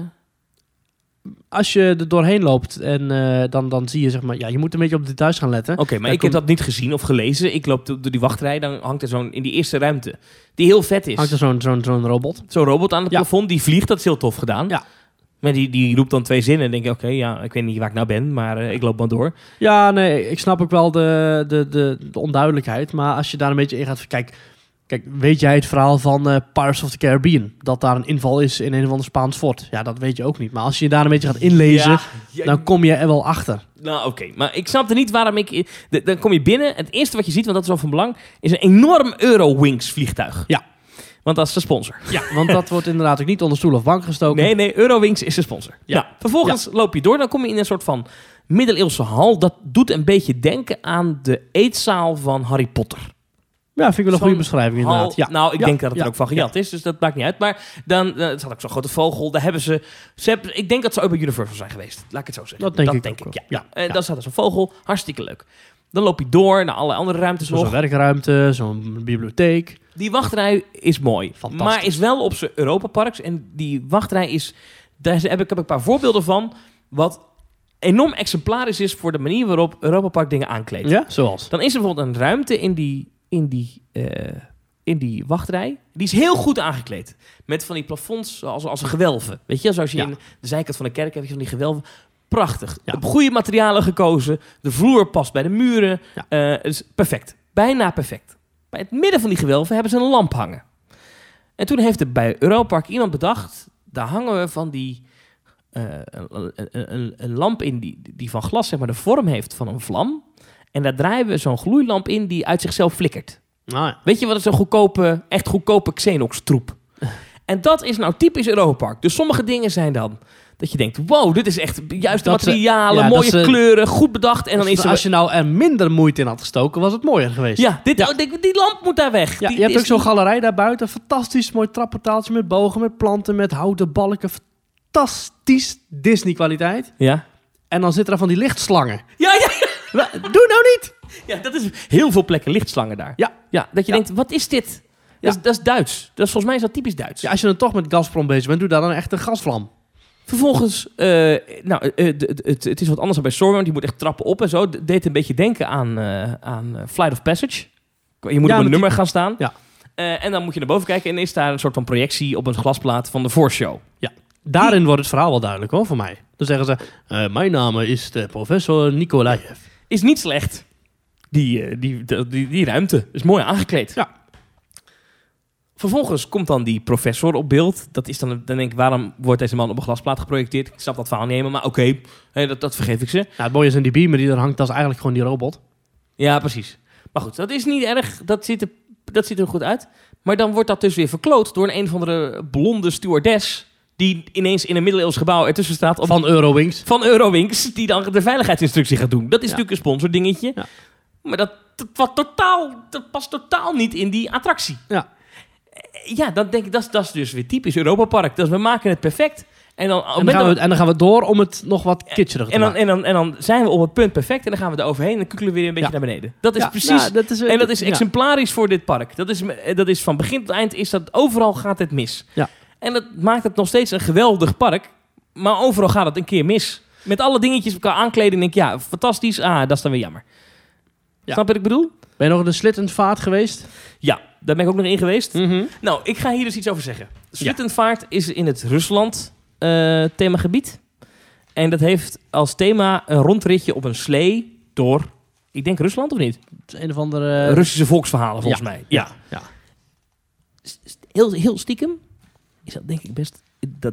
als je er doorheen loopt en uh, dan, dan zie je zeg maar, ja, je moet een beetje op de details gaan letten. Oké, okay, maar dan ik komt... heb dat niet gezien of gelezen. Ik loop door die wachtrij, dan hangt er zo'n in die eerste ruimte die heel vet is. Hangt er zo'n, zo'n, zo'n robot. Zo'n robot aan het ja. plafond, die vliegt, dat is heel tof gedaan. Ja. Maar die, die roept dan twee zinnen en denk ik, oké, okay, ja, ik weet niet waar ik nou ben, maar uh, ik loop maar door. Ja, nee, ik snap ook wel de, de, de, de onduidelijkheid. Maar als je daar een beetje in gaat... Kijk, kijk weet jij het verhaal van uh, Pirates of the Caribbean? Dat daar een inval is in een of ander Spaans fort. Ja, dat weet je ook niet. Maar als je je daar een beetje gaat inlezen, ja, ja, dan kom je er wel achter. Nou, oké. Okay. Maar ik snapte niet waarom ik... De, dan kom je binnen. Het eerste wat je ziet, want dat is wel van belang, is een enorm Eurowings vliegtuig. Ja. Want dat is de sponsor. Ja, want dat wordt inderdaad ook niet onder stoel of bank gestoken. Nee, nee, Eurowings is de sponsor. Ja. Nou, vervolgens ja. loop je door, dan kom je in een soort van middeleeuwse hal. Dat doet een beetje denken aan de eetzaal van Harry Potter. Ja, vind ik wel een goede beschrijving hal, inderdaad. Ja. Nou, ik ja. denk dat het ja. er ook van gejat ja. is, dus dat maakt niet uit. Maar dan, uh, het had ook zo'n grote vogel, daar hebben ze... ze hebben, ik denk dat ze ook bij Universal zijn geweest, laat ik het zo zeggen. Dat denk dat ik denk ook. ik, ja. ja. En ja. dan staat er zo'n vogel, hartstikke leuk. Dan loop je door naar alle andere ruimtes nog. Zo'n werkruimte, zo'n bibliotheek. Die wachtrij is mooi, maar is wel op zijn Europaparks. En die wachtrij is, daar heb ik, heb ik een paar voorbeelden van, wat enorm exemplarisch is voor de manier waarop Europapark dingen aankleedt. Ja, zoals? Dan is er bijvoorbeeld een ruimte in die, in die, uh, in die wachtrij. Die is heel goed aangekleed. Met van die plafonds als, als een gewelven. Weet je, zoals je ja. in de zijkant van de kerk hebt, van die gewelven. Prachtig. Ja. Op goede materialen gekozen. De vloer past bij de muren. Ja. Uh, het is perfect. Bijna perfect. Bij het midden van die gewelven hebben ze een lamp hangen. En toen heeft er bij Europark iemand bedacht, daar hangen we van die uh, een, een, een, een lamp in die, die van glas zeg maar de vorm heeft van een vlam. En daar draaien we zo'n gloeilamp in die uit zichzelf flikkert. Ah, ja. Weet je wat is een goedkope, echt goedkope Xenox troep? En dat is nou typisch Europark. Dus sommige dingen zijn dan dat je denkt, wow, dit is echt juist de materialen, ja, mooie ze, kleuren, goed bedacht. En dan is er, als je nou er minder moeite in had gestoken, was het mooier geweest. Ja, dit, ja. Oh, die, die lamp moet daar weg. Ja, die, je hebt ook zo'n die... galerij daarbuiten. Fantastisch mooi trapportaaltje met bogen, met planten, met houten balken. Fantastisch Disney kwaliteit. Ja. En dan zitten er van die lichtslangen. Ja, ja, ja. Doe nou niet! Ja, dat is heel veel plekken lichtslangen daar. Ja. Ja, dat je ja. denkt, wat is dit? Dat, ja. is, dat is Duits. Dat is, volgens mij is dat typisch Duits. Ja, als je dan toch met Gazprom bezig bent, doe daar dan echt een gasvlam. Vervolgens, uh, nou, uh, d- d- het, het is wat anders dan bij Storm, want die moet echt trappen op en zo. Het deed een beetje denken aan, uh, aan Flight of Passage. Je moet ja, op een nummer die... gaan staan. Ja. Uh, en dan moet je naar boven kijken en is daar een soort van projectie op een glasplaat van de voorshow. Ja. Daarin die... wordt het verhaal wel duidelijk hoor, voor mij. Dan zeggen ze, uh, mijn naam is de professor Nikolaev. Is niet slecht. Die, uh, die, die, die, die ruimte is mooi aangekleed. Ja. Vervolgens komt dan die professor op beeld. Dat is dan, dan denk ik, waarom wordt deze man op een glasplaat geprojecteerd? Ik snap dat verhaal niet helemaal, maar oké, okay, hey, dat, dat vergeef ik ze. Nou, het mooie is aan die beamer die er hangt, dat is eigenlijk gewoon die robot. Ja, precies. Maar goed, dat is niet erg. Dat ziet er, dat ziet er goed uit. Maar dan wordt dat dus weer verkloot door een, een of andere blonde stewardess die ineens in een middeleeuws gebouw ertussen staat. Op, van Eurowings. Van Eurowings, die dan de veiligheidsinstructie gaat doen. Dat is ja. natuurlijk een sponsordingetje. Ja. Maar dat, dat, wat totaal, dat past totaal niet in die attractie. Ja. Ja, dan denk ik, dat is, dat is dus weer typisch Europapark. Dus we maken het perfect. En dan, en, dan gaan we, en dan gaan we door om het nog wat kitscherig te en dan, maken. En dan, en dan zijn we op het punt perfect en dan gaan we er overheen en dan kukkelen we weer een beetje ja. naar beneden. Dat is ja, precies, nou, dat is, en dat is exemplarisch ja. voor dit park. Dat is, dat is van begin tot eind, is dat overal gaat het mis. Ja. En dat maakt het nog steeds een geweldig park, maar overal gaat het een keer mis. Met alle dingetjes qua aankleding denk ik, ja, fantastisch. Ah, dat is dan weer jammer. Ja. Snap je wat ik bedoel? Ben je nog in de Slittenvaart geweest? Ja, daar ben ik ook nog in geweest. Mm-hmm. Nou, ik ga hier dus iets over zeggen. Slittenvaart ja. is in het Rusland uh, themagebied. En dat heeft als thema een rondritje op een slee door, ik denk Rusland of niet? Het is een of andere... Russische volksverhalen volgens ja. mij. Ja. ja. Heel, heel stiekem is dat denk ik best... Dat, dat,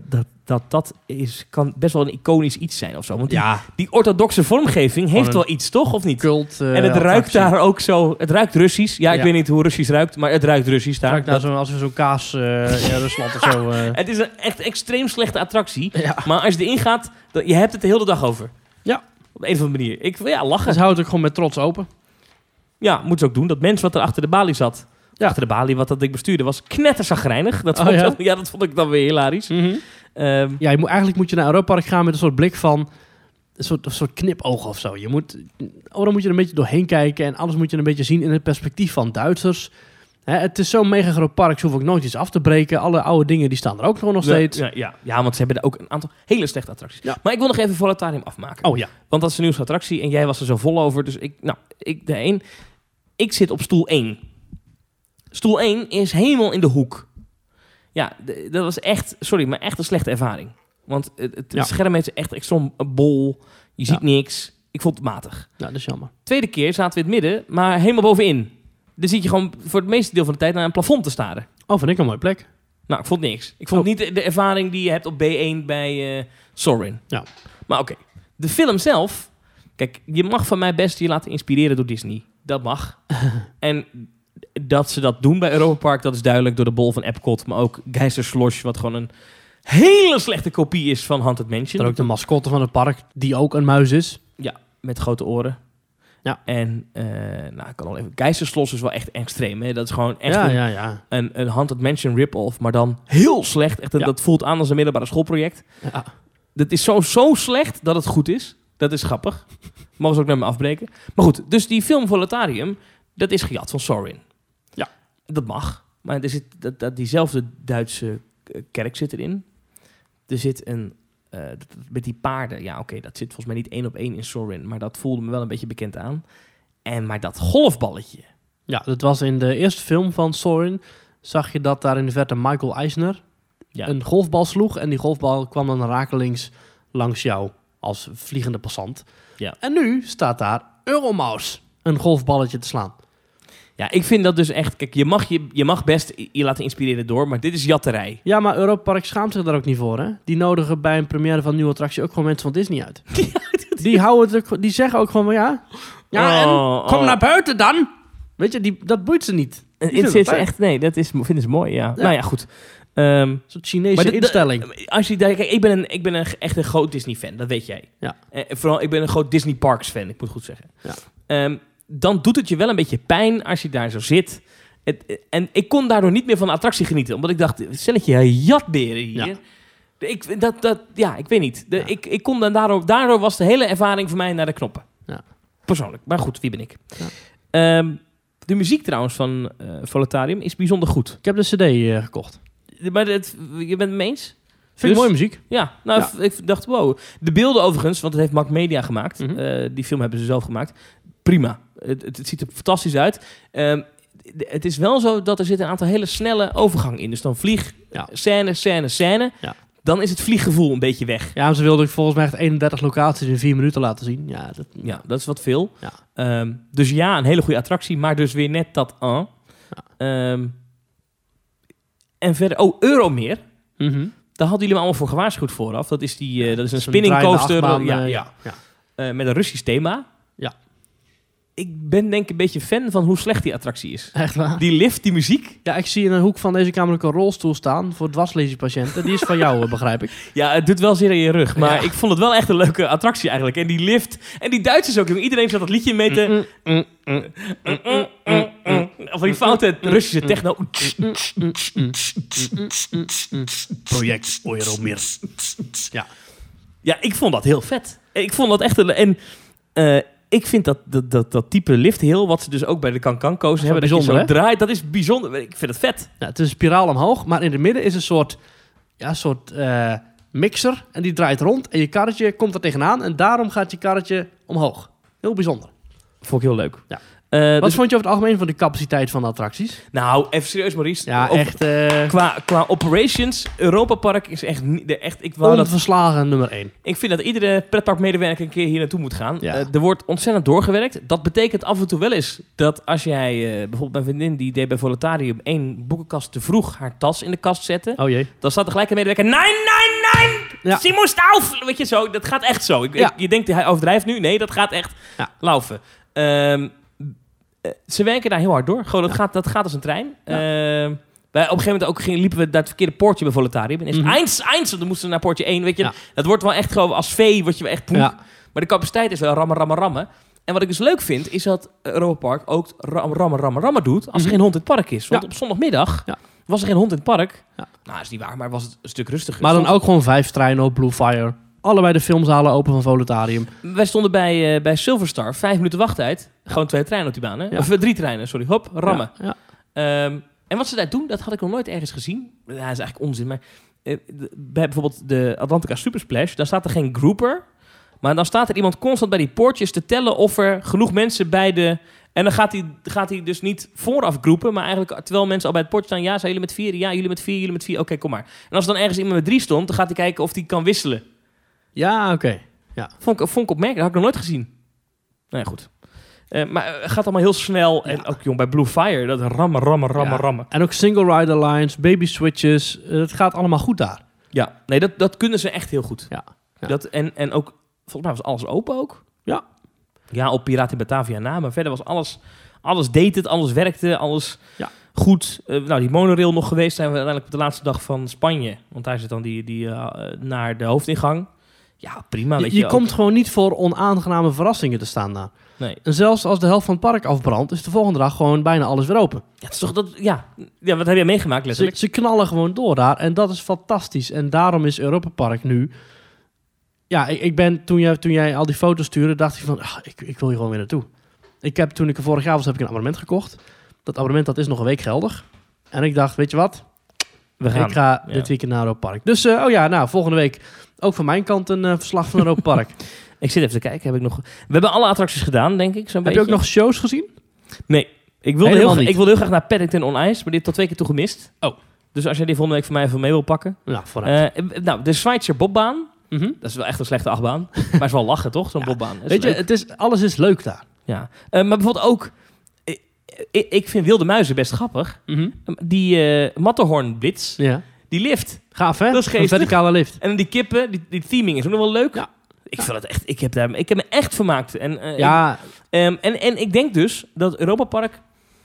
dat dat is, kan best wel een iconisch iets zijn of zo. Want die, Ja. die orthodoxe vormgeving heeft een wel iets, toch? Of niet? Cult, uh, en het ruikt attractie. daar ook zo... Het ruikt Russisch. Ja, ik Ja. weet niet hoe Russisch ruikt, maar het ruikt Russisch daar. Het ruikt nou Dat- zo, als we zo'n kaas uh, in Rusland of zo... Uh. Het is een echt extreem slechte attractie. Ja. Maar als je erin gaat, dan, je hebt het de hele dag over. Ja. Op een of andere manier. Ik, ja, lachen. Dus houd het ook gewoon met trots open. Ja, moeten ze ook doen. Dat mens wat er achter de balie zat... Ja. Achter de balie, wat dat ding bestuurde, was knetterzagrijnig. Dat vond Oh, ja? ik- ja, dat vond ik dan weer hilarisch. Mm-hmm. Ehm, Ja, je moet, eigenlijk moet je naar Europa Park gaan met een soort blik van... Een soort, een soort knipoog of zo. Je moet, oh, dan moet je er een beetje doorheen kijken... en alles moet je een beetje zien in het perspectief van Duitsers. Hè, het is zo'n mega groot park, ze hoeven ook nooit iets af te breken. Alle oude dingen die staan er ook gewoon nog steeds. Ja, ja, ja, want ze hebben er ook een aantal hele slechte attracties. Ja. Maar ik wil nog even Voletarium afmaken. Oh ja. Want dat is een nieuwe attractie en jij was er zo vol over. Dus ik, nou, ik, de één. Ik zit op stoel één. Stoel één is helemaal in de hoek. Ja, d- dat was echt, sorry, maar echt een slechte ervaring. Want het, het Ja. scherm is echt extreem bol. Je ziet Ja. niks. Ik vond het matig. Ja, dat is jammer. Tweede keer zaten we in het midden, maar helemaal bovenin. Dan zit je gewoon voor het meeste deel van de tijd naar een plafond te staren. Oh, vind ik een mooie plek. Nou, ik vond niks. Ik vond Oh. niet de, de ervaring die je hebt op B één bij uh, Soarin'. Ja. Maar oké. Okay. De film zelf... Kijk, je mag van mij best je laten inspireren door Disney. Dat mag. En dat ze dat doen bij Europa Park, dat is duidelijk door de bol van Epcot. Maar ook Geyser Slosh, wat gewoon een hele slechte kopie is van Haunted Mansion. Er ook de mascotte van het park, die ook een muis is. Ja, met grote oren. Ja. En, uh, nou, ik kan al even... Geyser Slosh is wel echt extreem, hè. Dat is gewoon echt Ja, een, ja, ja. een, een Haunted Mansion rip-off, maar dan heel slecht. Echt, een- Ja. Dat voelt aan als een middelbare schoolproject. ja. Dat is zo, zo slecht dat het goed is. Dat is grappig. Mogen ze ook naar me afbreken. Maar goed, dus die film Voletarium, dat is gejat van Soarin'. Ja. Dat mag. Maar er zit, dat, dat, diezelfde Duitse eh, kerk zit erin. Er zit een... Uh, dat- met die paarden. Ja, oké, dat zit volgens mij niet één op één in Soarin'. Maar dat voelde me wel een beetje bekend aan. En maar dat golfballetje. Ja, dat was in de eerste film van Soarin'. Zag je dat daar in de verte Michael Eisner Ja. een golfbal sloeg. En die golfbal kwam dan rakelings langs jou als vliegende passant. Ja. En nu staat daar Euromouse een golfballetje te slaan. Ja, ik vind dat dus echt... Kijk, je mag, je, je mag best je laten inspireren door, maar dit is jatterij. Ja, maar Europa Park schaamt zich daar ook niet voor, hè? Die nodigen bij een première van een nieuwe attractie ook gewoon mensen van Disney uit. Die, houden het ook, die zeggen ook gewoon van ja... Ja, en Oh, kom oh. naar buiten dan! Weet je, die, dat boeit ze niet. En Die het vinden zit het leuk. echt... Nee, dat is, vinden ze mooi, ja. Ja. Nou ja, goed. Ehm, Een soort Chinese Maar de- de- instelling. als je daar, kijk, ik ben, een, ik ben een, echt een groot Disney-fan, dat weet jij. Ja. Eh, vooral, ik ben een groot Disney Parks-fan, ik moet het goed zeggen. Ja. Ehm, dan doet het je wel een beetje pijn als je daar zo zit. Het, en ik kon daardoor niet meer van de attractie genieten, omdat ik dacht, stelletje jatberen hier. Ja. Ik, dat, dat, ja, ik weet niet. De, Ja. ik, ik kon dan daardoor, daardoor was de hele ervaring voor mij naar de knoppen. Ja. Persoonlijk. Maar goed, wie ben ik? Ja. Ehm, de muziek trouwens van uh, Voletarium is bijzonder goed. Ik heb de cd uh, gekocht. Maar het, je bent het mee eens? Vind Dus- ik mooie muziek. Ja, nou, Ja. f- ik dacht, wow. De beelden overigens, want het heeft Mark Media gemaakt. Mhm. Eh, die film hebben ze zelf gemaakt. Prima. Het, het, het ziet er fantastisch uit. Ehm, d- het is wel zo dat er zit een aantal hele snelle overgangen in. Dus dan vlieg, Ja. scène, scène, scène. Ja. Dan is het vlieggevoel een beetje weg. Ja, maar ze wilden volgens mij echt eenendertig locaties in vier minuten laten zien. Ja, dat, Ja, dat is wat veel. Ja. Ehm, dus ja, een hele goede attractie, maar dus weer net dat aan. Ehm, en verder, oh, Euromeer. Mhm. Daar hadden jullie me allemaal voor gewaarschuwd vooraf. Dat is, die, eh, dat is een Zo'n spinning draaiende coaster. achtbaan, ja, eh, ja. ja. Eh, met een Russisch thema. Ja. Ik ben denk ik een beetje fan van hoe slecht die attractie is. Echt waar? Die lift, die muziek. Ja, ik zie in een hoek van deze kamer ook een rolstoel staan voor dwarsleesiepatiënten. Die is van jou, eh, begrijp ik. Ja, het doet wel zeer in je rug. Maar Ja. ik vond het wel echt een leuke attractie eigenlijk. En die lift. En die Duitsers ook. Iedereen zat dat liedje mee te... Mm, mm, mm. Of die foute Russische techno. Project Euromeer. Ja. Ja, ik vond dat heel vet. Ik vond dat echt... Een, en uh, ik vind dat, dat, dat, dat type lifthill, wat ze dus ook bij de Can-Can coaster hebben, dat je zo bijzonder, hè? draait, dat is bijzonder. Ik vind het vet. Ja, het is een spiraal omhoog, maar in het midden is een soort, ja, een soort eh, mixer. En die draait rond en je karretje komt er tegenaan. En daarom gaat je karretje omhoog. Heel bijzonder. Vond ik heel leuk. Ja. Uh, Wat dus, vond je over het algemeen van de capaciteit van de attracties? nou, even serieus Maurice. Ja, Over- echt, eh Qua, qua operations, Europa Park is echt... niet- de- echt ik, wou dat, onverslagen nummer één. ik vind dat iedere pretparkmedewerker een keer hier naartoe moet gaan. Ja. Uh, er wordt ontzettend doorgewerkt. Dat betekent af en toe wel eens dat als jij... Uh, bijvoorbeeld mijn vriendin, die deed bij Voletarium één boekenkast te vroeg haar tas in de kast zetten. Oh jee. Dan staat er gelijk een medewerker... Nein, nein, nein! ja. Sie moest auf! Weet je zo, dat gaat echt zo. Ik, Ja. ik, je denkt, hij overdrijft nu. Nee, dat gaat echt Ja. laufen. Um, uh, ze werken daar heel hard door. Gewoon, dat, ja. gaat, dat gaat als een trein. Ja. Uh, wij, op een gegeven moment ook gingen, liepen we naar het verkeerde poortje bij Voletarium. En is mm-hmm. eins, eins, dan moesten we naar poortje één. Weet je, ja. Dat wordt wel echt gewoon als vee, word je echt poep. Ja. Maar de capaciteit is wel rammen, rammen, rammen. En wat ik dus leuk vind, is dat Europa Park ook ram, rammen, rammen, rammen doet als mm-hmm. er geen hond in het park is. Want ja. op zondagmiddag ja. was er geen hond in het park. Ja. Nou, is niet waar, maar was het een stuk rustiger. Maar dan ook gewoon vijf treinen op Blue Fire. Allebei de filmzalen open van Voletarium. Wij stonden bij, uh, bij Silverstar, vijf minuten wachttijd. Ja. Gewoon twee treinen op die baan, hè? Ja. Of uh, drie treinen, sorry. Hop, rammen. Ja. Ja. Um, en wat ze daar doen, dat had ik nog nooit ergens gezien. Ja, dat is eigenlijk onzin, maar uh, bij bijvoorbeeld de Atlantica Supersplash, daar staat er geen grouper. Maar dan staat er iemand constant bij die poortjes te tellen of er genoeg mensen bij de... En dan gaat hij, gaat hij dus niet vooraf groepen, maar eigenlijk terwijl mensen al bij het poortje staan... Ja, zijn jullie met vier? Ja, jullie met vier, jullie met vier. Oké, okay, kom maar. En als er dan ergens iemand met drie stond, dan gaat hij kijken of hij kan wisselen. Ja, oké. Okay. Ja. Vond, ik, vond ik opmerkelijk. Dat had ik nog nooit gezien. Nou ja, goed. Uh, maar het gaat allemaal heel snel. Ja. En ook jong, bij Blue Fire, dat rammen, rammen, rammen, ja. rammen. En ook single rider lines, baby switches. Uh, het gaat allemaal goed daar. Ja, nee, dat, dat kunnen ze echt heel goed. Ja. Ja. Dat, en, en ook, volgens mij was alles open ook. Ja. Ja, op Piraten in Batavia na. Maar verder was alles, alles deed het, alles werkte, alles ja. goed. Uh, nou, die monorail nog geweest zijn we uiteindelijk op de laatste dag van Spanje. Want daar zit dan die, die uh, naar de hoofdingang. Ja, prima. Weet je je, je komt gewoon niet voor onaangename verrassingen te staan daar. Nee. En zelfs als de helft van het park afbrandt, is de volgende dag gewoon bijna alles weer open. Ja, het is toch dat, ja. ja, wat heb je meegemaakt letterlijk? Ze, ze knallen gewoon door daar en dat is fantastisch. En daarom is Europa Park nu... Ja, ik, ik ben, toen jij, toen jij al die foto's stuurde, dacht ik van, ach, ik, ik wil hier gewoon weer naartoe. Ik heb, toen ik er vorig jaar was, heb ik een abonnement gekocht. Dat abonnement, dat is nog een week geldig. En ik dacht, weet je wat? We gaan. Ik ga ja. dit weekend naar Europa Park. Dus, uh, oh ja, nou, volgende week ook van mijn kant een uh, verslag van Europa Park. Ik zit even te kijken. Heb ik nog... We hebben alle attracties gedaan, denk ik. Zo'n heb beetje. je ook nog shows gezien? Nee. Ik wilde, heel, ik wilde heel graag naar Paddington On Ice, maar dit tot twee keer toe gemist. Oh. Dus als jij die volgende week voor mij even mee wil pakken. Nou, vooruit. Uh, nou, de Schweizer bobbaan. Mm-hmm. Dat is wel echt een slechte achtbaan. Maar is wel lachen, toch? Zo'n ja. bobbaan. Weet je, het is, alles is leuk daar. Ja. Uh, maar bijvoorbeeld ook... Ik, ik, ik vind wilde muizen best grappig. Mm-hmm. Die uh, Matterhorn Blitz. Ja. Die lift. Gaaf, hè? Dat is geestig. Een verticale lift. En die kippen, die, die theming is ook nog wel leuk. Ja. Ik vind het echt... Ik heb, daar, ik heb me echt vermaakt. En, uh, ja. Ik, um, en, en ik denk dus dat Europa Park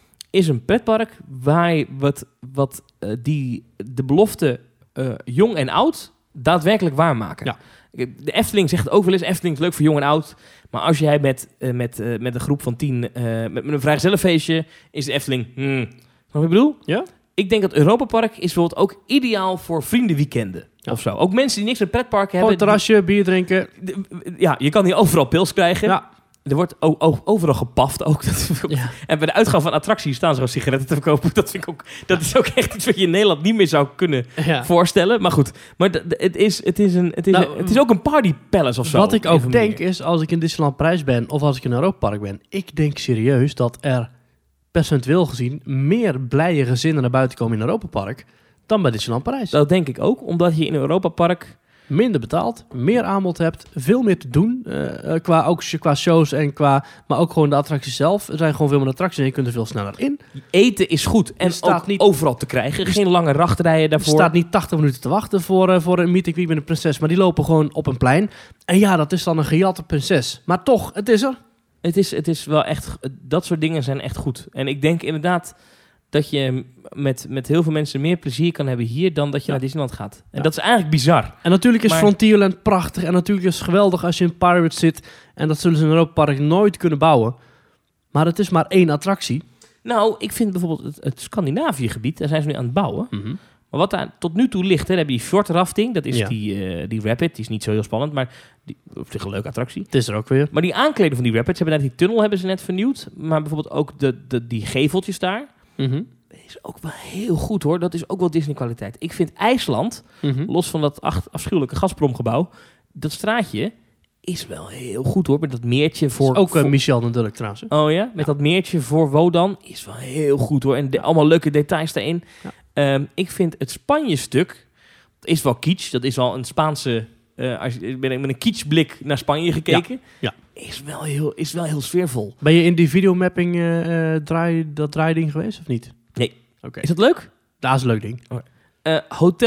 is een pretpark waar je wat, wat uh, die de belofte uh, jong en oud daadwerkelijk waarmaken. Ja. De Efteling zegt het ook wel eens. Efteling is leuk voor jong en oud. Maar als jij met, uh, met, uh, met een groep van tien... Uh, met, met een vrijgezellenfeestje... is de Efteling... Hmm. Wat ik bedoel? Ja? Ik denk dat Europa Park is bijvoorbeeld ook ideaal voor vriendenweekenden. Ja. Of zo. Ook mensen die niks met pretparken hebben. Gewoon terrasje, die, bier drinken. Die, ja, je kan hier overal pils krijgen. Ja. Er wordt ook, ook overal gepaft ook. Ja. En bij de uitgang van attracties staan ze gewoon sigaretten te verkopen. Dat vind ik ook, dat is ook echt iets wat je in Nederland niet meer zou kunnen ja. voorstellen. Maar goed, maar d- d- het, is, het, is een, het, is nou, een, het is ook een party palace of zo. Wat ik ook denk is, als ik in Disneyland Parijs ben of als ik in Europa Park ben, ik denk serieus dat er percentueel gezien meer blije gezinnen naar buiten komen in Europa Park dan bij Disneyland Parijs. Dat denk ik ook, omdat je in Europa Park minder betaalt, meer aanbod hebt, veel meer te doen. Uh, qua, ook qua shows en qua... Maar ook gewoon de attracties zelf. Er zijn gewoon veel meer attracties en je kunt er veel sneller in. Eten is goed en ook niet overal te krijgen. Geen lange rachtrijen daarvoor. Je staat niet tachtig minuten te wachten voor, uh, voor een meet and greet met een prinses. Maar die lopen gewoon op een plein. En ja, dat is dan een gejatte prinses. Maar toch, het is er. Het is, het is wel echt... Dat soort dingen zijn echt goed. En ik denk inderdaad dat je met, met heel veel mensen meer plezier kan hebben hier dan dat je ja. naar Disneyland gaat. En ja. dat is eigenlijk bizar. En natuurlijk is maar... Frontierland prachtig en natuurlijk is het geweldig als je in Pirates zit en dat zullen ze in Europa Park nooit kunnen bouwen. Maar het is maar één attractie. Nou, ik vind bijvoorbeeld het, het Scandinavië-gebied, daar zijn ze nu aan het bouwen. Mm-hmm. Maar wat daar tot nu toe ligt, hè, dan heb je die short rafting, dat is ja. die, uh, die rapid, die is niet zo heel spannend, maar die, op zich een leuke attractie. Het is er ook weer. Maar die aankleden van die rapids, hebben net die tunnel hebben ze net vernieuwd, maar bijvoorbeeld ook de, de, die geveltjes daar. Mm-hmm. Is ook wel heel goed hoor. Dat is ook wel Disney kwaliteit. Ik vind IJsland, mm-hmm. los van dat acht, afschuwelijke Gazpromgebouw, dat straatje is wel heel goed hoor. Met dat meertje voor... Ook uh, voor... Michel natuurlijk trouwens. Oh ja? Met ja. dat meertje voor Wodan is wel heel goed hoor. En de, allemaal leuke details daarin. Ja. Um, ik vind het Spanje-stuk is wel kitsch. Dat is wel een Spaanse... Uh, als je, ben ik met een kitschblik naar Spanje gekeken. Ja. Ja. Is wel heel, is wel heel sfeervol. Ben je in die videomapping uh, uh, draai, dat draaiding geweest of niet? Nee. Okay. Is dat leuk? Dat is een leuk ding. Okay. Uh, Hotel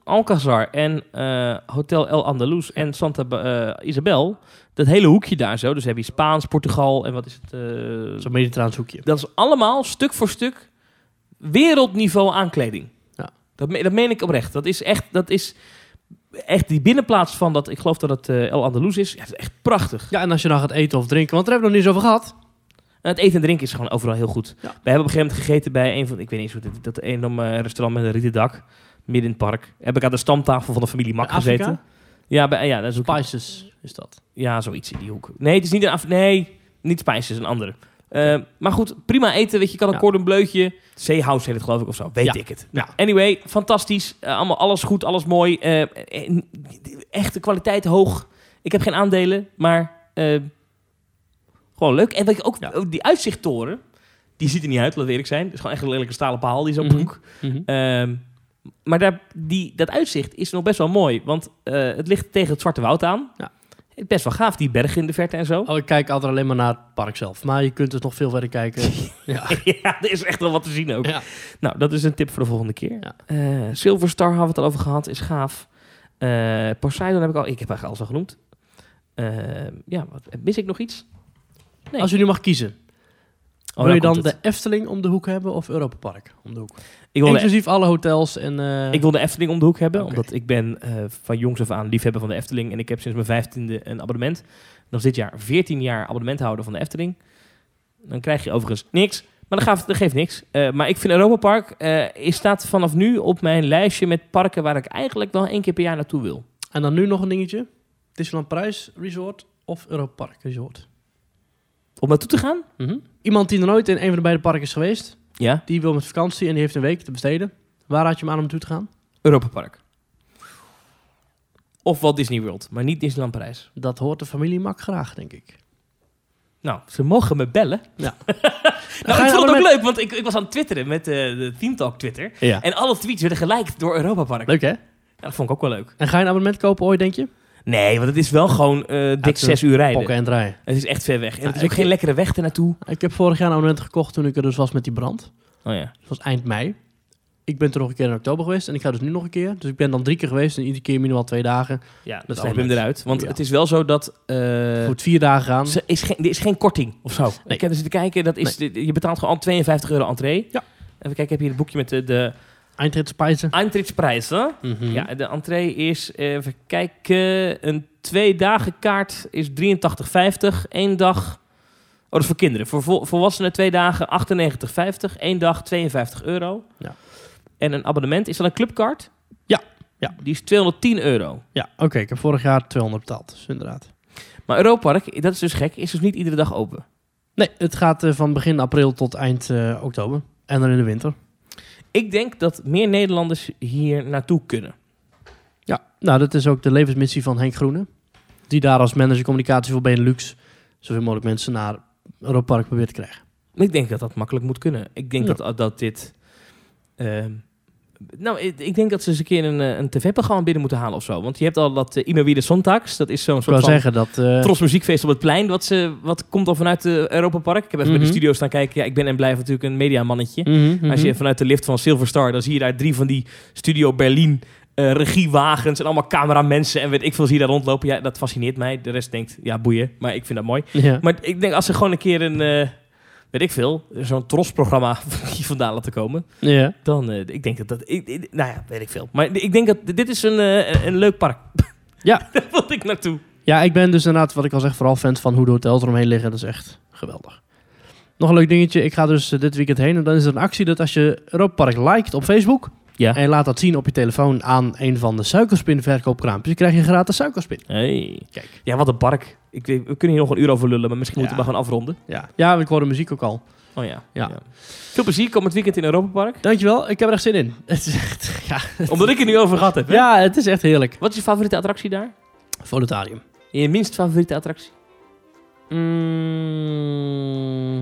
Alcazar en uh, Hotel El Andalus en Santa uh, Isabel. Dat hele hoekje daar zo. Dus heb je Spaans, Portugal en wat is het? Uh, Zo'n mediterraans hoekje. Dat is allemaal stuk voor stuk wereldniveau aankleding. Ja. Dat, me, dat meen ik oprecht. Dat is echt, dat is echt die binnenplaats van dat, ik geloof dat het uh, El Andalus is. Ja, dat is echt prachtig. Ja, en als je dan gaat eten of drinken, want daar hebben we nog niet zo over gehad. En het eten en drinken is gewoon overal heel goed. Ja. We hebben op een gegeven moment gegeten bij een van, ik weet niet eens hoe dit, dat enorme restaurant met een rieten dak, midden in het park. Heb ik aan de stamtafel van de familie Mak gezeten. Ja, bij, ja, dat is ook Spices is dat. Ja, zoiets in die hoek. Nee, het is niet een Af- nee, niet Spices, een andere. Uh, maar goed, prima eten, weet je, je kan een ja. cordon bleutje. Zeehouse heet het geloof ik of zo, weet ja. ik het. Ja. Anyway, fantastisch. Uh, allemaal alles goed, alles mooi. Uh, echt de kwaliteit hoog. Ik heb geen aandelen, maar uh, gewoon leuk. En weet je, ook ja. die uitzichttoren, die ziet er niet uit, laat eerlijk zijn. Het is gewoon echt een lelijke stalen paal, die is op de hoek. Mm-hmm. Uh, maar daar, die, dat uitzicht is nog best wel mooi, want uh, het ligt tegen het Zwarte Woud aan. Ja. Best wel gaaf, die bergen in de verte en zo. Oh, ik kijk altijd alleen maar naar het park zelf. Maar je kunt dus nog veel verder kijken. ja. ja, er is echt wel wat te zien ook. Ja. Nou, dat is een tip voor de volgende keer. Ja. Uh, Silver Star hebben we het al over gehad, is gaaf. Uh, Poseidon heb ik al, ik heb eigenlijk alles al genoemd. Uh, ja, wat, mis ik nog iets? Nee. Als je nu mag kiezen. Oh, wil je dan de het. Efteling om de hoek hebben of Europa Park om de hoek? Ik wil Inclusief de, alle hotels en... Uh... Ik wil de Efteling om de hoek hebben, okay. omdat ik ben uh, van jongs af aan liefhebber van de Efteling. En ik heb sinds mijn vijftiende een abonnement. Dan is dit jaar veertien jaar abonnementhouder van de Efteling. Dan krijg je overigens niks, maar dat, gaat, dat geeft niks. Uh, maar ik vind Europa Park uh, staat vanaf nu op mijn lijstje met parken waar ik eigenlijk wel één keer per jaar naartoe wil. En dan nu nog een dingetje. Disneyland Parijs Resort of Europa Park Resort? Om naartoe te gaan? Mm-hmm. Iemand die nog nooit in een van de beide parken is geweest, ja? die wil met vakantie en die heeft een week te besteden. Waar raad je hem aan om naartoe te gaan? Europa Park. Of Walt Disney World, maar niet Disneyland Parijs. Dat hoort de familie Mak graag, denk ik. Nou, ze mogen me bellen. Ja. nou, ik vond het ook met... leuk, want ik, ik was aan het twitteren met uh, de Team Talk Twitter. Ja. En alle tweets werden geliked door Europa Park. Leuk, hè? Ja, dat vond ik ook wel leuk. En ga je een abonnement kopen ooit, denk je? Nee, want het is wel gewoon uh, dik zes uur rijden. Pokken en draaien. Het is echt ver weg. En ja, het is ook geen lekkere weg ernaartoe. Ik heb vorig jaar een abonnement gekocht toen ik er dus was met die brand. Oh ja. Dat was eind mei. Ik ben er nog een keer in oktober geweest en ik ga dus nu nog een keer. Dus ik ben dan drie keer geweest en iedere keer minimaal twee dagen. Ja, dat heb je hem eruit. Want ja. het is wel zo dat... Uh, Voor vier dagen gaan. Er is geen, er is geen korting of zo. Nee. Ik heb er zitten kijken, dat is, nee. Je betaalt gewoon tweeënveeltig euro entree. Ja. Even kijken, heb je het boekje met de... de Eintrittsprijzen. Eintrittsprijzen. Mm-hmm. Ja, de entree is, even kijken, een twee dagen kaart is drieëntachtig vijftig. Eén dag, oh dat is voor kinderen. Voor vol, volwassenen twee dagen achtennegentig vijftig. Eén dag tweeënvijftig euro. Ja. En een abonnement, is dat een clubkaart? Ja. Ja. Die is tweehonderdtien euro. Ja, oké. Okay. Ik heb vorig jaar tweehonderd betaald. Dus inderdaad. Maar Europa Park, dat is dus gek, is dus niet iedere dag open. Nee, het gaat uh, van begin april tot eind uh, oktober. En dan in de winter. Ik denk dat meer Nederlanders hier naartoe kunnen. Ja, nou dat is ook de levensmissie van Henk Groene. Die daar als manager communicatie voor Benelux zoveel mogelijk mensen naar Europa Park probeert te krijgen. Ik denk dat dat makkelijk moet kunnen. Ik denk ja. dat, dat dit... Uh, nou, ik, ik denk dat ze eens een keer een, een tv-programma binnen moeten halen of zo. Want je hebt al dat uh, Immer wieder Sonntags. Dat is zo'n soort van zeggen dat, uh... Tros muziekfeest op het plein. Wat, ze, wat komt al vanuit de Europa Park. Ik heb even mm-hmm. bij de studio staan kijken. Ja, ik ben en blijf natuurlijk een mediamannetje. Mm-hmm. Als je vanuit de lift van Silver Star... dan zie je daar drie van die Studio Berlin... Uh, regiewagens en allemaal cameramensen en weet ik veel, zie je daar rondlopen. Ja, dat fascineert mij. De rest denkt, ja, boeien. Maar ik vind dat mooi. Ja. Maar ik denk, als ze gewoon een keer een... Uh, weet ik veel, zo'n Tros-programma hier vandaan laten komen. Ja. Dan, uh, ik denk dat dat... Ik, ik, nou ja, weet ik veel. Maar ik denk dat dit is een, uh, een leuk park. Ja. Daar wil ik naartoe. Ja, ik ben dus inderdaad, wat ik al zeg, vooral fan van hoe de hotels eromheen liggen. Dat is echt geweldig. Nog een leuk dingetje. Ik ga dus uh, dit weekend heen en dan is er een actie dat als je Europa Park liked op Facebook... Ja. En je laat dat zien op je telefoon aan een van de suikerspinverkoopkraampjes. Dan krijg je een gratis suikerspin. Hey. Kijk. Ja, wat een park. Ik, we kunnen hier nog een uur over lullen, maar misschien ja. moeten we maar gewoon afronden. Ja, ja, ik hoor de muziek ook al. Oh ja. ja. ja. Veel plezier. Kom het weekend in Europa Park. Dankjewel. Ik heb er echt zin in. Het is echt, ja, het... Omdat ik het nu over gehad heb. Hè? Ja, het is echt heerlijk. Wat is je favoriete attractie daar? Volutarium. En je minst favoriete attractie? Mm...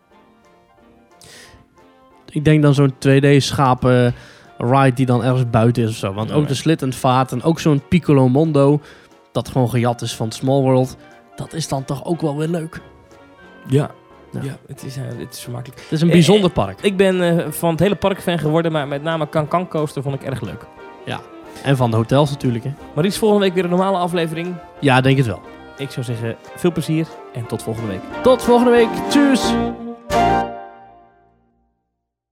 Ik denk dan zo'n twee D-schapen... ride die dan ergens buiten is of zo. Want ja, ook ja. de Slit en Vaart en ook zo'n Piccolo Mondo... dat gewoon gejat is van Small World... dat is dan toch ook wel weer leuk. Ja. Ja, ja het, is, uh, het is vermakelijk. Het is een bijzonder park. Ik ben uh, van het hele park fan geworden... maar met name Can Can Coaster vond ik erg leuk. Ja. En van de hotels natuurlijk, hè. Maar is volgende week weer een normale aflevering? Ja, denk het wel. Ik zou zeggen, veel plezier en tot volgende week. Tot volgende week. Tjus!